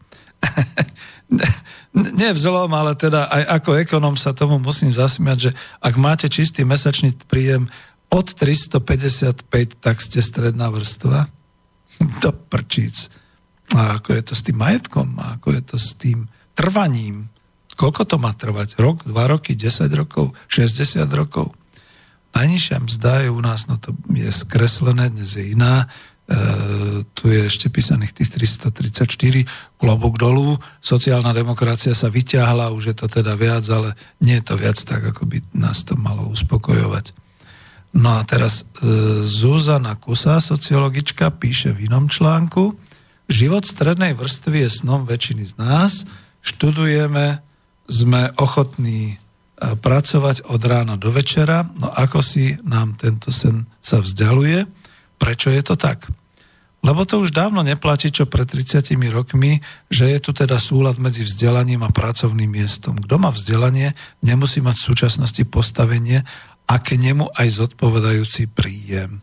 Nie vzlom, ale teda aj ako ekonóm sa tomu musím zasmiať, že ak máte čistý mesačný príjem od tristopäťdesiatpäť, tak ste stredná vrstva. Do prčíc. A ako je to s tým majetkom? A ako je to s tým trvaním? Koľko to má trvať? Rok, dva roky, desať rokov, šesťdesiat rokov? Najnižšia mzda je u nás, no to je skreslené, dnes je iná. E, tu je ešte písaných tých tristotridsaťštyri, klobúk dolu. Sociálna demokracia sa vyťahla, už je to teda viac, ale nie je to viac tak, ako by nás to malo uspokojovať. No a teraz e, Zuzana Kusa, sociologička, píše v inom článku: život strednej vrstvy je snom väčšiny z nás, študujeme, sme ochotní pracovať od rána do večera, no ako si nám tento sen sa vzdialuje? Prečo je to tak? Lebo to už dávno neplatí, čo pred tridsiatimi rokmi, že je tu teda súlad medzi vzdelaním a pracovným miestom. Kto má vzdelanie, nemusí mať v súčasnosti postavenie a k nemu aj zodpovedajúci príjem.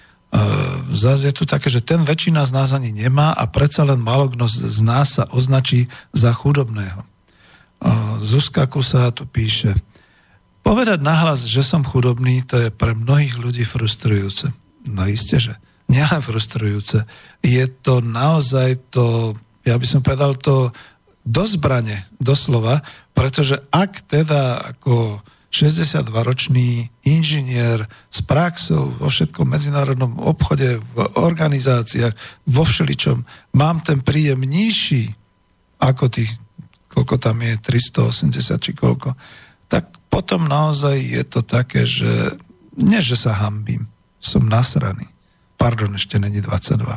Zase je tu také, že ten väčšina z nás ani nemá a predsa len málo kto z nás sa označí za chudobného. Zuzka Kusa tu píše: povedať nahlas, že som chudobný, to je pre mnohých ľudí frustrujúce. No isté, že nielen frustrujúce. Je to naozaj to, ja by som povedal, to do zbrane, doslova, pretože ak teda ako šesťdesiatdvaročný inžinier s praxou vo všetkom medzinárodnom obchode, v organizáciách, vo všeličom, mám ten príjem nižší ako tých, koľko tam je, tristoosemdesiat či koľko, tak potom naozaj je to také, že nie, že sa hanbím, som nasraný. Pardon, ešte není dvadsaťdva.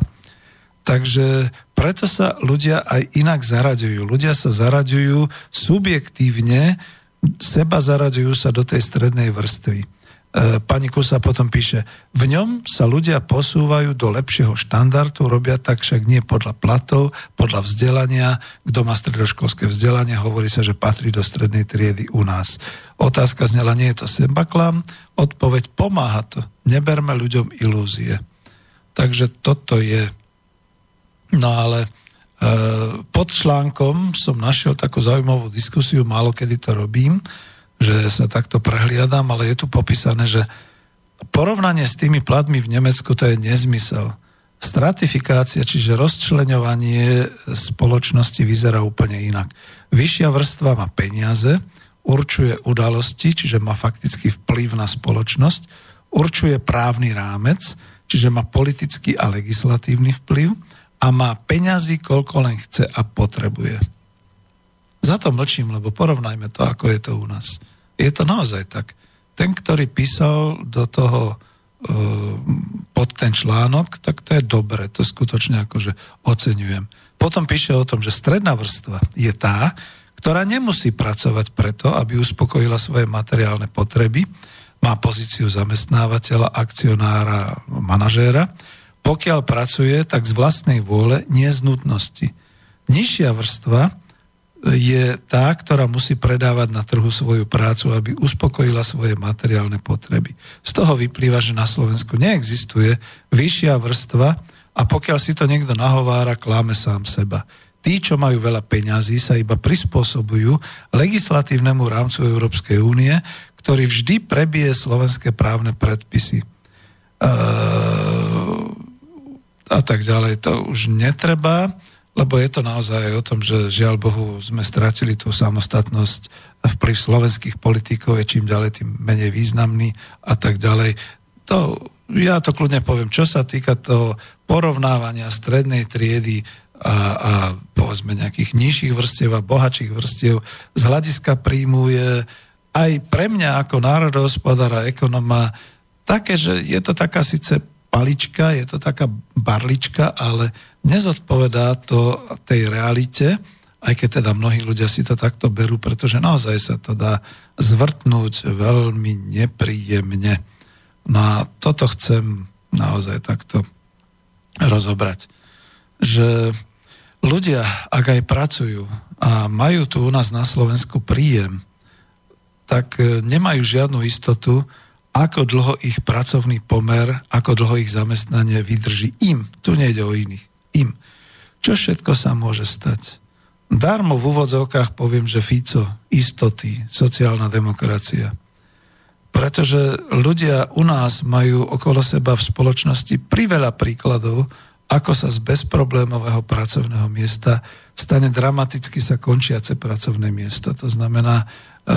Takže preto sa ľudia aj inak zaraďujú. Ľudia sa zaraďujú subjektívne, seba zaraďujú sa do tej strednej vrstvy. Pani Kusa potom píše: v ňom sa ľudia posúvajú do lepšieho štandardu, robia tak však nie podľa platov, podľa vzdelania. Kto má stredoškolské vzdelanie, hovorí sa, že patrí do strednej triedy u nás. Otázka znela, nie je to sebaklam? Odpoveď: pomáha to. Neberme ľuďom ilúzie. Takže toto je. No ale e, pod článkom som našiel takú zaujímavú diskusiu, málo kedy to robím, že sa takto prehliadam, ale je tu popísané, že porovnanie s tými platmi v Nemecku, to je nezmysel. Stratifikácia, čiže rozčleňovanie spoločnosti vyzerá úplne inak. Vyššia vrstva má peniaze, určuje udalosti, čiže má faktický vplyv na spoločnosť, určuje právny rámec, čiže má politický a legislatívny vplyv a má peňazí, koľko len chce a potrebuje. Za to mlčím, lebo porovnajme to, ako je to u nás. Je to naozaj tak. Ten, ktorý písal do toho e, pod ten článok, tak to je dobre, to skutočne akože oceňujem. Potom píše o tom, že stredná vrstva je tá, ktorá nemusí pracovať preto, aby uspokojila svoje materiálne potreby, má pozíciu zamestnávateľa, akcionára, manažéra. Pokiaľ pracuje, tak z vlastnej vôle, nie z nutnosti. Nižšia vrstva je tá, ktorá musí predávať na trhu svoju prácu, aby uspokojila svoje materiálne potreby. Z toho vyplýva, že na Slovensku neexistuje vyššia vrstva a pokiaľ si to niekto nahovára, kláme sám seba. Tí, čo majú veľa peňazí, sa iba prispôsobujú legislatívnemu rámcu Európskej únie, ktorý vždy prebije slovenské právne predpisy. Ehm, a tak ďalej. To už netreba, lebo je to naozaj o tom, že žiaľ Bohu sme stratili tú samostatnosť a vplyv slovenských politikov je čím ďalej tým menej významný a tak ďalej. To, ja to kľudne poviem, čo sa týka toho porovnávania strednej triedy a, a povedzme nejakých nižších vrstiev a bohatších vrstiev, z hľadiska príjmu je aj pre mňa ako národohospodára, ekonóma, také, že je to taká síce palička, je to taká barlička, ale nezodpovedá to tej realite, aj keď teda mnohí ľudia si to takto berú, pretože naozaj sa to dá zvrtnúť veľmi nepríjemne. No a toto chcem naozaj takto rozobrať. Že ľudia, ak aj pracujú a majú tu u nás na Slovensku príjem, tak nemajú žiadnu istotu, ako dlho ich pracovný pomer, ako dlho ich zamestnanie vydrží im. Tu nejde o iných. Im. Čo všetko sa môže stať? Darmo v úvodzovkách poviem, že Fico, istoty, sociálna demokracia. Pretože ľudia u nás majú okolo seba v spoločnosti priveľa príkladov, ako sa z bezproblémového pracovného miesta stane dramaticky sa končiace pracovné miesto. To znamená, e,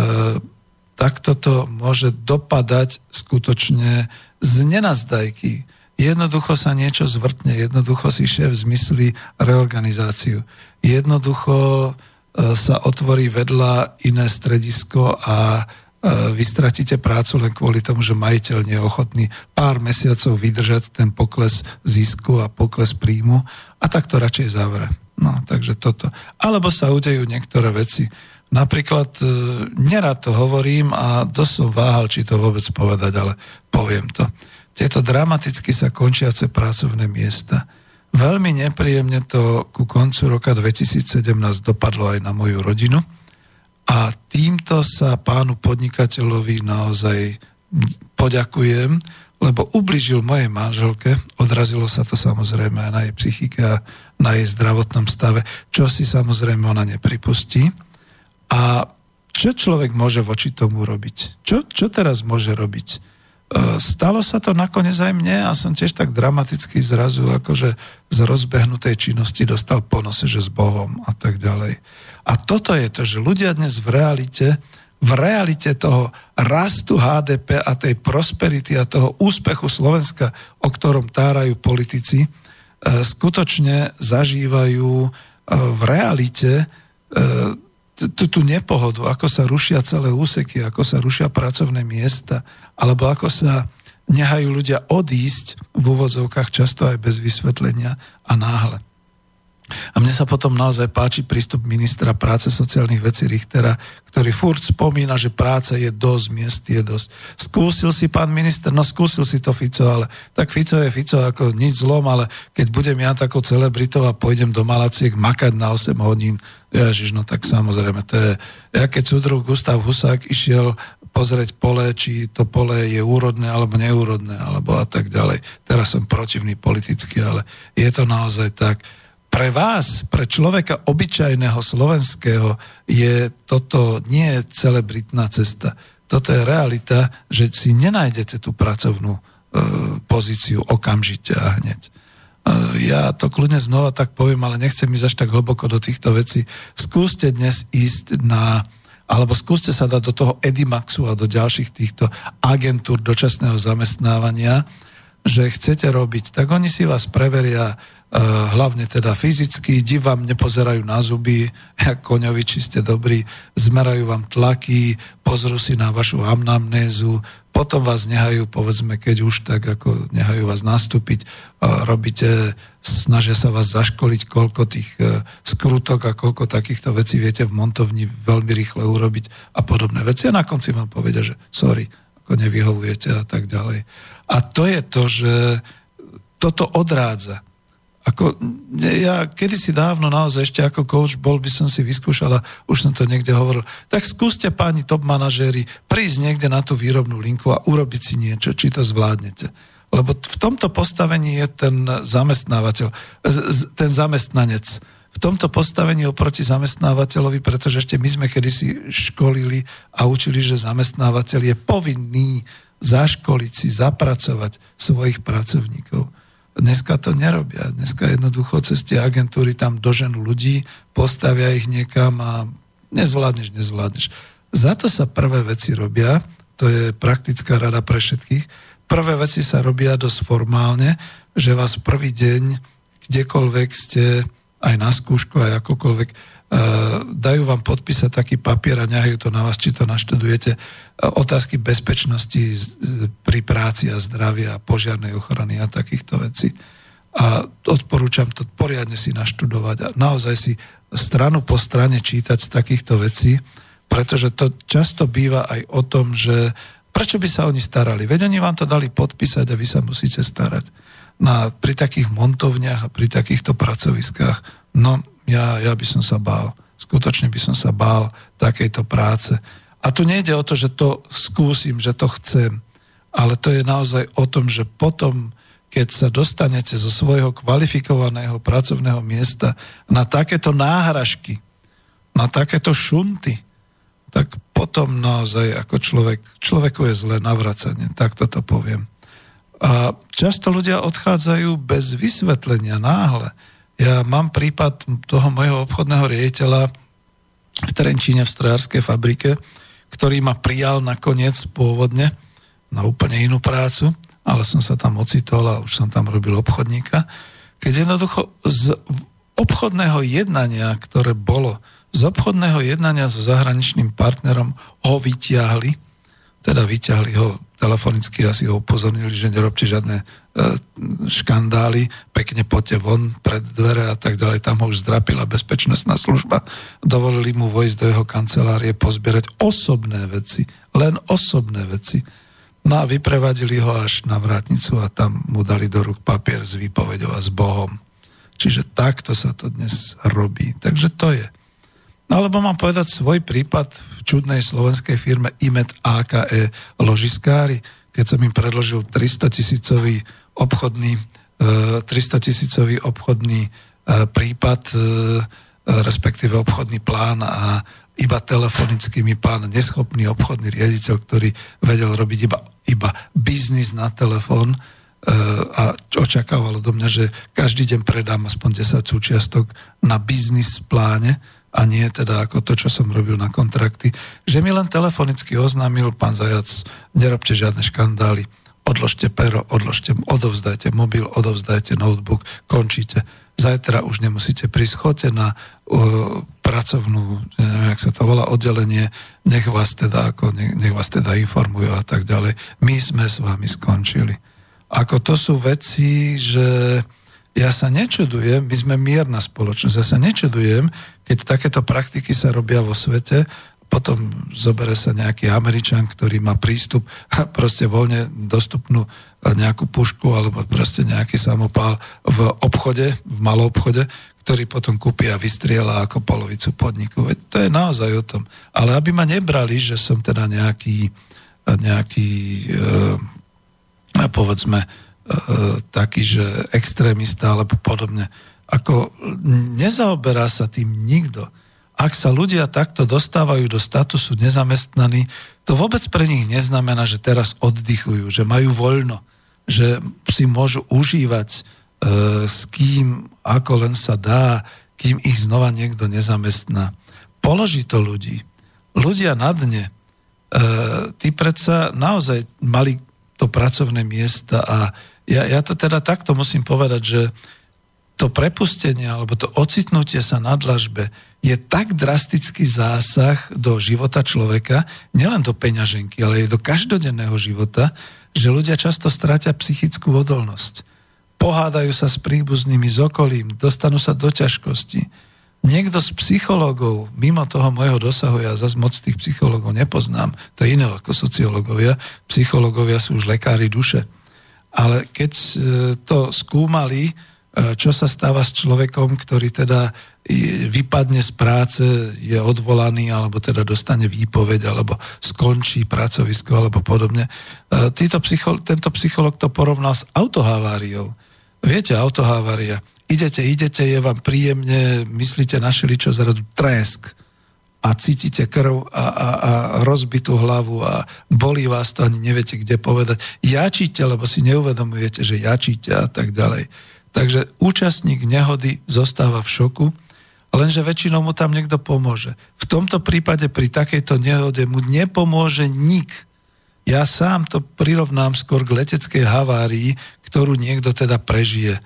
takto to môže dopadať skutočne z nenazdajky. Jednoducho sa niečo zvrtne, jednoducho si šéf zmyslí reorganizáciu. Jednoducho e, sa otvorí vedľa iné stredisko a vy stratíte prácu len kvôli tomu, že majiteľ nie je ochotný pár mesiacov vydržať ten pokles zisku a pokles príjmu a tak to radšej zavre. No, takže toto. Alebo sa udejú niektoré veci. Napríklad, nerad to hovorím a dosť som váhal, či to vôbec povedať, ale poviem to. Tieto dramaticky sa končiace pracovné miesta. Veľmi nepríjemne to ku koncu roka dvetisícsedemnásť dopadlo aj na moju rodinu. A týmto sa pánu podnikateľovi naozaj poďakujem, lebo ubližil mojej manželke, odrazilo sa to samozrejme aj na jej psychike a na jej zdravotnom stave, čo si samozrejme ona nepripustí. A čo človek môže voči tomu robiť? Čo, čo teraz môže robiť? Stalo sa to nakoniec aj mne a som tiež tak dramaticky zrazu akože z rozbehnutej činnosti dostal po nose, že s Bohom a tak ďalej. A toto je to, že ľudia dnes v realite, v realite toho rastu há dé pé a tej prosperity a toho úspechu Slovenska, o ktorom tárajú politici, skutočne zažívajú v realite tú, tú nepohodu, ako sa rušia celé úseky, ako sa rušia pracovné miesta, alebo ako sa nehajú ľudia odísť v úvodzovkách často aj bez vysvetlenia a náhle. A mne sa potom naozaj páči prístup ministra práce sociálnych vecí Richtera, ktorý furt spomína, že práce je dosť, miest je dosť. Skúsil si pán minister, no skúsil si to Fico, ale tak Fico je Fico ako nič zlom, ale keď budem ja takou celebritou a pôjdem do Malaciek makať na osem hodín, ježiš, no tak samozrejme, to je, ja keď súdruh Gustav Husák išiel pozrieť pole, či to pole je úrodné alebo neúrodné, alebo a tak ďalej. Teraz som protivný politicky, ale je to naozaj tak. Pre vás, pre človeka obyčajného slovenského je toto nie celebritná cesta. Toto je realita, že si nenájdete tú pracovnú e, pozíciu okamžite a hneď. E, ja to kľudne znova tak poviem, ale nechcem ísť až tak hlboko do týchto vecí. Skúste dnes ísť na, alebo skúste sa dať do toho Edimaxu a do ďalších týchto agentúr dočasného zamestnávania, že chcete robiť, tak oni si vás preveria hlavne teda fyzicky, div vám nepozerajú na zuby, jak koňovi, či ste dobrí, zmerajú vám tlaky, pozrú si na vašu anamnézu, potom vás nehajú, povedzme, keď už tak, ako nehajú vás nastúpiť, robíte, snažia sa vás zaškoliť, koľko tých skrutok a koľko takýchto vecí viete v montovni veľmi rýchle urobiť a podobné veci. A na konci vám povedia, že sorry, ako nevyhovujete a tak ďalej. A to je to, že toto odrádza. Ako, ja kedysi dávno naozaj ešte ako coach bol, by som si vyskúšal a už som to niekde hovoril, tak skúste páni top manažéri prísť niekde na tú výrobnú linku a urobiť si niečo, či to zvládnete. Lebo v tomto postavení je ten zamestnávateľ, ten zamestnanec. V tomto postavení oproti zamestnávateľovi, pretože ešte my sme kedysi školili a učili, že zamestnávateľ je povinný zaškoliť si, zapracovať svojich pracovníkov. Dneska to nerobia. Dneska jednoducho cez tie agentúry tam doženú ľudí, postavia ich niekam a nezvládneš, nezvládneš. Za to sa prvé veci robia, to je praktická rada pre všetkých, prvé veci sa robia dosť formálne, že vás prvý deň, kdekoľvek ste aj na skúšku, aj akokoľvek, dajú vám podpísať taký papier a nehajú to na vás, či to naštudujete. Otázky bezpečnosti pri práci a zdravia a požiarnej ochrany a takýchto vecí. A odporúčam to poriadne si naštudovať a naozaj si stranu po strane čítať z takýchto vecí, pretože to často býva aj o tom, že prečo by sa oni starali? Veď oni vám to dali podpísať a vy sa musíte starať. Na, pri takých montovniach a pri takýchto pracoviskách, no ja, ja by som sa bál. Skutočne by som sa bál takejto práce. A tu nejde o to, že to skúsim, že to chcem, ale to je naozaj o tom, že potom, keď sa dostanete zo svojho kvalifikovaného pracovného miesta na takéto náhražky, na takéto šunty, tak potom naozaj ako človek, človeku je zle navracanie, tak toto poviem. A často ľudia odchádzajú bez vysvetlenia náhle. Ja mám prípad toho mojho obchodného riaditeľa v Trenčíne v strojárskej fabrike, ktorý ma prijal nakoniec pôvodne na úplne inú prácu, ale som sa tam ocitol a už som tam robil obchodníka. Keď jednoducho z obchodného jednania, ktoré bolo, z obchodného jednania so zahraničným partnerom ho vyťahli, teda vyťahli ho telefonicky, asi ho upozornili, že nerobte žiadne e, škandály, pekne poďte von pred dvere a tak ďalej. Tam ho už zdrapila bezpečnostná služba. Dovolili mu vojsť do jeho kancelárie, pozbierať osobné veci, len osobné veci. No a vyprevadili ho až na vrátnicu a tam mu dali do rúk papier s výpoveďou a s Bohom. Čiže takto sa to dnes robí. Takže to je. Alebo mám povedať svoj prípad v čudnej slovenskej firme Imet á ká é ložiskári, keď som im predložil tristotisícový obchodný, tristotisícový obchodný prípad, respektíve obchodný plán a iba telefonicky mi pán neschopný obchodný riaditeľ, ktorý vedel robiť iba, iba biznis na telefón a očakával do mňa, že každý deň predám aspoň desať súčiastok na biznis pláne, a nie teda ako to, čo som robil na kontrakty, že mi len telefonicky oznámil, pán Zajac, nerobte žiadne škandály, odložte pero, odložte, odovzdajte mobil, odovzdajte notebook, končíte. Zajtra už nemusíte prísť, choďte na uh, pracovnú, neviem, jak sa to volá, oddelenie, nech vás teda, ako, nech, nech vás teda informujú a tak ďalej. My sme s vami skončili. Ako to sú veci, že ja sa nečudujem, my sme mierna spoločnosť, ja sa nečudujem, keď takéto praktiky sa robia vo svete, potom zobere sa nejaký Američan, ktorý má prístup a proste voľne dostupnú nejakú pušku alebo proste nejaký samopál v obchode, v malom obchode, ktorý potom kúpi a vystriela ako polovicu podniku. Veď to je naozaj o tom. Ale aby ma nebrali, že som teda nejaký, nejaký e, povedzme, taký, že extrémista alebo podobne. Ako nezaoberá sa tým nikto. Ak sa ľudia takto dostávajú do statusu nezamestnaní, to vôbec pre nich neznamená, že teraz oddychujú, že majú voľno, že si môžu užívať e, s kým, ako len sa dá, kým ich znova niekto nezamestná. Položí to ľudí. Ľudia na dne, e, tí predsa naozaj mali to pracovné miesta a Ja, ja to teda takto musím povedať, že to prepustenie alebo to ocitnutie sa na dlažbe je tak drastický zásah do života človeka, nielen do peňaženky, ale aj do každodenného života, že ľudia často strátia psychickú odolnosť. Pohádajú sa s príbuznými, s okolím, dostanú sa do ťažkosti. Niekto z psychológov, mimo toho môjho dosahu, ja zase moc tých psychológov nepoznám, to je iné ako sociológovia, psychológovia sú už lekári duše. Ale keď to skúmali, čo sa stáva s človekom, ktorý teda vypadne z práce, je odvolaný, alebo teda dostane výpoveď, alebo skončí pracovisko, alebo podobne. Týto psycho, tento psycholog to porovnal s autohaváriou. Viete, autohavária. Idete, idete, je vám príjemne, myslíte na šeličo, zrazu tresk. A cítite krv a, a, a rozbitú hlavu a bolí vás to, ani neviete, kde povedať. Jačíte, lebo si neuvedomujete, že jačíte a tak ďalej. Takže účastník nehody zostáva v šoku, lenže väčšinou mu tam niekto pomôže. V tomto prípade pri takejto nehode mu nepomôže nik. Ja sám to prirovnám skôr k leteckej havárii, ktorú niekto teda prežije.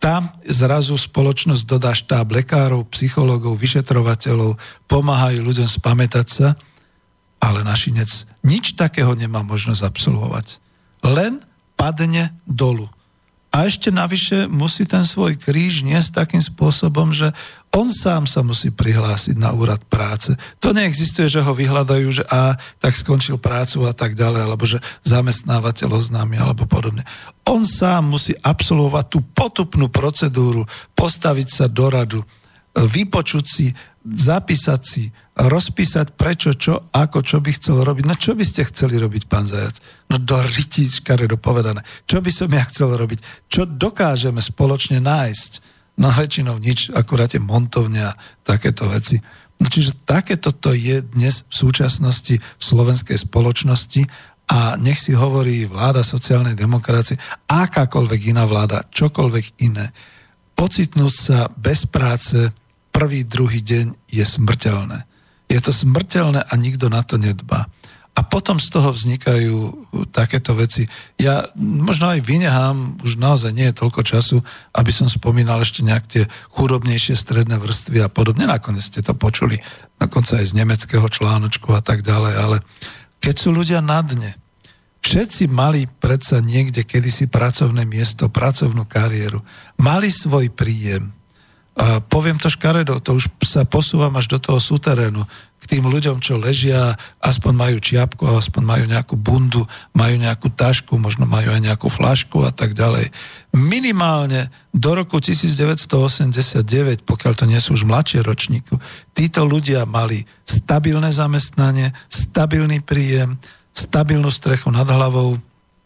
tam zrazu spoločnosť dodá štáb lekárov, psychológov, vyšetrovateľov, pomáhajú ľuďom spamätať sa, ale našinec nič takého nemá možnosť absolvovať. Len padne dolu. A ešte navyše musí ten svoj kríž niesť takým spôsobom, že on sám sa musí prihlásiť na úrad práce. To neexistuje, že ho vyhľadajú, že a tak skončil prácu a tak ďalej, alebo že zamestnávateľ oznámi, alebo podobne. On sám musí absolvovať tú potupnú procedúru, postaviť sa do radu, vypočuť si, zapísať si, rozpísať prečo, čo, ako, čo by chcel robiť. No čo by ste chceli robiť, pán Zajac? No do rytíčka dopovedané. Čo by som ja chcel robiť? Čo dokážeme spoločne nájsť? No väčšinou nič, akurát je montovne a takéto veci. No čiže takéto to je dnes v súčasnosti v slovenskej spoločnosti a nech si hovorí vláda sociálnej demokracie, akákoľvek iná vláda, čokoľvek iné. Ocitnúť sa bez práce prvý, druhý deň je smrteľné. Je to smrteľné a nikto na to nedbá. A potom z toho vznikajú takéto veci. Ja možno aj vynehám, už naozaj nie je toľko času, aby som spomínal ešte nejak tie chudobnejšie stredné vrstvy a podobne. Nakoniec ste to počuli, dokonca aj z nemeckého článočku a tak ďalej. Ale keď sú ľudia na dne, všetci mali predsa niekde kedysi pracovné miesto, pracovnú kariéru, mali svoj príjem. A poviem to škaredo, to už sa posúvam až do toho súterénu, k tým ľuďom, čo ležia, aspoň majú čiapku, aspoň majú nejakú bundu, majú nejakú tašku, možno majú aj nejakú flašku a tak ďalej. Minimálne do roku devätnásťstoosemdesiatdeväť, pokiaľ to nie sú už mladšie ročníku, títo ľudia mali stabilné zamestnanie, stabilný príjem, stabilnú strechu nad hlavou.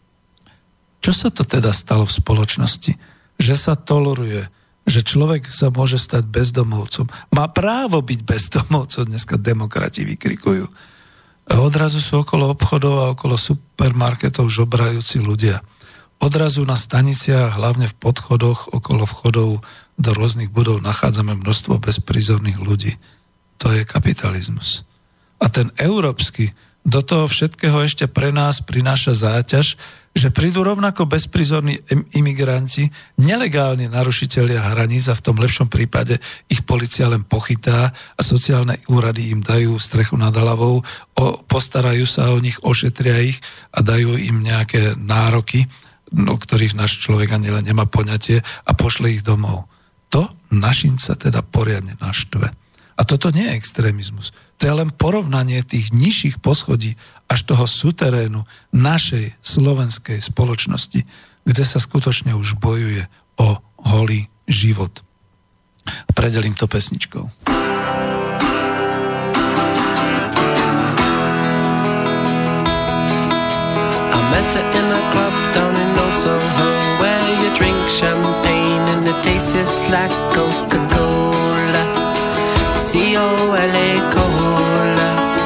Čo sa to teda stalo v spoločnosti? Že sa toleruje, že človek sa môže stať bezdomovcom. Má právo byť bezdomovcom, dneska demokrati vykrikujú. A odrazu sú okolo obchodov a okolo supermarketov žobrajúci ľudia. Odrazu na staniciach, hlavne v podchodoch, okolo vchodov do rôznych budov nachádzame množstvo bezprizorných ľudí. To je kapitalizmus. A ten európsky do toho všetkého ešte pre nás prináša záťaž, že prídu rovnako bezprizorní imigranti, nelegálni narušitelia hraníc a v tom lepšom prípade ich polícia len pochytá a sociálne úrady im dajú strechu nad hlavou, o, postarajú sa o nich, ošetria ich a dajú im nejaké nároky, o ktorých náš človek ani len nemá poňatie a pošle ich domov. To našinca teda poriadne naštve. A toto nie je extrémizmus. To je len porovnanie tých nižších poschodí až toho suterénu našej slovenskej spoločnosti, kde sa skutočne už bojuje o holý život. Predelím to pesničkou. I met her in a club down in Old Soho, where you drink champagne and it tastes just like Coca-Cola. C O L A Cola.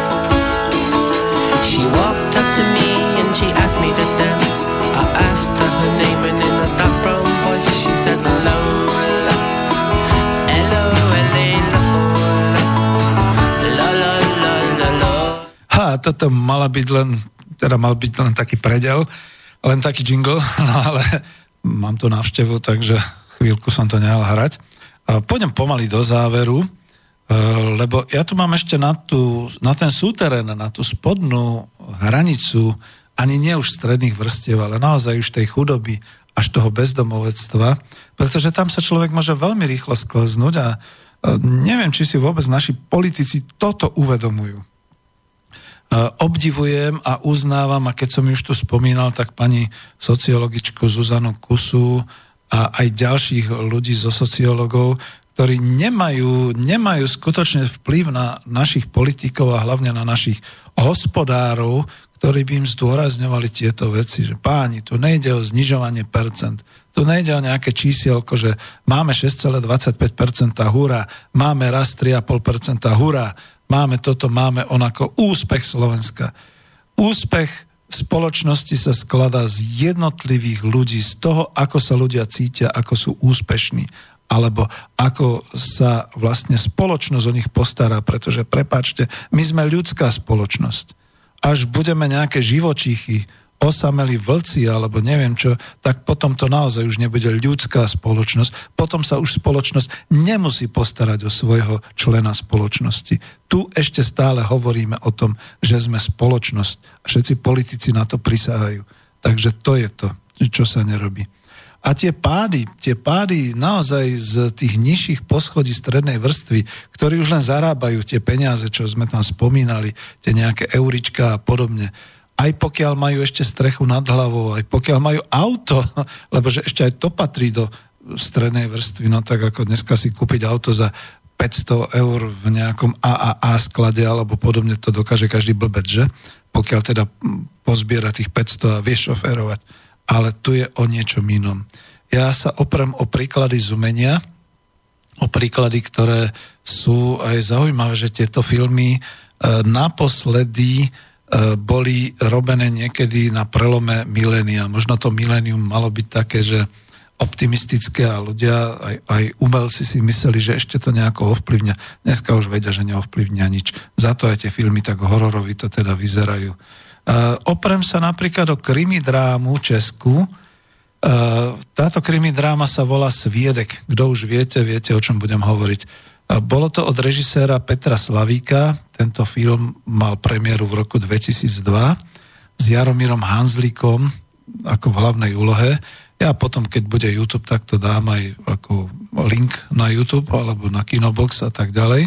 She walked up to me and she asked me to dance. I asked her her name and in a dark brown voice she said Lola. L O L A Lola. La la la la la. Ha, toto mala byť len, teda mal byť len taký predel, len taký jingle, no ale mám tu návštevu, takže chvíľku som to nehal hrať. Pôjdem pomaly do záveru, lebo ja tu mám ešte na, tú, na ten súterén, na tú spodnú hranicu, ani nie už stredných vrstiev, ale naozaj už tej chudoby až toho bezdomovectva, pretože tam sa človek môže veľmi rýchlo sklznúť a neviem, či si vôbec naši politici toto uvedomujú. Obdivujem a uznávam, a keď som už tu spomínal, tak pani sociologičku Zuzanu Kusu a aj ďalších ľudí zo sociológov, ktorí nemajú, nemajú skutočne vplyv na našich politikov a hlavne na našich hospodárov, ktorí by im zdôrazňovali tieto veci, že páni, tu nejde o znižovanie percent, tu nejde o nejaké čísielko, že máme šesť celá dvadsaťpäť percent hurá, máme rast tri celá päť percent hurá, máme toto, máme onako, úspech Slovenska. Úspech spoločnosti sa skladá z jednotlivých ľudí, z toho, ako sa ľudia cítia, ako sú úspešní, alebo ako sa vlastne spoločnosť o nich postará, pretože, prepáčte, my sme ľudská spoločnosť. Až budeme nejaké živočíchy osamelí vlci alebo neviem čo, tak potom to naozaj už nebude ľudská spoločnosť. Potom sa už spoločnosť nemusí postarať o svojho člena spoločnosti. Tu ešte stále hovoríme o tom, že sme spoločnosť a všetci politici na to prisahajú. Takže to je to, čo sa nerobí. A tie pády, tie pády naozaj z tých nižších poschodí strednej vrstvy, ktorí už len zarábajú tie peniaze, čo sme tam spomínali, tie nejaké eurička a podobne, aj pokiaľ majú ešte strechu nad hlavou, aj pokiaľ majú auto, lebo že ešte aj to patrí do strednej vrstvy, no tak ako dneska si kúpiť auto za päťsto eur v nejakom á á á sklade alebo podobne, to dokáže každý blbec, že? Pokiaľ teda pozbiera tých päťsto a vie šoférovať. Ale tu je o niečom inom. Ja sa oprem o príklady z umenia, o príklady, ktoré sú aj zaujímavé, že tieto filmy e, naposledy e, boli robené niekedy na prelome milénia. Možno to milénium malo byť také, že optimistické a ľudia, aj, aj umelci si mysleli, že ešte to nejako ovplyvňa. Dneska už vedia, že neovplyvňa nič. Za to aj tie filmy tak hororovi to teda vyzerajú. Uh, oprem sa napríklad o krimidrámu Česku. Uh, táto krimidráma sa volá Sviedek. Kto už viete, viete, o čom budem hovoriť. Uh, bolo to od režiséra Petra Slavíka. Tento film mal premiéru v roku dvetisícdva s Jaromírom Hanzlíkom ako v hlavnej úlohe. Ja potom, keď bude YouTube, tak to dám aj ako link na YouTube alebo na Kinobox a tak ďalej.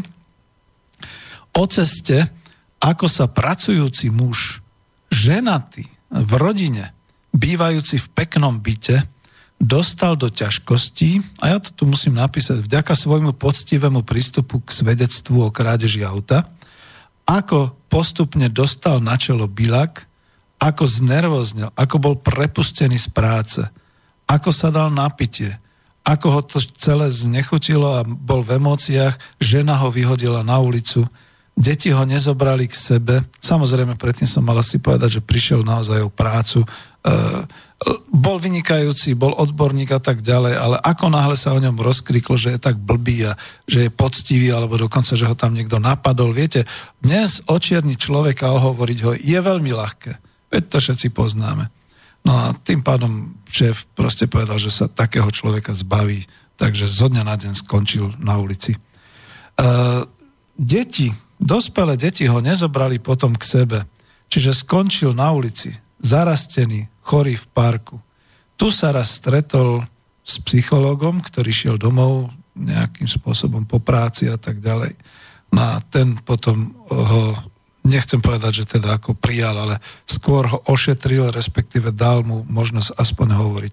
O ceste, ako sa pracujúci muž, ženatý, v rodine, bývajúci v peknom byte, dostal do ťažkostí, a ja to tu musím napísať, vďaka svojmu poctivému prístupu k svedectvu o krádeži auta, ako postupne dostal na čelo bilak, ako znervoznel, ako bol prepustený z práce, ako sa dal na pitie, ako ho to celé znechutilo a bol v emóciách, žena ho vyhodila na ulicu, deti ho nezobrali k sebe. Samozrejme, predtým som mal asi povedať, že prišiel naozaj o prácu. E, bol vynikajúci, bol odborník a tak ďalej, ale ako náhle sa o ňom rozkriklo, že je tak blbý a že je poctivý, alebo dokonca, že ho tam niekto napadol. Viete, dnes očierniť človeka, ohovoriť ho je veľmi ľahké. Veď to všetci poznáme. No a tým pádom šéf proste povedal, že sa takého človeka zbaví. Takže zo dňa na deň skončil na ulici. E, deti Dospelé deti ho nezobrali potom k sebe, čiže skončil na ulici, zarastený, chorý v parku. Tu sa raz stretol s psychológom, ktorý šiel domov nejakým spôsobom po práci a tak ďalej. No a ten potom ho, nechcem povedať, že teda ako prijal, ale skôr ho ošetril, respektíve dal mu možnosť aspoň hovoriť.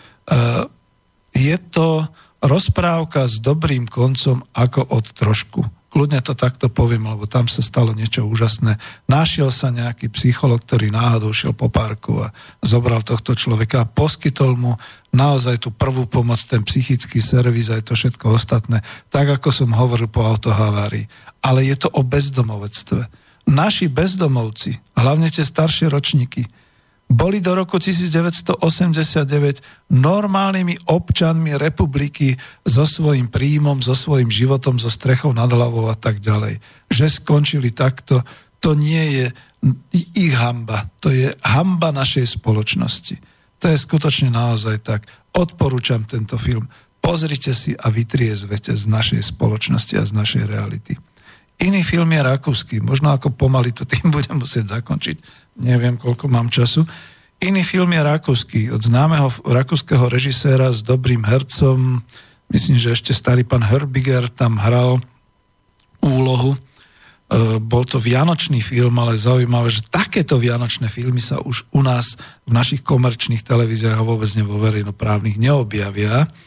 Je to rozprávka s dobrým koncom ako od trošku. Kľudne to takto poviem, lebo tam sa stalo niečo úžasné. Našiel sa nejaký psycholog, ktorý náhodou šiel po parku a zobral tohto človeka a poskytol mu naozaj tú prvú pomoc, ten psychický servis aj to všetko ostatné, tak ako som hovoril po autohavárii. Ale je to o bezdomovectve. Naši bezdomovci, hlavne tie staršie ročníky, boli do roku devätnásťstoosemdesiatdeväť normálnymi občanmi republiky so svojím príjmom, so svojím životom, so strechou nad hlavou a tak ďalej. Že skončili takto, to nie je ich hanba, to je hanba našej spoločnosti. To je skutočne naozaj tak. Odporúčam tento film. Pozrite si a vytriezvete z našej spoločnosti a z našej reality. Iný film je rakúsky, možno ako pomaly to tým budem musieť zakončiť, neviem, koľko mám času. Iný film je rakúsky, od známeho rakúskeho režiséra s dobrým hercom, myslím, že ešte starý pán Herbiger tam hral úlohu. E, bol to vianočný film, ale zaujímavé, že takéto vianočné filmy sa už u nás v našich komerčných televíziách a vôbec ne vo verejnoprávnych neobjavia. E,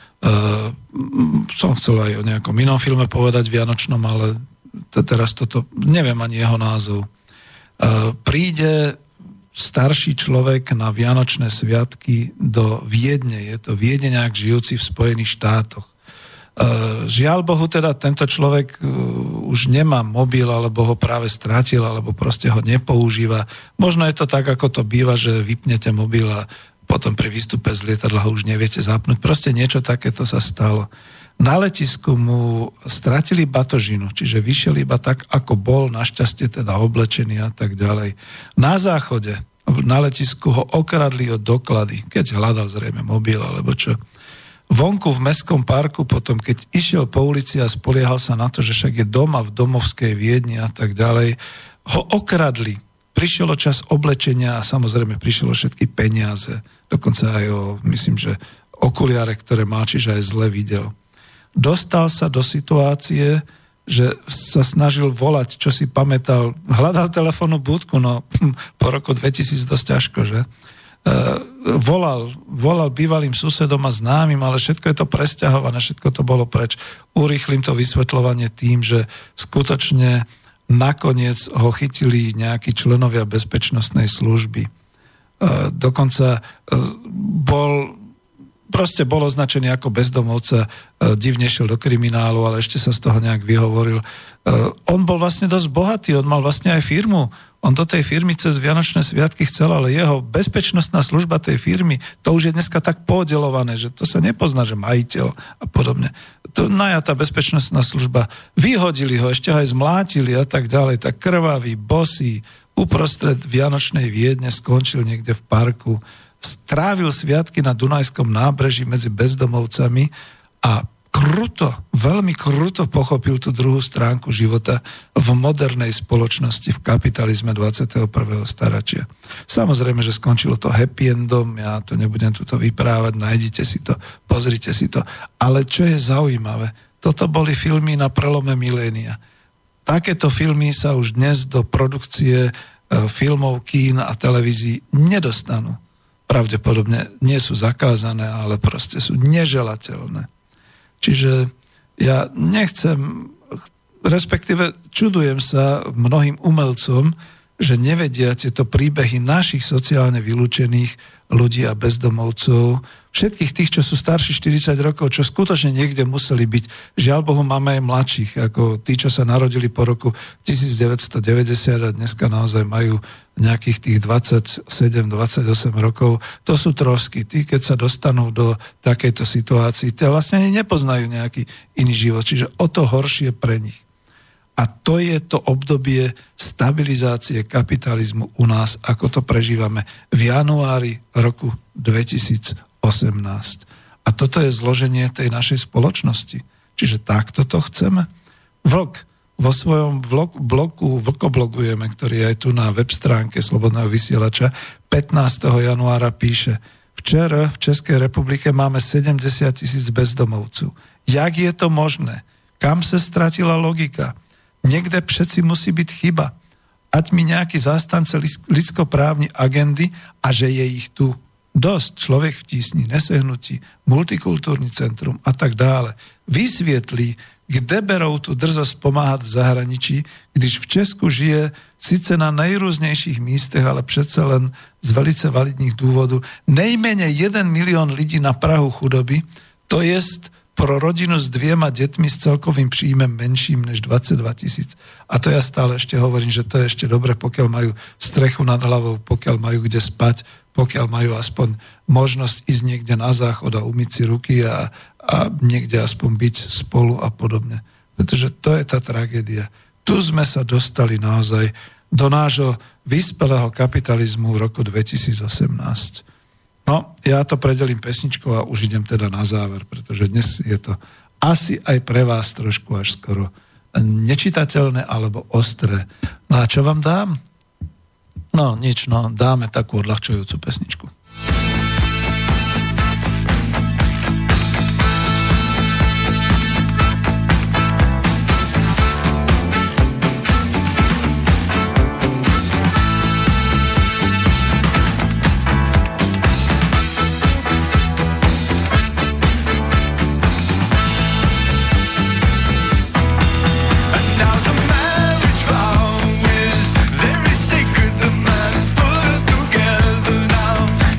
som chcel aj o nejakom inom filme povedať vianočnom, ale teraz toto, neviem ani jeho názov. Príde starší človek na Vianočné sviatky do Viedne. Je to Viedeňák žijúci v Spojených štátoch. Žiaľ Bohu, teda tento človek už nemá mobil, alebo ho práve strátil, alebo proste ho nepoužíva. Možno je to tak, ako to býva, že vypnete mobil a potom pri výstupe z lietadla ho už neviete zapnúť. Proste niečo takéto sa stalo. Na letisku mu stratili batožinu, čiže vyšiel iba tak, ako bol, našťastie teda oblečený a tak ďalej. Na záchode na letisku ho okradli o doklady, keď hľadal zrejme mobil alebo čo. Vonku v mestskom parku potom, keď išiel po ulici a spoliehal sa na to, že však je doma v domovskej Viedni a tak ďalej, ho okradli. Prišiel o čas oblečenia a samozrejme prišiel o všetky peniaze. Dokonca aj o, myslím, že okuliare, ktoré mal, čiže aj zle videl. Dostal sa do situácie, že sa snažil volať, čo si pamätal. Hľadal telefónnu budku, no po roku dvetisíc dosť ťažko, že? E, volal, volal bývalým susedom a známym, ale všetko je to presťahované, všetko to bolo preč. Urýchlim to vysvetľovanie tým, že skutočne nakoniec ho chytili nejakí členovia bezpečnostnej služby. E, dokonca e, bol proste bol označený ako bezdomovca, divne šiel do kriminálu, ale ešte sa z toho nejak vyhovoril. On bol vlastne dosť bohatý, on mal vlastne aj firmu. On do tej firmy cez Vianočné sviatky chcel, ale jeho bezpečnostná služba tej firmy, to už je dneska tak podelované, že to sa nepozná, že majiteľ a podobne. To najatá bezpečnostná služba, vyhodili ho, ešte ho aj zmlátili a tak ďalej, tak krvavý, bosý, uprostred Vianočnej Viedne skončil niekde v parku, strávil sviatky na Dunajskom nábreží medzi bezdomovcami a kruto, veľmi kruto pochopil tú druhú stránku života v modernej spoločnosti, v kapitalizme dvadsiateho prvého storočia. Samozrejme, že skončilo to happy endom, ja to nebudem tuto vyprávať, nájdite si to, pozrite si to. Ale čo je zaujímavé, toto boli filmy na prelome milénia. Takéto filmy sa už dnes do produkcie filmov, kín a televízií nedostanú. Pravdepodobne nie sú zakázané, ale proste sú neželateľné. Čiže ja nechcem, respektíve čudujem sa mnohým umelcom, že nevedia tieto príbehy našich sociálne vylúčených ľudí a bezdomovcov, všetkých tých, čo sú starší štyridsať rokov, čo skutočne niekde museli byť. Žiaľ Bohu, máme aj mladších, ako tí, čo sa narodili po roku devätnásťstodeväťdesiat a dneska naozaj majú nejakých tých dvadsaťsedem dvadsaťosem rokov. To sú trosky. Tí, keď sa dostanú do takejto situácii, tie vlastne nepoznajú nejaký iný život, čiže o to horšie pre nich. A to je to obdobie stabilizácie kapitalizmu u nás, ako to prežívame v januári roku dvetisícosemnásť. A toto je zloženie tej našej spoločnosti. Čiže takto to chceme. Vlk vo svojom bloku Vlkoblogujeme, ktorý je aj tu na web stránke Slobodného vysielača, pätnásteho januára píše: Včera v Českej republike máme sedemdesiat tisíc bezdomovců. Jak je to možné? Kam sa stratila logika? Niekde všetci musí byť chyba. Ať mi nejaký zástance lidskoprávní agendy a že je ich tu dosť. Človek v tísni, nesehnutí, multikultúrny centrum a tak dále. Vysvietlí, kde berou tu drzosť pomáhať v zahraničí, když v Česku žije síce na najrôznejších místech, ale predsa len z velice validných dôvodov nejmenej jeden milión ľudí na prahu chudoby, to jest pro rodinu s dviema deťmi s celkovým príjmem menším než dvadsaťdva tisíc. A to ja stále ešte hovorím, že to je ešte dobre, pokiaľ majú strechu nad hlavou, pokiaľ majú kde spať, pokiaľ majú aspoň možnosť ísť niekde na záchod a umyť si ruky a, a niekde aspoň byť spolu a podobne. Pretože to je tá tragédia. Tu sme sa dostali naozaj do nášho vyspelého kapitalizmu v roku dvetisícosemnásť. No, ja to predelím pesničkou a už idem teda na záver, pretože dnes je to asi aj pre vás trošku až skoro nečitateľné alebo ostré. No a čo vám dám? No, nič, no, dáme takú odľahčujúcu pesničku. Now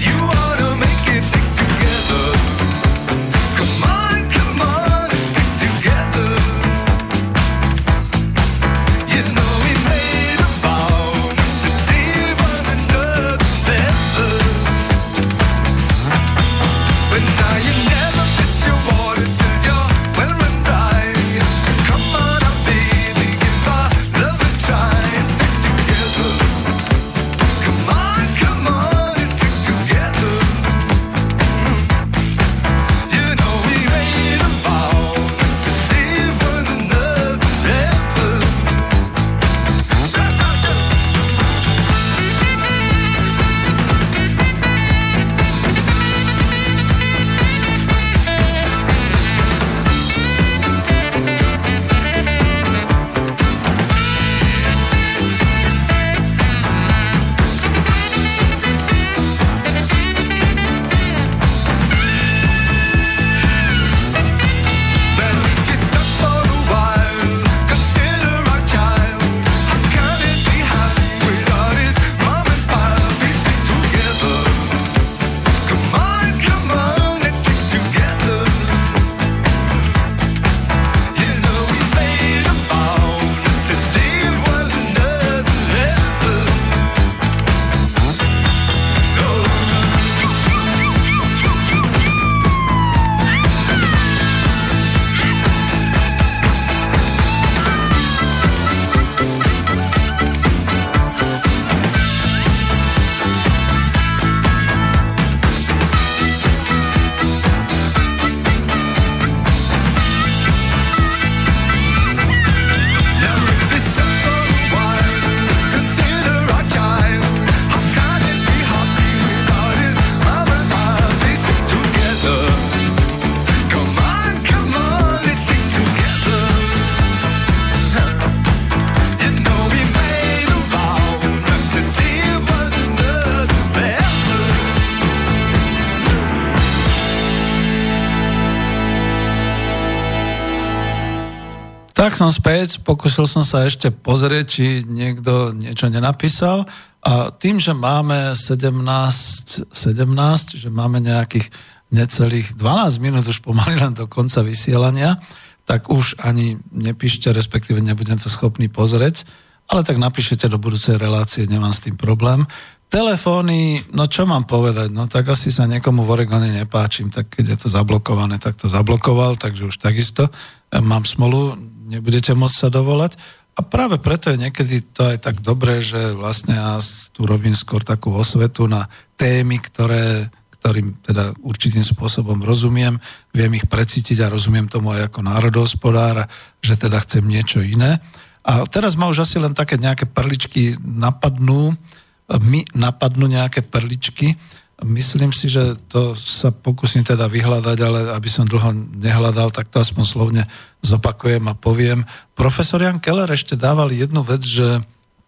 Tak som späť, pokúsil som sa ešte pozrieť, či niekto niečo nenapísal a tým, že máme sedemnásť, sedemnásť, že máme nejakých necelých dvanásť minút už pomaly len do konca vysielania, tak už ani nepíšte, respektíve nebudem to schopný pozrieť, ale tak napíšete do budúcej relácie, nemám s tým problém. Telefóny, no čo mám povedať, no tak asi sa niekomu v Oregone nepáčim, tak keď je to zablokované, tak to zablokoval, takže už takisto mám smolu, nebudete môcť sa dovolať. A práve preto je niekedy to aj tak dobré, že vlastne ja tu robím skôr takú osvetu na témy, ktoré, ktorým teda určitým spôsobom rozumiem, viem ich precítiť a rozumiem tomu aj ako národohospodár, že teda chcem niečo iné. A teraz ma už asi len také nejaké perličky napadnú, mi napadnú nejaké perličky. Myslím si, že to sa pokúsim teda vyhľadať, ale aby som dlho nehľadal, tak to aspoň slovne zopakujem a poviem. Profesor Jan Keller ešte dával jednu vec, že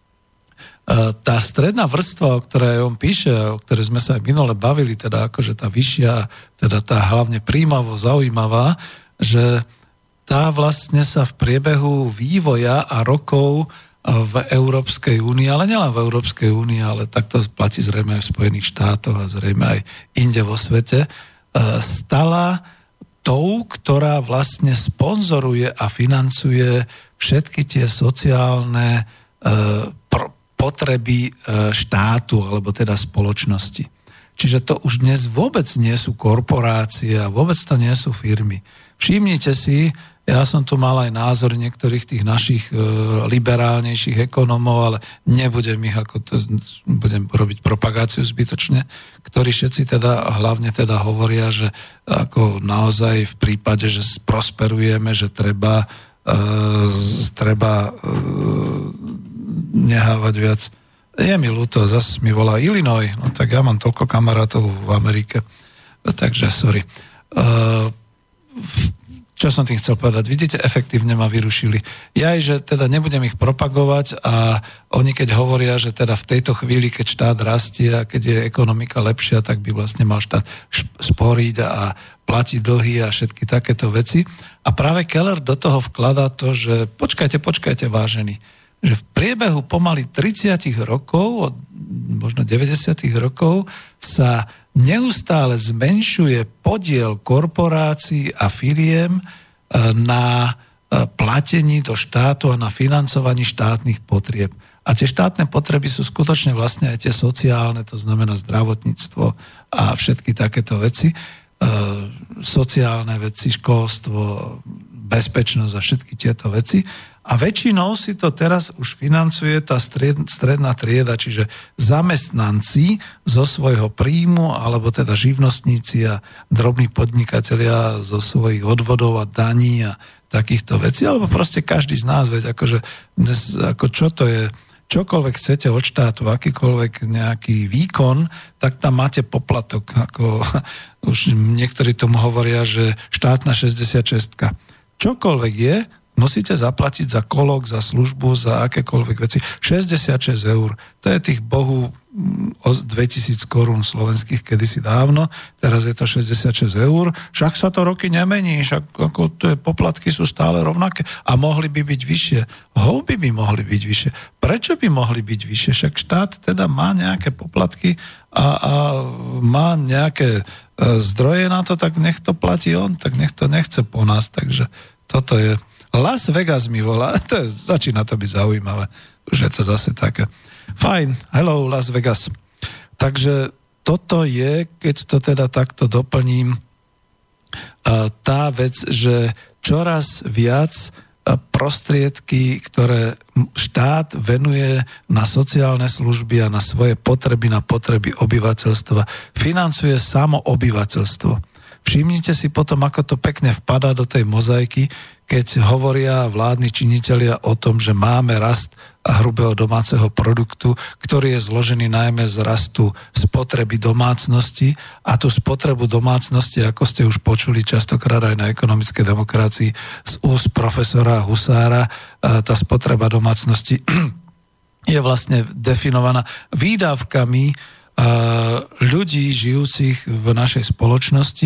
tá stredná vrstva, o ktorej on píše, o ktorej sme sa aj minule bavili, teda akože tá vyššia, teda tá hlavne príjmavo zaujímavá, že tá vlastne sa v priebehu vývoja a rokov v Európskej únii, ale nielen v Európskej únii, ale takto platí zrejme aj v Spojených štátoch a zrejme aj inde vo svete, stala tou, ktorá vlastne sponzoruje a financuje všetky tie sociálne potreby štátu, alebo teda spoločnosti. Čiže to už dnes vôbec nie sú korporácie a vôbec to nie sú firmy. Všimnite si, ja som tu mal aj názor niektorých tých našich e, liberálnejších ekonomov, ale nebudem ich, ako to, budem robiť propagáciu zbytočne, ktorí všetci teda, hlavne teda hovoria, že ako naozaj v prípade, že prosperujeme, že treba, e, treba e, nehávať viac. Je mi ľúto, zase mi volá Illinois, no tak ja mám toľko kamarátov v Amerike, takže sorry. E, Čo som tým chcel povedať? Vidíte, efektívne ma vyrušili. Ja aj, že teda nebudem ich propagovať a oni keď hovoria, že teda v tejto chvíli, keď štát rastie a keď je ekonomika lepšia, tak by vlastne mal štát sporiť a platiť dlhy a všetky takéto veci. A práve Keller do toho vkladá to, že počkajte, počkajte, vážení, že v priebehu pomaly tridsať rokov, od možno deväťdesiat rokov, sa neustále zmenšuje podiel korporácií a firiem na platení do štátu a na financovaní štátnych potrieb. A tie štátne potreby sú skutočne vlastne aj tie sociálne, to znamená zdravotníctvo a všetky takéto veci, sociálne veci, školstvo, bezpečnosť a všetky tieto veci. A väčšinou si to teraz už financuje tá stred, stredná trieda, čiže zamestnanci zo svojho príjmu, alebo teda živnostníci a drobní podnikatelia zo svojich odvodov a daní a takýchto vecí, alebo proste každý z nás, veď akože dnes, ako čo to je, čokoľvek chcete od štátu, akýkoľvek nejaký výkon, tak tam máte poplatok, ako už niektorí tomu hovoria, že štátna šesťdesiatšestka. Čokoľvek je, musíte zaplatiť za kolok, za službu, za akékoľvek veci. šesťdesiatšesť eur. To je tých bohu dvetisíc korún slovenských kedysi dávno. Teraz je to šesťdesiatšesť eur. Však sa to roky nemení. Však ako tie poplatky sú stále rovnaké. A mohli by byť vyššie. Holby by mohli byť vyššie. Prečo by mohli byť vyššie? Však štát teda má nejaké poplatky a, a má nejaké zdroje na to, tak nech to platí on, tak nech to nechce po nás. Takže toto je Las Vegas mi volá, to je, začína to byť zaujímavé. Už je to zase také. Fajn, hello Las Vegas. Takže toto je, keď to teda takto doplním, tá vec, že čoraz viac prostriedky, ktoré štát venuje na sociálne služby a na svoje potreby, na potreby obyvateľstva, financuje samo obyvateľstvo. Všimnite si potom, ako to pekne vpadá do tej mozaiky, keď hovoria vládni činitelia o tom, že máme rast hrubého domáceho produktu, ktorý je zložený najmä z rastu spotreby domácnosti a tú spotrebu domácnosti, ako ste už počuli častokrát aj na ekonomickej demokracii z úst profesora Husára, tá spotreba domácnosti je vlastne definovaná výdavkami ľudí žijúcich v našej spoločnosti.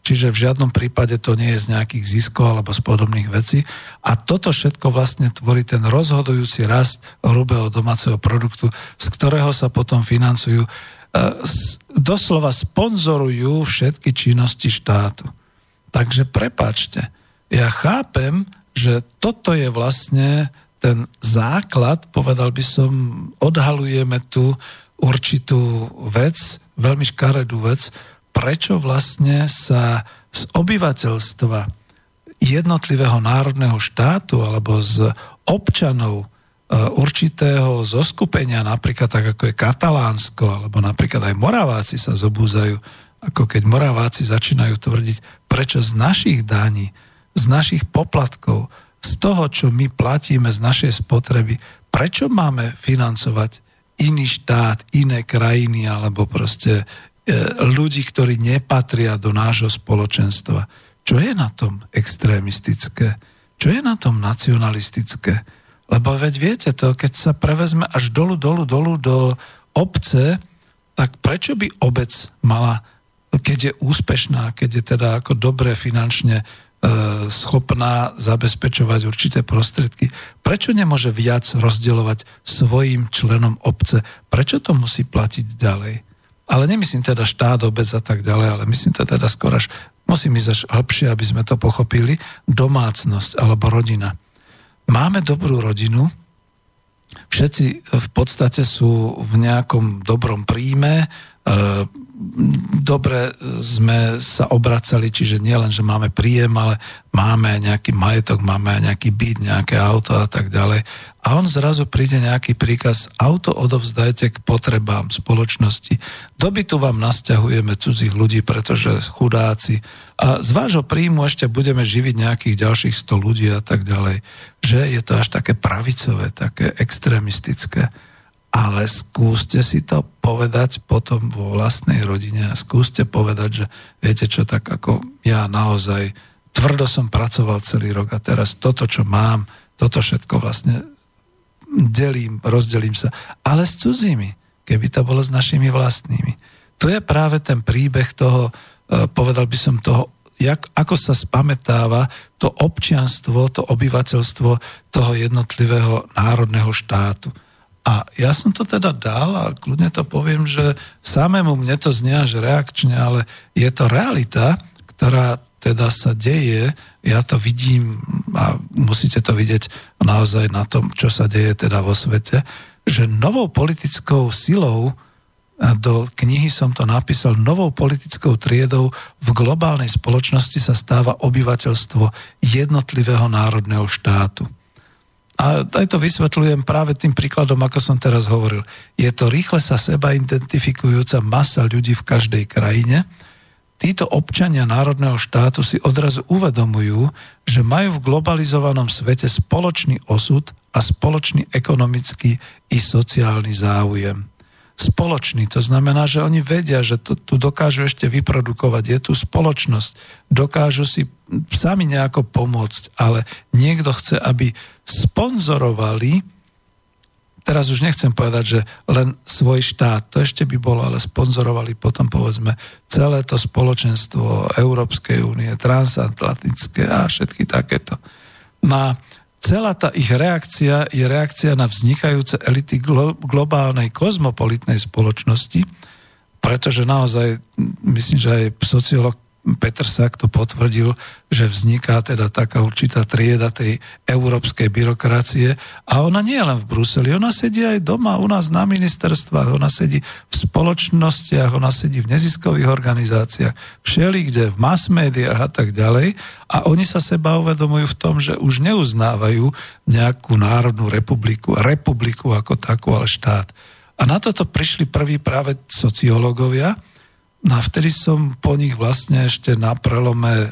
čiže v žiadnom prípade to nie je z nejakých ziskov alebo z podobných vecí. A toto všetko vlastne tvorí ten rozhodujúci rast hrubého domáceho produktu, z ktorého sa potom financujú, doslova sponzorujú všetky činnosti štátu. Takže prepáčte, ja chápem, že toto je vlastne ten základ, povedal by som, odhalujeme tu určitú vec, veľmi škaredú vec, prečo vlastne sa z obyvateľstva jednotlivého národného štátu alebo z občanov určitého zoskupenia, napríklad tak ako je Katalánsko, alebo napríklad aj Moraváci sa zobúzajú, ako keď Moraváci začínajú tvrdiť, prečo z našich daní, z našich poplatkov, z toho, čo my platíme z našej spotreby, prečo máme financovať iný štát, iné krajiny, alebo proste e, ľudí, ktorí nepatria do nášho spoločenstva. Čo je na tom extrémistické? Čo je na tom nacionalistické? Lebo veď viete to, keď sa prevezme až dolu, dolu, dolu do obce, tak prečo by obec mala, keď je úspešná, keď je teda ako dobre finančne schopná zabezpečovať určité prostriedky. Prečo nemôže viac rozdeľovať svojim členom obce? Prečo to musí platiť ďalej? Ale nemyslím teda štát, obec a tak ďalej, ale myslím to teda skôr až, musím ísť až hlbšie, aby sme to pochopili, domácnosť alebo rodina. Máme dobrú rodinu, všetci v podstate sú v nejakom dobrom príjme, dobre sme sa obracali, čiže nie len, že máme príjem, ale máme aj nejaký majetok, máme aj nejaký byt, nejaké auto a tak ďalej. A on zrazu príde nejaký príkaz, auto odovzdajte k potrebám spoločnosti. Do bytu vám nasťahujeme cudzích ľudí, pretože chudáci. A z vášho príjmu ešte budeme živiť nejakých ďalších sto ľudí a tak ďalej. Že je to až také pravicové, také extrémistické. Ale skúste si to povedať potom vo vlastnej rodine a skúste povedať, že viete čo, tak ako ja naozaj tvrdo som pracoval celý rok a teraz toto, čo mám, toto všetko vlastne delím, rozdelím sa, ale s cudzími, keby to bolo s našimi vlastnými. To je práve ten príbeh toho, povedal by som toho, jak, ako sa spamätáva to občianstvo, to obyvateľstvo toho jednotlivého národného štátu. A ja som to teda dal a kľudne to poviem, že samému mne to znie až reakčne, ale je to realita, ktorá teda sa deje, ja to vidím a musíte to vidieť naozaj na tom, čo sa deje teda vo svete, že novou politickou silou, do knihy som to napísal, novou politickou triedou v globálnej spoločnosti sa stáva obyvateľstvo jednotlivého národného štátu. A aj to vysvetľujem práve tým príkladom, ako som teraz hovoril. Je to rýchle sa seba identifikujúca masa ľudí v každej krajine. Títo občania národného štátu si odrazu uvedomujú, že majú v globalizovanom svete spoločný osud a spoločný ekonomický i sociálny záujem. Spoločný, to znamená, že oni vedia, že to, tu dokážu ešte vyprodukovať, je tu spoločnosť, dokážu si sami nejako pomôcť, ale niekto chce, aby sponzorovali, teraz už nechcem povedať, že len svoj štát, to ešte by bolo, ale sponzorovali potom povedzme celé to spoločenstvo Európskej únie, transatlantické a všetky takéto. Na celá tá ich reakcia je reakcia na vznikajúce elity glo- globálnej kozmopolitnej spoločnosti, pretože naozaj, myslím, že aj sociológ Peter Sack to potvrdil, že vzniká teda taká určitá trieda tej európskej byrokracie a ona nie je len v Bruseli, ona sedí aj doma u nás na ministerstvách, ona sedí v spoločnostiach, ona sedí v neziskových organizáciách, všelikde, v mass médiách a tak ďalej a oni sa seba uvedomujú v tom, že už neuznávajú nejakú národnú republiku, republiku ako takú, ale štát. A na toto prišli prví práve sociológovia. No a vtedy som po nich vlastne ešte na prelome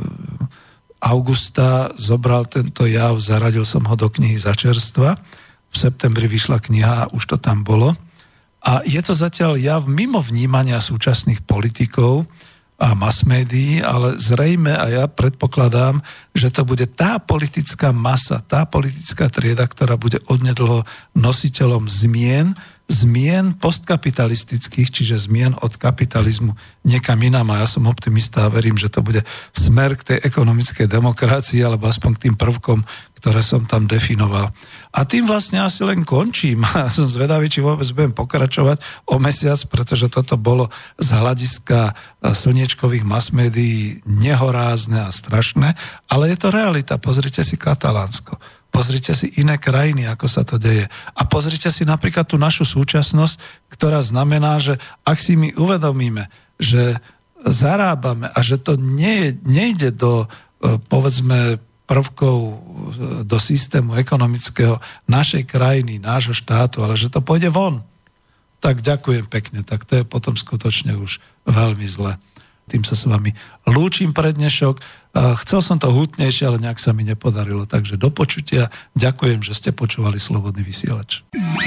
augusta zobral tento jav, zaradil som ho do knihy Začerstva. V septembri vyšla kniha a už to tam bolo. A je to zatiaľ jav mimo vnímania súčasných politikov a mass médií, ale zrejme a ja predpokladám, že to bude tá politická masa, tá politická trieda, ktorá bude odnedlho nositeľom zmien, zmien postkapitalistických, čiže zmien od kapitalizmu niekam inám. A ja som optimista a verím, že to bude smer k tej ekonomickej demokracii, alebo aspoň k tým prvkom, ktoré som tam definoval. A tým vlastne asi len končím. A som zvedavý, či vôbec budem pokračovať o mesiac, pretože toto bolo z hľadiska slniečkových masmédií nehorázne a strašné, ale je to realita. Pozrite si Katalánsko. Pozrite si iné krajiny, ako sa to deje. A pozrite si napríklad tú našu súčasnosť, ktorá znamená, že ak si my uvedomíme, že zarábame a že to nie, nejde do, povedzme, prvkov do systému ekonomického našej krajiny, nášho štátu, ale že to pôjde von, tak ďakujem pekne. Tak to je potom skutočne už veľmi zle. Tým sa s vami lúčim pre dnešok. Chcel som to hutnejšie, ale nejak sa mi nepodarilo. Takže do počutia. Ďakujem, že ste počúvali Slobodný vysielač.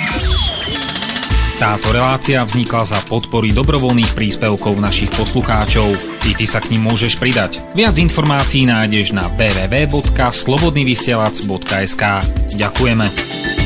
Táto relácia vznikla za podpory dobrovoľných príspevkov našich poslucháčov. I ty sa k nim môžeš pridať. Viac informácií nájdeš na w w w bodka slobodnyvysielac bodka es ka. Ďakujeme.